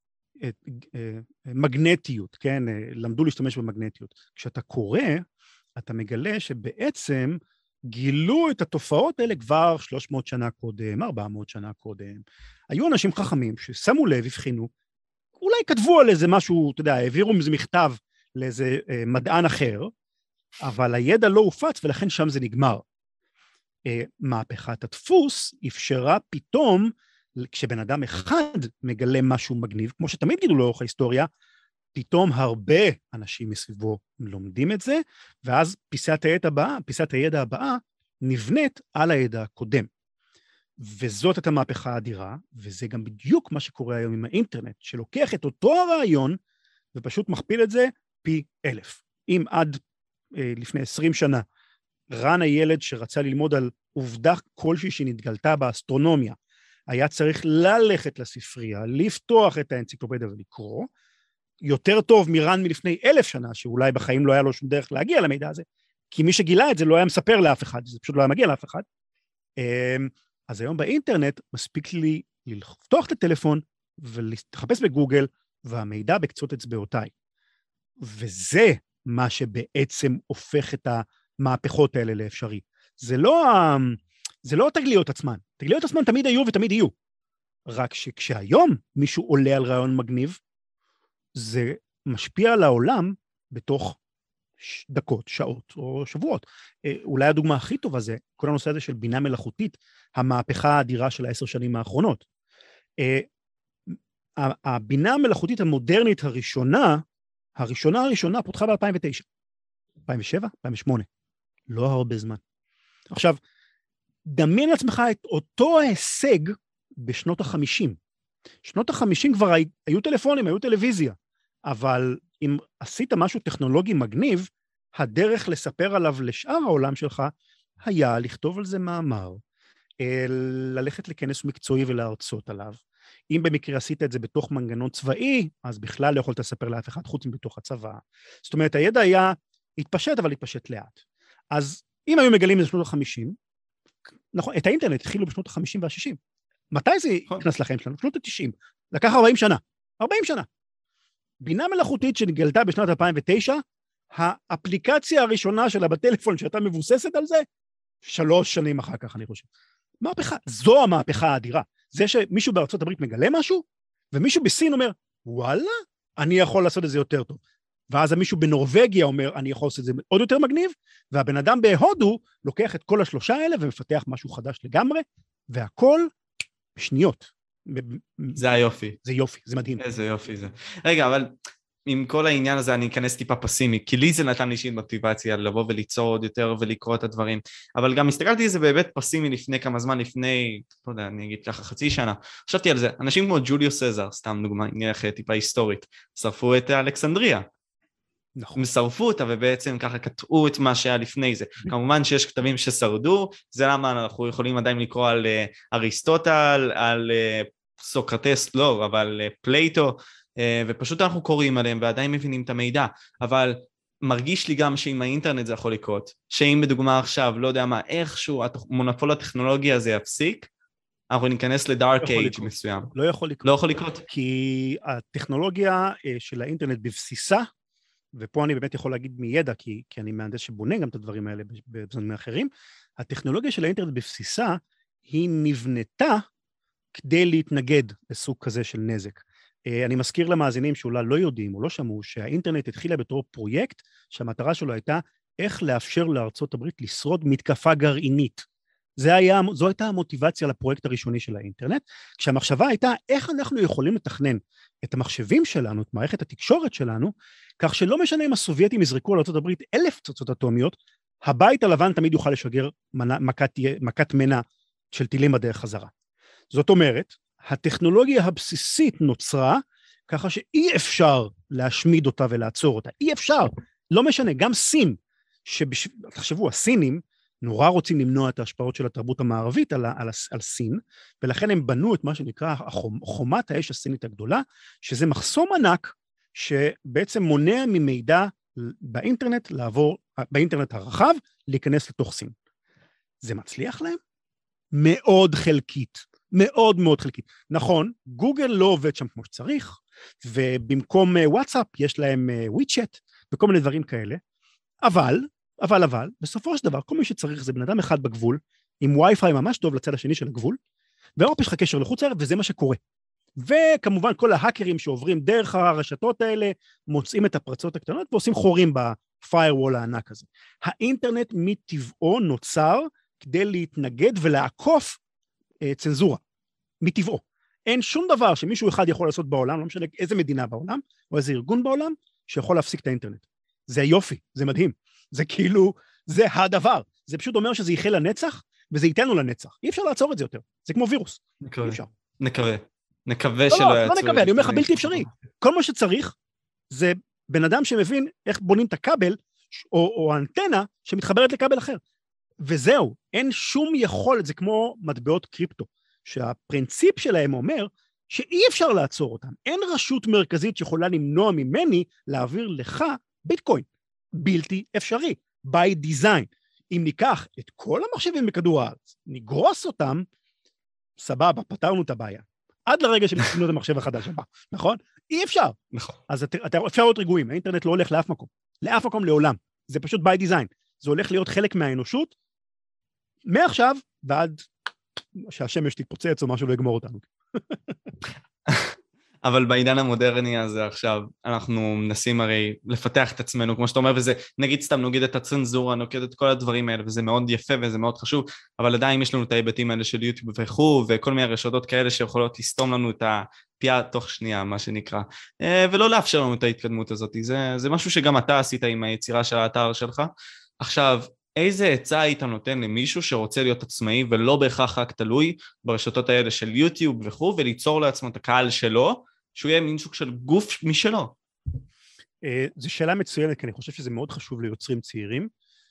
[SPEAKER 2] מגנטיות, כן? למדו להשתמש במגנטיות. כשאתה קורא, אתה מגלה שבעצם גילו את התופעות האלה כבר שלוש מאות שנה קודם, ארבע מאות שנה קודם. היו אנשים חכמים ששמו לב, הבחינו, אולי כתבו על איזה משהו, אתה יודע, העבירו מזה מכתב לאיזה מדען אחר, אבל הידע לא הופץ ולכן שם זה נגמר. מהפכת הדפוס אפשרה פתאום, כשבן אדם אחד מגלה משהו מגניב, כמו שתמיד גידו לאורך ההיסטוריה, פתאום הרבה אנשים מסביבו לומדים את זה, ואז פיסת הידע הבאה, פיסת הידע הבאה נבנית על הידע הקודם. וזאת את המהפכה האדירה, וזה גם בדיוק מה שקורה היום עם האינטרנט, שלוקח את אותו הרעיון, ופשוט מכפיל את זה פי אלף. אם עד אה, לפני עשרים שנה, רן הילד שרצה ללמוד על עובדה כלשהי שנתגלתה באסטרונומיה, היה צריך ללכת לספרייה, לפתוח את האנציקלופדיה ולקרוא, יותר טוב מרן מלפני אלף שנה, שאולי בחיים לא היה לו שום דרך להגיע למידע הזה, כי מי שגילה את זה לא היה מספר לאף אחד, זה פשוט לא היה מגיע לאף אחד. אז היום באינטרנט מספיק לי לפתוח את הטלפון ולחפש בגוגל, והמידע בקצות אצבעותיי. וזה מה שבעצם הופך את המהפכות האלה לאפשרי. זה לא, זה לא תגליות עצמן. תגליות עצמן תמיד היו ותמיד יהיו. רק שכשהיום מישהו עולה על רעיון מגניב, זה משפיע על העולם בתוך דקות, שעות או שבועות. אולי הדוגמה הכי טובה זה כל הנושא הזה של בינה מלאכותית, המהפכה האדירה של העשר שנים האחרונות. הבינה המלאכותית המודרנית הראשונה, הראשונה הראשונה פותחה ב-אלפיים ותשע, אלפיים ושבע, אלפיים ושמונה, לא הרבה זמן. עכשיו, דמיין לעצמך את אותו ההישג בשנות החמישים. שנות החמישים כבר היו טלפונים, היו טלוויזיה, אבל אם עשית משהו טכנולוגי מגניב, הדרך לספר עליו לשאר העולם שלך, היה לכתוב על זה מאמר, ללכת לכנס מקצועי ולהרצות עליו. אם במקרה עשית את זה בתוך מנגנון צבאי, אז בכלל לא יכולת לספר לאף אחד חוץ מבתוך הצבא. זאת אומרת, הידע היה התפשט, אבל התפשט לאט. אז אם היו מגלים את שנות החמישים, נכון, את האינטרנט התחילו בשנות החמישים והשישים. מתי זה נכנס לחיים שלנו? שנות התשעים. לקח ארבעים שנה. ארבעים שנה. בינה מלאכותית שנגלתה בשנת אלפיים ותשע, האפליקציה הראשונה שלה בטלפון שהייתה מבוססת על זה, שלוש שנים אחר כך, אני חושב. מהפכה, זו המהפכה האדירה. זה שמישהו בארצות הברית מגלה משהו, ומישהו בסין אומר, וואלה, אני יכול לעשות את זה יותר טוב. ואז מישהו בנורווגיה אומר, אני יכול לעשות את זה עוד יותר מגניב, והבן אדם בהודו לוקח את כל השלושה האלה ומפתח משהו חדש לגמרי, והכל בשניות.
[SPEAKER 3] זה היופי.
[SPEAKER 2] זה יופי, זה מדהים.
[SPEAKER 3] איזה יופי זה. רגע, אבל עם כל העניין הזה אני אכנס טיפה פסימי, כי לי זה נתן לי אישית מוטיבציה לבוא וליצור עוד יותר ולקרוא את הדברים, אבל גם הסתכלתי על זה בהיבט פסימי לפני כמה זמן, לפני, לא יודע, אני אגיד ככה חצי שנה, חשבתי על זה, אנשים כמו ג'וליוס סזר, סתם דוגמה, נלך טיפה היסטורית, שרפו את אלכסנדריה. נכון. הם שרפו אותה ובעצם ככה קטעו את מה שהיה לפני זה. כמובן שיש כתבים ששרדו, זה למה אנחנו יכולים עדיין לקרוא על אריסטוטל, על סוקרטס, לא, אבל פלייטו, ופשוט אנחנו קוראים עליהם ועדיין מבינים את המידע, אבל מרגיש לי גם שעם האינטרנט זה יכול לקרות, שאם בדוגמה עכשיו, לא יודע מה, איכשהו המונופול הטכנולוגי הזה יפסיק, אנחנו ניכנס לדארק
[SPEAKER 2] לא יכול
[SPEAKER 3] אייג'
[SPEAKER 2] לקרות.
[SPEAKER 3] מסוים.
[SPEAKER 2] לא יכול לקרות.
[SPEAKER 3] לא יכול לקרות.
[SPEAKER 2] כי הטכנולוגיה אה, של האינטרנט בבסיסה, ופה אני באמת יכול להגיד מידע, כי, כי אני מהנדס שבונה גם את הדברים האלה בזמנים אחרים, הטכנולוגיה של האינטרנט בבסיסה היא נבנתה כדי להתנגד לסוג כזה של נזק. אה, אני מזכיר למאזינים שאולי לא יודעים או לא שמעו, שהאינטרנט התחילה בתור פרויקט, שהמטרה שלו הייתה איך לאפשר לארצות הברית לשרוד מתקפה גרעינית. זה היה, זו הייתה המוטיבציה לפרויקט הראשוני של האינטרנט, כשהמחשבה הייתה איך אנחנו יכולים לתכנן את המחשבים שלנו, את מערכת התקשורת שלנו, כך שלא משנה אם הסובייטים יזרקו על ארצות הברית אלף פצצות אטומיות, הבית הלבן תמיד יוכל לשגר מנה, מכת, מכת מנע של טילים בדרך חזרה. זאת אומרת, הטכנולוגיה הבסיסית נוצרה, ככה שאי אפשר להשמיד אותה ולעצור אותה, אי אפשר, לא משנה, גם סין, שתחשבו, הסינים, נורא רוצים למנוע את ההשפעות של התרבות המערבית על, על, על סין, ולכן הם בנו את מה שנקרא חומת האש הסינית הגדולה, שזה מחסום ענק, שבעצם מונע ממידע באינטרנט לעבור, באינטרנט הרחב, להיכנס לתוך סין. זה מצליח להם? מאוד חלקית, מאוד מאוד חלקית. נכון, גוגל לא עובד שם כמו שצריך, ובמקום וואטסאפ יש להם וויצ'ט, וכל מיני דברים כאלה, אבל, אבל, אבל, בסופו של דבר, כל מי שצריך זה בן אדם אחד בגבול, עם וי-פיי ממש טוב לצד השני של הגבול, והרוב יש לך קשר לחוץ לארץ, וזה מה שקורה. וכמובן כל ההאקרים שעוברים דרך הרשתות האלה, מוצאים את הפרצות הקטנות, ועושים חורים בפיירוול הענק הזה. האינטרנט מטבעו נוצר, כדי להתנגד ולעקוף אה, צנזורה, מטבעו. אין שום דבר שמישהו אחד יכול לעשות בעולם, לא משנה איזה מדינה בעולם, או איזה ארגון בעולם, שיכול להפסיק את האינטרנט. זה יופי, זה מדהים. זה כאילו, זה הדבר. זה פשוט אומר שזה יחל לנצח, וזה ייתן לו לנצח. אי אפשר לעצור את זה יותר. זה כמו וירוס.
[SPEAKER 3] נקווה.
[SPEAKER 2] אי אפשר.
[SPEAKER 3] נקווה. נקווה
[SPEAKER 2] לא,
[SPEAKER 3] שלא
[SPEAKER 2] לא,
[SPEAKER 3] יעצרו.
[SPEAKER 2] לא נקווה, אני אומר לך בלתי אפשרי. כל מה שצריך, זה בן אדם שמבין איך בונים את הכבל, או, או האנטנה שמתחברת לכבל אחר. וזהו, אין שום יכולת, זה כמו מטבעות קריפטו, שהפרינציפ שלהם אומר שאי אפשר לעצור אותם. אין רשות מרכזית שיכולה למנוע ממני להעביר לך ביטקוין. בלתי אפשרי, by design. אם ניקח את כל המחשבים בכדור הארץ, נגרוס אותם, סבבה, פתרנו את הבעיה. עד לרגע שמתחילים את המחשב החדש הבא, נכון? אי אפשר.
[SPEAKER 3] נכון.
[SPEAKER 2] אז אתה, אתה אפשר להיות רגועים, האינטרנט לא הולך לאף מקום. לאף מקום לעולם. זה פשוט by design. זה הולך להיות חלק מהאנושות, מעכשיו ועד שהשמש תתפוצץ או משהו לא יגמור אותנו.
[SPEAKER 3] אבל בעידן המודרני הזה עכשיו, אנחנו מנסים הרי לפתח את עצמנו, כמו שאתה אומר, וזה נגיד סתם נוגד את הצנזורה, נוגד את כל הדברים האלה, וזה מאוד יפה וזה מאוד חשוב, אבל עדיין יש לנו את ההיבטים האלה של יוטיוב וכו', וכל מיני רשתות כאלה שיכולות לסתום לנו את הפייה תוך שנייה, מה שנקרא, ולא לאפשר לנו את ההתקדמות הזאת. זה, זה משהו שגם אתה עשית עם היצירה של האתר שלך. עכשיו, איזה עצה היית נותן למישהו שרוצה להיות עצמאי ולא בהכרח רק תלוי ברשתות האלה של יוטיוב וכו', וליצור לעצמו את הקהל שלו, שהוא יהיה מין סוג של גוף משלו?
[SPEAKER 2] זו שאלה מצוינת, כי אני חושב שזה מאוד חשוב ליוצרים צעירים.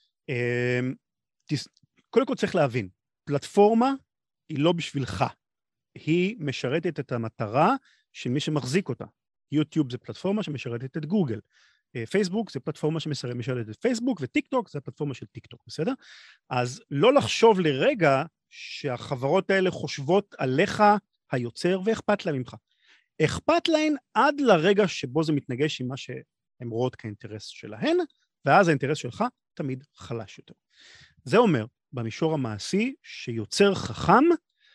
[SPEAKER 2] קודם כל צריך להבין, פלטפורמה היא לא בשבילך, היא משרתת את המטרה של מי שמחזיק אותה. יוטיוב זה פלטפורמה שמשרתת את גוגל. פייסבוק זה פלטפורמה שמשרתת את פייסבוק, וטיק טוק זה הפלטפורמה של טיק טוק, בסדר? אז לא לחשוב לרגע שהחברות האלה חושבות עליך היוצר ואכפת להם ממך. אכפת להן עד לרגע שבו זה מתנגש עם מה שהן רואות כאינטרס שלהן, ואז האינטרס שלך תמיד חלש יותר. זה אומר, במישור המעשי, שיוצר חכם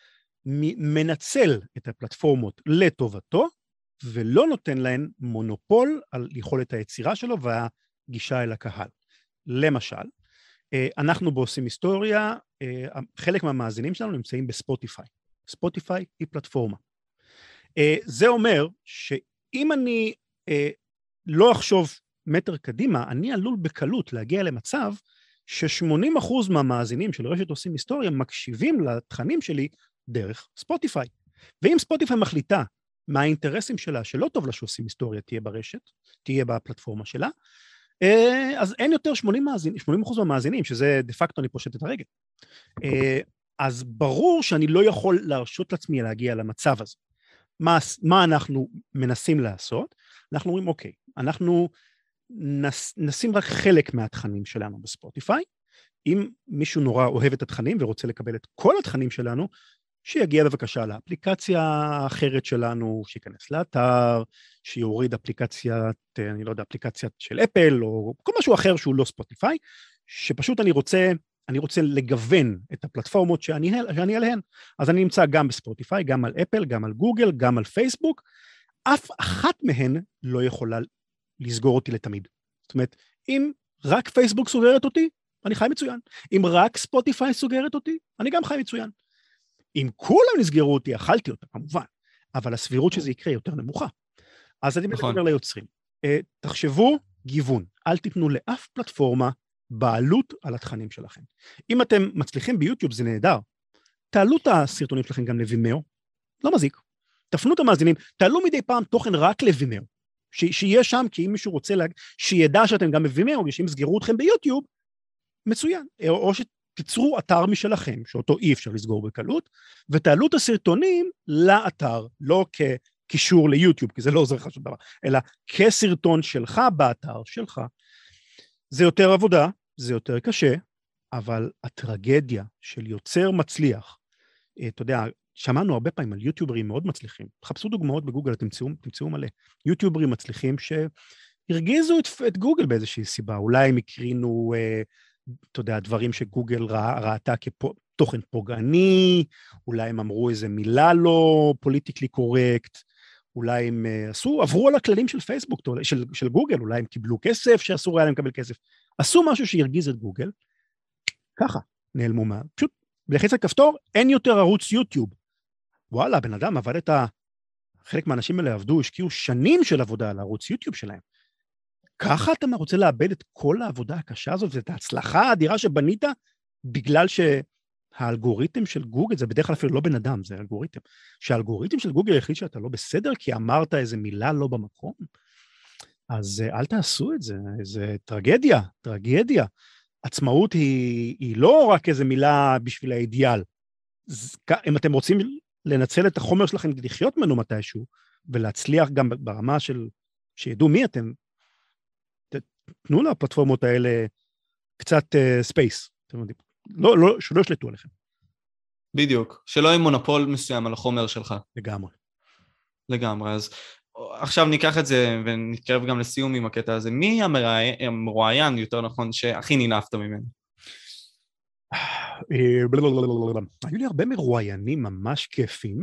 [SPEAKER 2] מנצל את הפלטפורמות לטובתו, ולא נותן להן מונופול על יכולת היצירה שלו והגישה אל הקהל. למשל, אנחנו בעושים היסטוריה, חלק מהמאזינים שלנו נמצאים בספוטיפיי. ספוטיפיי היא פלטפורמה. זה אומר שאם אני לא אחשוב מטר קדימה, אני עלול בקלות להגיע למצב ש-שמונים אחוז מהמאזינים של רשת עושים היסטוריה מקשיבים לתכנים שלי דרך ספוטיפיי. ואם ספוטיפיי מחליטה מה האינטרסים שלה, שלא טוב לה שעושים היסטוריה תהיה ברשת, תהיה בפלטפורמה שלה, אז אין יותר שמונים אחוז מהמאזינים, שזה דה פקטו אני פושט את הרגל. אז ברור שאני לא יכול להרשות לעצמי להגיע למצב הזה. מה, מה אנחנו מנסים לעשות? אנחנו אומרים, אוקיי, אנחנו נס, נשים רק חלק מהתכנים שלנו בספוטיפיי, אם מישהו נורא אוהב את התכנים ורוצה לקבל את כל התכנים שלנו, שיגיע בבקשה לאפליקציה האחרת שלנו, שיכנס לאתר, שיוריד אפליקציית, אני לא יודע, אפליקציית של אפל, או כל משהו אחר שהוא לא ספוטיפיי, שפשוט אני רוצה, אני רוצה לגוון את הפלטפורמות שאני, שאני עליהן. אז אני נמצא גם בספוטיפיי, גם על אפל, גם על גוגל, גם על פייסבוק, אף אחת מהן לא יכולה לסגור אותי לתמיד. זאת אומרת, אם רק פייסבוק סוגרת אותי, אני חי מצוין. אם רק ספוטיפיי סוגרת אותי, אני גם חי מצוין. אם כולם נסגרו אותי, אכלתי אותה, כמובן, אבל הסבירות שזה יקרה יותר נמוכה. אז אני
[SPEAKER 3] נכון.
[SPEAKER 2] מדבר ליוצרים. תחשבו גיוון, אל תיתנו לאף פלטפורמה בעלות על התכנים שלכם. אם אתם מצליחים ביוטיוב, זה נהדר. תעלו את הסרטונים שלכם גם לוימאו, לא מזיק. תפנו את המאזינים, תעלו מדי פעם תוכן רק לוימאו, ש- שיהיה שם, כי אם מישהו רוצה, לה... שידע שאתם גם בוימאו, שאם סגרו אתכם ביוטיוב, מצוין. או, או שתיצרו אתר משלכם, שאותו אי אפשר לסגור בקלות, ותעלו את הסרטונים לאתר, לא כקישור ליוטיוב, כי זה לא עוזר לך שום דבר, אלא כסרטון שלך באתר שלך. זה יותר עבודה, זה יותר קשה, אבל הטרגדיה של יוצר מצליח, אתה יודע, שמענו הרבה פעמים על יוטיוברים מאוד מצליחים, תחפשו דוגמאות בגוגל, תמצאו, תמצאו מלא, יוטיוברים מצליחים שהרגיזו את, את גוגל באיזושהי סיבה, אולי הם הקרינו, אה, אתה יודע, דברים שגוגל רא, ראתה כתוכן פוגעני, אולי הם אמרו איזה מילה לא פוליטיקלי קורקט, אולי הם עשו, עברו על הכללים של פייסבוק, של, של גוגל, אולי הם קיבלו כסף שאסור היה להם לקבל כסף, עשו משהו שהרגיז את גוגל, ככה נעלמו מה, פשוט בלחיצת כפתור, אין יותר ערוץ יוטיוב. וואלה, בן אדם עבד את ה... חלק מהאנשים האלה עבדו, השקיעו שנים של עבודה על ערוץ יוטיוב שלהם. ככה אתה רוצה לאבד את כל העבודה הקשה הזאת, ואת ההצלחה האדירה שבנית, בגלל שהאלגוריתם של גוגל, זה בדרך כלל אפילו לא בן אדם, זה אלגוריתם, שהאלגוריתם של גוגל החליט שאתה לא בסדר, כי אמרת איזה מילה לא במקום, אז אל תעשו את זה, זה טרגדיה, טרגדיה. עצמאות היא, היא לא רק איזה מילה בשביל האידיאל. אם אתם רוצים לנצל את החומר שלכם לחיות ממנו מתישהו, ולהצליח גם ברמה של, שידעו מי אתם, תנו לפלטפורמות האלה קצת ספייס, uh, לא, לא, שלא ישלטו עליכם.
[SPEAKER 3] בדיוק, שלא יהיה מונופול מסוים על החומר שלך.
[SPEAKER 2] לגמרי.
[SPEAKER 3] לגמרי, אז עכשיו ניקח את זה ונתקרב גם לסיום עם הקטע הזה. מי המרואיין, יותר נכון, שהכי ננאפת ממנו?
[SPEAKER 2] היו לי הרבה מרואיינים ממש כיפים.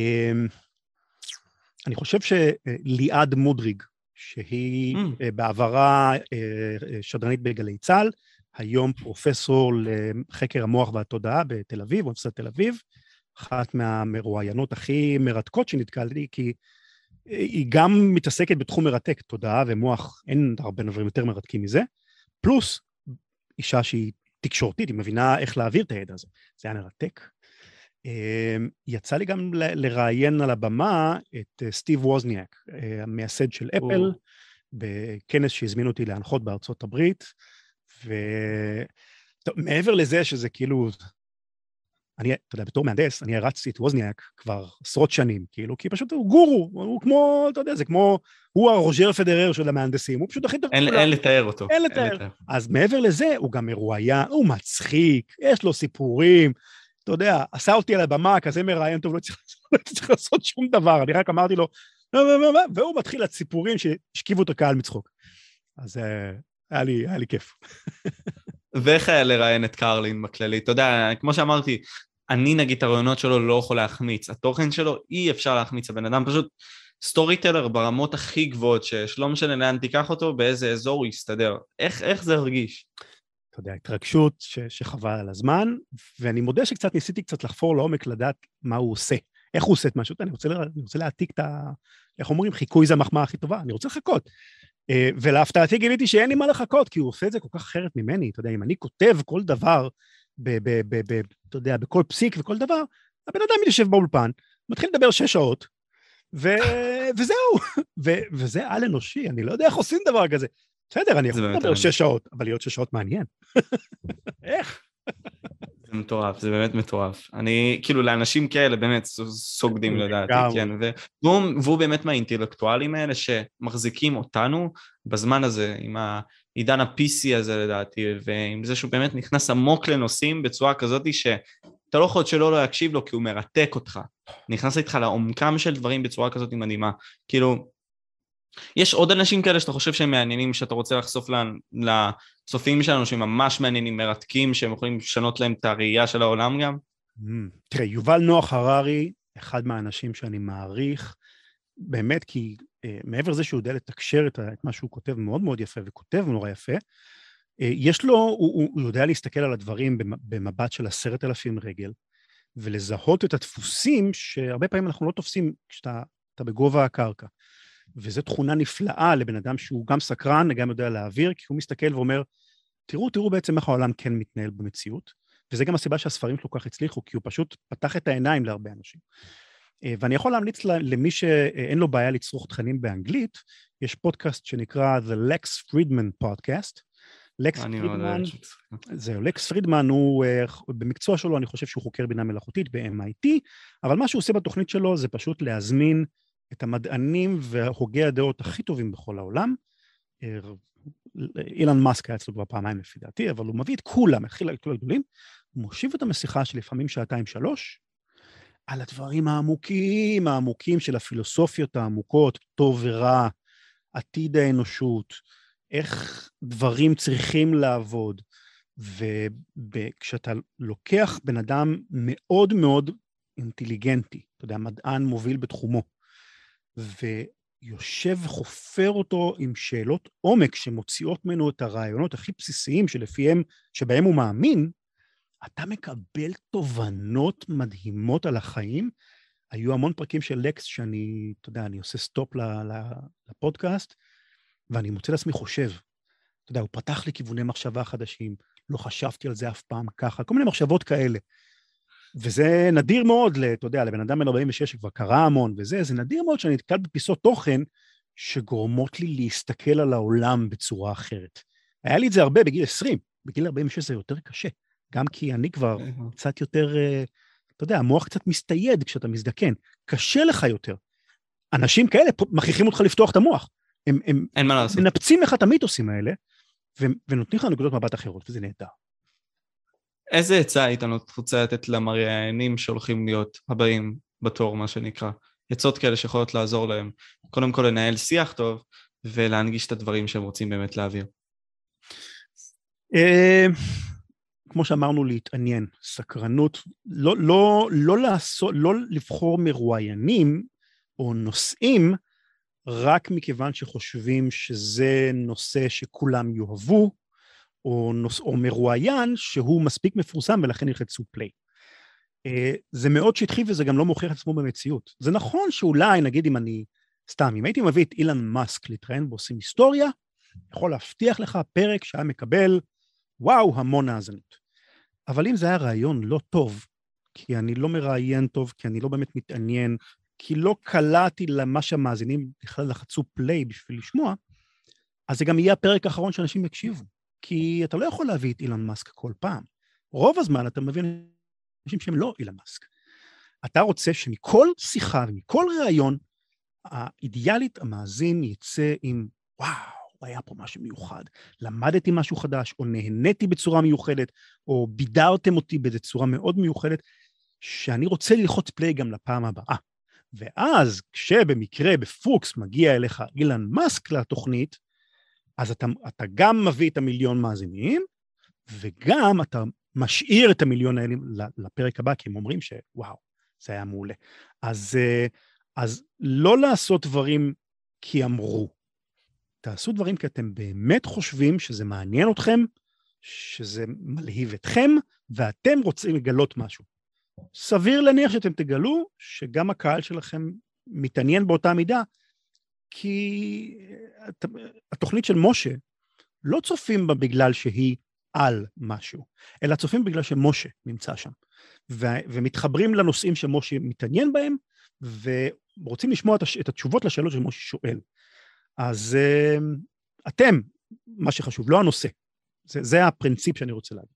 [SPEAKER 2] אני חושב שליעד מודריג, שהיא בעברה שדרנית בגלי צה"ל, היום פרופסור לחקר המוח והתודעה בתל אביב, באוניברסיטת תל אביב, אחת מהמרואיינות הכי מרתקות שנתקלתי, כי היא גם מתעסקת בתחום מרתק, תודעה ומוח, אין הרבה דברים יותר מרתקים מזה, פלוס אישה שהיא תקשורתית, היא מבינה איך להעביר את הידע הזה, זה היה מרתק. יצא לי גם לראיין על הבמה את סטיב ווזניאק, המייסד של אפל, בכנס שהזמין אותי להנחות בארצות הברית, ומעבר לזה שזה כאילו, אני, אתה יודע, בתור מהנדס, אני הרצתי את ווזניאק כבר עשרות שנים, כאילו, כי פשוט הוא גורו, הוא כמו, אתה יודע, זה כמו, הוא הרוז'ר פדרר של המהנדסים, הוא פשוט הכי טוב.
[SPEAKER 3] אין, אין לתאר אותו.
[SPEAKER 2] אין לתאר. אז מעבר לזה, הוא גם מרואיין, הוא מצחיק, יש לו סיפורים, אתה יודע, עשה אותי על הבמה, כזה מראיין טוב, לא צריך, לא צריך לעשות שום דבר, אני רק אמרתי לו, והוא מתחיל את סיפורים שהשכיבו את הקהל מצחוק. אז היה לי, היה לי כיף.
[SPEAKER 3] ואיך היה לראיין את קרלין בכללי? אתה יודע, כמו שאמרתי, אני נגיד את הרעיונות שלו לא יכול להחמיץ, התוכן שלו אי אפשר להחמיץ, הבן אדם פשוט סטורי טלר ברמות הכי גבוהות שיש, לא משנה לאן תיקח אותו, באיזה אזור הוא יסתדר. איך, איך זה הרגיש?
[SPEAKER 2] אתה יודע, התרגשות ש, שחבל על הזמן, ואני מודה שקצת ניסיתי קצת לחפור לעומק לדעת מה הוא עושה, איך הוא עושה את משהו, אני רוצה, אני רוצה להעתיק את ה... איך אומרים, חיקוי זה המחמאה הכי טובה, אני רוצה לחכות. ולהפתעתי גיליתי שאין לי מה לחכות, כי הוא עושה את זה כל כך אחרת ממני, אתה יודע, אם אני כותב כל דבר, ב, ב, ב, ב, אתה יודע, בכל פסיק וכל דבר, הבן אדם מתיישב באולפן, מתחיל לדבר שש שעות, ו, וזהו, ו, וזה על אנושי, אני לא יודע איך עושים דבר כזה. בסדר, אני יכול לדבר שש שעות, אבל להיות שש שעות מעניין. איך?
[SPEAKER 3] זה מטורף, זה באמת מטורף. אני, כאילו, לאנשים כאלה באמת סוגדים לדעתי, כן, והוא, והוא באמת מהאינטלקטואלים האלה שמחזיקים אותנו בזמן הזה, עם העידן ה-פי סי הזה לדעתי, ועם זה שהוא באמת נכנס עמוק לנושאים בצורה כזאת ש... אתה לא יכול שלא לא להקשיב לו, כי הוא מרתק אותך. נכנס איתך לעומקם של דברים בצורה כזאת מדהימה. כאילו, יש עוד אנשים כאלה שאתה חושב שהם מעניינים, שאתה רוצה לחשוף לצופים שלנו, שהם ממש מעניינים, מרתקים, שהם יכולים לשנות להם את הראייה של העולם גם?
[SPEAKER 2] תראה, יובל נוח הררי, אחד מהאנשים שאני מעריך, באמת, כי מעבר לזה שהוא יודע לתקשר את מה שהוא כותב מאוד מאוד יפה, וכותב נורא יפה, יש לו, הוא, הוא יודע להסתכל על הדברים במבט של עשרת אלפים רגל, ולזהות את הדפוסים שהרבה פעמים אנחנו לא תופסים כשאתה בגובה הקרקע. וזו תכונה נפלאה לבן אדם שהוא גם סקרן, גם יודע להעביר, כי הוא מסתכל ואומר, תראו, תראו בעצם איך העולם כן מתנהל במציאות, וזה גם הסיבה שהספרים שלו כך הצליחו, כי הוא פשוט פתח את העיניים להרבה אנשים. ואני יכול להמליץ למי שאין לו בעיה לצרוך תכנים באנגלית, יש פודקאסט שנקרא The Lex Fridman Podcast. לקס פרידמן, זהו, לקס פרידמן הוא, במקצוע שלו אני חושב שהוא חוקר בינה מלאכותית ב-אם איי טי, אבל מה שהוא עושה בתוכנית שלו זה פשוט להזמין את המדענים והוגי הדעות הכי טובים בכל העולם. אילן מאסק היה אצלו כבר פעמיים לפי דעתי, אבל הוא מביא את כולם, התחיל את כל הגדולים, הוא מושיב את המשיחה של לפעמים שעתיים שלוש, על הדברים העמוקים, העמוקים של הפילוסופיות העמוקות, טוב ורע, עתיד האנושות, איך דברים צריכים לעבוד, וכשאתה לוקח בן אדם מאוד מאוד אינטליגנטי, אתה יודע, מדען מוביל בתחומו, ויושב וחופר אותו עם שאלות עומק שמוציאות ממנו את הרעיונות הכי בסיסיים שלפיהם, שבהם הוא מאמין, אתה מקבל תובנות מדהימות על החיים. היו המון פרקים של לקס שאני, אתה יודע, אני עושה סטופ לפודקאסט, ואני מוצא לעצמי חושב. אתה יודע, הוא פתח לי כיווני מחשבה חדשים, לא חשבתי על זה אף פעם ככה, כל מיני מחשבות כאלה. וזה נדיר מאוד, אתה יודע, לבן אדם בן ארבעים ושש שכבר קרא המון וזה, זה נדיר מאוד שאני נתקל בפיסות תוכן שגורמות לי להסתכל על העולם בצורה אחרת. היה לי את זה הרבה בגיל עשרים, בגיל ארבעים ושש זה יותר קשה, גם כי אני כבר קצת יותר, אתה יודע, המוח קצת מסתייד כשאתה מזדקן, קשה לך יותר. אנשים כאלה מכריחים אותך לפתוח את המוח, הם, הם מנפצים לך את המיתוסים האלה, ונותנים לך נקודות מבט אחרות, וזה נהדר.
[SPEAKER 3] איזה עצה היית רוצה לתת למראיינים שהולכים להיות הבאים בתור, מה שנקרא? עצות כאלה שיכולות לעזור להם. קודם כל לנהל שיח טוב, ולהנגיש את הדברים שהם רוצים באמת להעביר.
[SPEAKER 2] כמו שאמרנו, להתעניין, סקרנות, לא, לא, לא לעשות, לא לבחור מרואיינים או נושאים, רק מכיוון שחושבים שזה נושא שכולם יאהבו, או, נוס, או מרואיין שהוא מספיק מפורסם ולכן ילחצו פליי. זה מאוד שטחי וזה גם לא מוכיח את עצמו במציאות. זה נכון שאולי, נגיד אם אני, סתם, אם הייתי מביא את אילן מאסק להתראיין ועושים היסטוריה, יכול להבטיח לך פרק שהיה מקבל, וואו, המון האזנות. אבל אם זה היה רעיון לא טוב, כי אני לא מראיין טוב, כי אני לא באמת מתעניין, כי לא קלעתי למה שהמאזינים בכלל לחצו פליי בשביל לשמוע, אז זה גם יהיה הפרק האחרון שאנשים יקשיבו. כי אתה לא יכול להביא את אילן מאסק כל פעם. רוב הזמן אתה מביא אנשים שהם לא אילן מאסק. אתה רוצה שמכל שיחה ומכל ראיון, האידיאלית המאזין יצא עם, וואו, היה פה משהו מיוחד, למדתי משהו חדש, או נהניתי בצורה מיוחדת, או בידרתם אותי באיזו צורה מאוד מיוחדת, שאני רוצה ללחוץ פליי גם לפעם הבאה. ואז כשבמקרה בפוקס מגיע אליך אילן מאסק לתוכנית, אז אתה, אתה גם מביא את המיליון מאזינים, וגם אתה משאיר את המיליון האלה לפרק הבא, כי הם אומרים שוואו, זה היה מעולה. אז, אז לא לעשות דברים כי אמרו, תעשו דברים כי אתם באמת חושבים שזה מעניין אתכם, שזה מלהיב אתכם, ואתם רוצים לגלות משהו. סביר להניח שאתם תגלו שגם הקהל שלכם מתעניין באותה מידה, כי התוכנית של משה לא צופים בה בגלל שהיא על משהו, אלא צופים בגלל שמשה נמצא שם, ו- ומתחברים לנושאים שמשה מתעניין בהם, ורוצים לשמוע את התשובות לשאלות שמשה שואל. אז אתם, מה שחשוב, לא הנושא. זה, זה הפרינציפ שאני רוצה להגיד.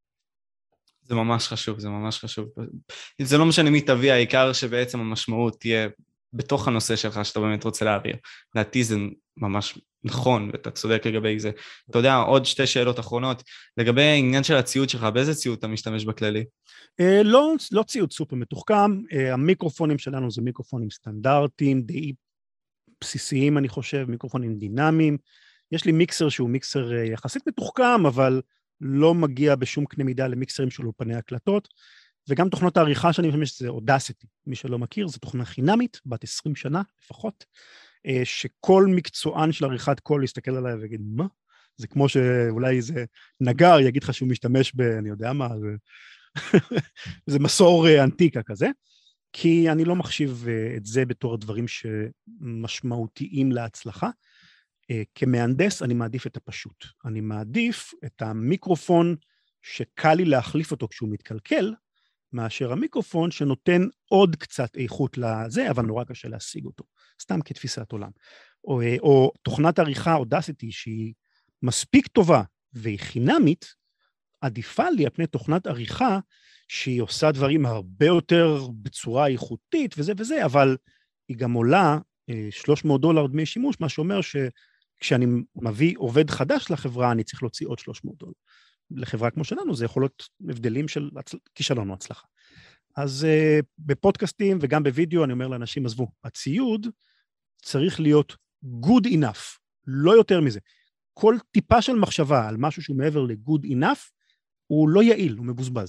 [SPEAKER 3] זה ממש חשוב, זה ממש חשוב. זה לא משנה מי תביא, העיקר שבעצם המשמעות תהיה בתוך הנושא שלך שאתה באמת רוצה להעביר. לדעתי זה ממש נכון, ואתה צודק לגבי זה. אתה יודע, עוד שתי שאלות אחרונות, לגבי העניין של הציוד שלך, באיזה ציוד אתה משתמש בכללי?
[SPEAKER 2] Uh, לא, לא ציוד סופר מתוחכם, uh, המיקרופונים שלנו זה מיקרופונים סטנדרטיים, די בסיסיים אני חושב, מיקרופונים דינמיים, יש לי מיקסר שהוא מיקסר uh, יחסית מתוחכם, אבל לא מגיע בשום קנה מידה למיקסרים של אולפני הקלטות, וגם תוכנות העריכה שאני משתמש זה אודסיטי, מי שלא מכיר, זו תוכנה חינמית, בת עשרים שנה לפחות, uh, שכל מקצוען של עריכת קול יסתכל עליי ויגיד, מה? זה כמו שאולי איזה נגר יגיד לך שהוא משתמש ב... אני יודע מה, זה... זה מסור אנטיקה כזה, כי אני לא מחשיב את זה בתור דברים שמשמעותיים להצלחה. כמהנדס אני מעדיף את הפשוט. אני מעדיף את המיקרופון שקל לי להחליף אותו כשהוא מתקלקל, מאשר המיקרופון שנותן עוד קצת איכות לזה, אבל נורא קשה להשיג אותו. סתם כתפיסת עולם. או, או תוכנת עריכה אודסיטי שהיא מספיק טובה והיא חינמית, עדיפה לי על פני תוכנת עריכה שהיא עושה דברים הרבה יותר בצורה איכותית וזה וזה, אבל היא גם עולה שלוש מאות דולר דמי שימוש, מה שאומר שכשאני מביא עובד חדש לחברה, אני צריך להוציא עוד שלוש מאות דולר. לחברה כמו שלנו, זה יכול להיות הבדלים של כישלון או הצלחה. אז uh, בפודקאסטים וגם בווידאו אני אומר לאנשים, עזבו, הציוד צריך להיות good enough, לא יותר מזה. כל טיפה של מחשבה על משהו שהוא מעבר ל-good enough, הוא לא יעיל, הוא מבוזבז.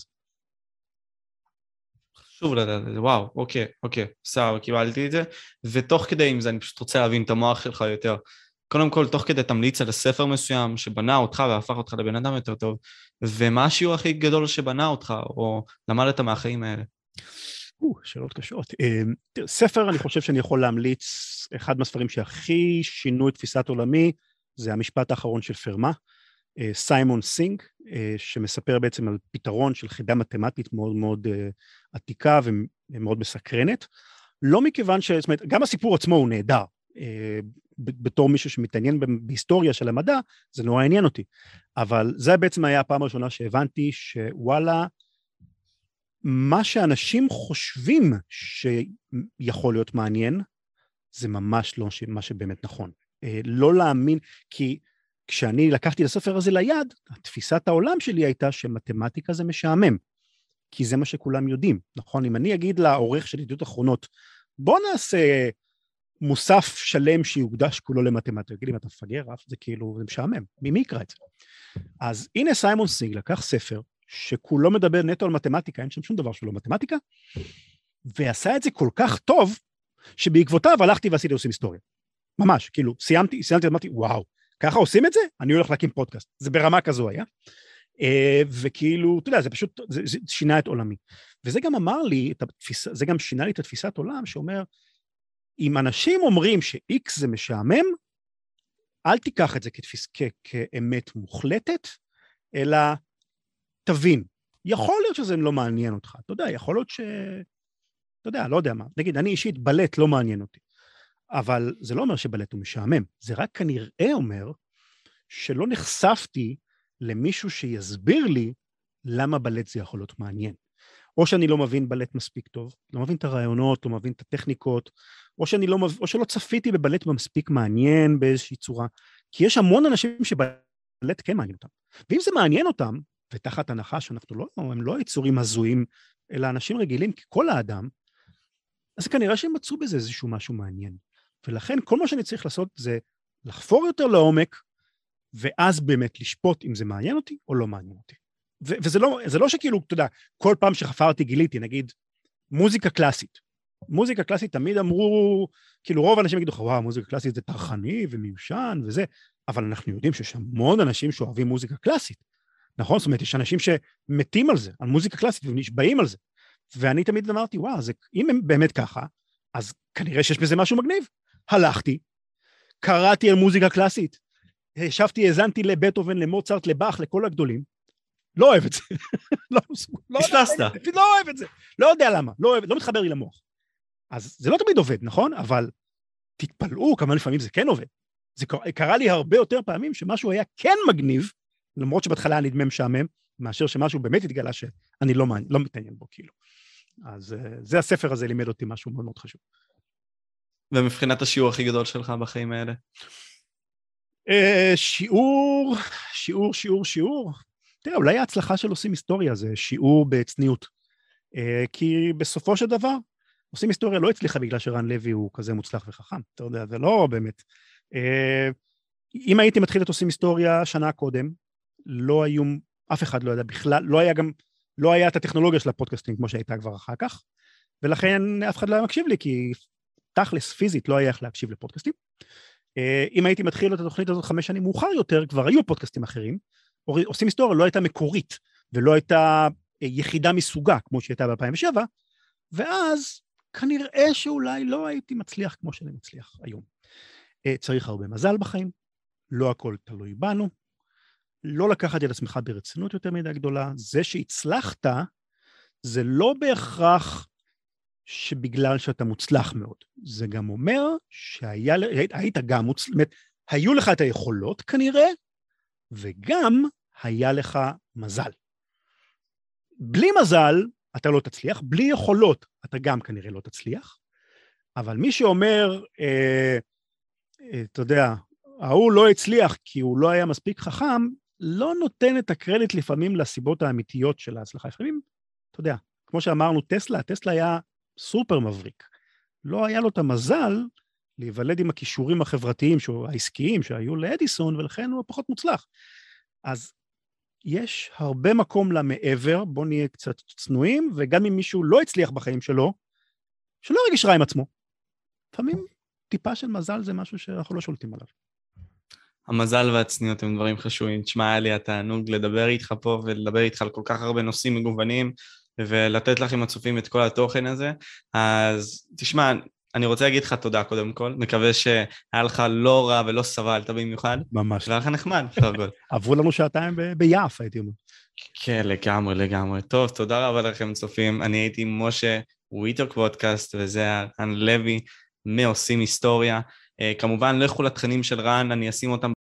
[SPEAKER 3] חשוב לדעת את זה, וואו, אוקיי, אוקיי, סער, קיבלתי את זה, ותוך כדי עם זה אני פשוט רוצה להבין את המוח שלך יותר. קודם כל, תוך כדי תמליץ על הספר מסוים שבנה אותך והפך אותך לבן אדם יותר טוב, ומה השיעור הכי גדול שבנה אותך, או למדת מהחיים האלה?
[SPEAKER 2] שאלות קשות. ספר, אני חושב שאני יכול להמליץ, אחד מהספרים שהכי שינו את תפיסת עולמי, זה המשפט האחרון של פרמה, סיימון סינג, שמספר בעצם על פתרון של חידה מתמטית מאוד מאוד עתיקה ומאוד מסקרנת. לא מכיוון ש... זאת אומרת, גם הסיפור עצמו הוא נהדר. בתור מישהו שמתעניין בהיסטוריה של המדע, זה נורא עניין אותי. אבל זה בעצם היה הפעם הראשונה שהבנתי שוואלה, מה שאנשים חושבים שיכול להיות מעניין, זה ממש לא מה שבאמת נכון. לא להאמין, כי כשאני לקחתי את הספר הזה ליד, תפיסת העולם שלי הייתה שמתמטיקה זה משעמם, כי זה מה שכולם יודעים, נכון? אם אני אגיד לעורך של ידיעות אחרונות, בוא נעשה מוסף שלם שיוקדש כולו למתמטיקה, יגיד לי, אתה מפגר, זה כאילו, זה משעמם, מי יקרא את זה? אז הנה סיימון סינג לקח ספר, שכולו מדבר נטו על מתמטיקה, אין שם שום דבר שלא מתמטיקה, ועשה את זה כל כך טוב, שבעקבותיו הלכתי ועשיתי עושים היסטוריה. ממש, כאילו, סיימתי, סיימתי, אמרתי, וואו, ככה עושים את זה? אני הולך להקים פודקאסט. זה ברמה כזו היה. וכאילו, אתה יודע, זה פשוט, זה, זה שינה את עולמי. וזה גם אמר לי, את התפיסה, זה גם שינה לי את התפיסת עולם, שאומר, אם אנשים אומרים ש-X זה משעמם, אל תיקח את זה כתפיס, כ- כאמת מוחלטת, אלא תבין. יכול להיות שזה לא מעניין אותך. אתה יודע, יכול להיות ש... אתה יודע, לא יודע מה. נגיד, אני אישית, בלט לא מעניין אותי. אבל זה לא אומר שבלט הוא משעמם. זה רק כנראה אומר שלא נחשפתי למישהו שיסביר לי למה בלט זה יכול להיות מעניין. או שאני לא מבין בלט מספיק טוב, לא מבין את הרעיונות, לא מבין את הטכניקות, או, שאני לא, או שלא צפיתי בבלט מספיק מעניין באיזושהי צורה, כי יש המון אנשים שבלט כן מעניין אותם. ואם זה מעניין אותם, ותחת הנחה שאנחנו לא, הם לא יצורים הזויים, אלא אנשים רגילים ככל האדם, אז כנראה שהם מצאו בזה איזשהו משהו מעניין. ולכן כל מה שאני צריך לעשות זה לחפור יותר לעומק, ואז באמת לשפוט אם זה מעניין אותי או לא מעניין אותי. ו- וזה לא, זה לא שכאילו, אתה יודע, כל פעם שחפרתי גיליתי, נגיד, מוזיקה קלאסית. מוזיקה קלאסית תמיד אמרו, כאילו רוב האנשים יגידו, וואו, מוזיקה קלאסית זה תרחני ומיושן וזה, אבל אנחנו יודעים שיש המון אנשים שאוהבים מוזיקה קלאסית. נכון? זאת אומרת, יש אנשים שמתים על זה, על מוזיקה קלאסית ונשבעים על זה. ואני תמיד אמרתי, וואו, זה, אם הם באמת ככה, אז כנראה שיש בזה משהו מגניב. הלכתי, קראתי על מוזיקה קלאסית, ישבתי, האזנתי לבטהובן, למוצרט, לבאך, לכל הגדולים, לא אוהב את זה. לא, לא, לא אוהב את זה. לא יודע למה, לא, אוהב, לא מתחבר לי למוח. אז זה לא תמיד עובד, נכון? אבל תתפלאו כמה לפעמים זה כן עובד. זה קרה לי הרבה יותר פעמים שמשהו היה כן מגניב, למרות שבהתחלה נדמה משעמם, מאשר שמשהו באמת התגלה שאני לא, לא מתעניין בו, כאילו. אז זה הספר הזה לימד אותי משהו מאוד מאוד חשוב.
[SPEAKER 3] ומבחינת השיעור הכי גדול שלך בחיים האלה?
[SPEAKER 2] שיעור, שיעור, שיעור, שיעור. תראה, אולי ההצלחה של עושים היסטוריה זה שיעור בצניעות. כי בסופו של דבר, עושים היסטוריה לא הצליחה בגלל שרן לוי הוא כזה מוצלח וחכם. אתה יודע, זה לא באמת. אם הייתי מתחיל את עושים היסטוריה שנה קודם, לא היו, אף אחד לא ידע בכלל, לא היה גם, לא היה את הטכנולוגיה של הפודקאסטים כמו שהייתה כבר אחר כך, ולכן אף אחד לא היה מקשיב לי, כי תכלס פיזית לא היה איך להקשיב לפודקאסטים. אם הייתי מתחיל את התוכנית הזאת חמש שנים מאוחר יותר, כבר היו פודקאסטים אחרים, עושים היסטוריה לא הייתה מקורית, ולא הייתה יחידה מסוגה, כמו שהייתה ב-אלפיים ושבע, ואז כנראה שאולי לא הייתי מצליח כמו שאני מצליח היום. צריך הרבה מזל בחיים, לא הכל תלוי בנו, לא לקחת את עצמך ברצינות יותר מדי גדולה, זה שהצלחת, זה לא בהכרח שבגלל שאתה מוצלח מאוד, זה גם אומר שהיית גם מוצלח, היו לך את היכולות כנראה, וגם היה לך מזל. בלי מזל אתה לא תצליח, בלי יכולות אתה גם כנראה לא תצליח, אבל מי שאומר, אה, אה, אתה יודע, ההוא לא הצליח כי הוא לא היה מספיק חכם, לא נותן את הקרדיט לפעמים לסיבות האמיתיות של ההצלחה. לפעמים, אתה יודע, כמו שאמרנו, טסלה, טסלה היה סופר מבריק. לא היה לו את המזל להיוולד עם הכישורים החברתיים, העסקיים שהיו לאדיסון, ולכן הוא פחות מוצלח. אז יש הרבה מקום למעבר, בוא נהיה קצת צנועים, וגם אם מישהו לא הצליח בחיים שלו, שלא רגיש רע עם עצמו. לפעמים טיפה של מזל זה משהו שאנחנו לא שולטים עליו.
[SPEAKER 3] המזל והצניעות הם דברים חשובים. תשמע, היה לי התענוג לדבר איתך פה, ולדבר איתך על כל כך הרבה נושאים מגוונים, ולתת לך עם הצופים את כל התוכן הזה. אז תשמע, אני רוצה להגיד לך תודה קודם כל, מקווה שהיה לך לא רע ולא סבלת במיוחד.
[SPEAKER 2] ממש.
[SPEAKER 3] והיה לך נחמד, תרגול.
[SPEAKER 2] עברו לנו שעתיים ביעף, הייתי אומר.
[SPEAKER 3] כן, לגמרי, לגמרי. טוב, תודה רבה לכם צופים. אני הייתי משה וויטוק פודקאסט, וזה רן לוי, מעושים היסטוריה. כמובן, לכו לתכנים של רן, אני אשים אותם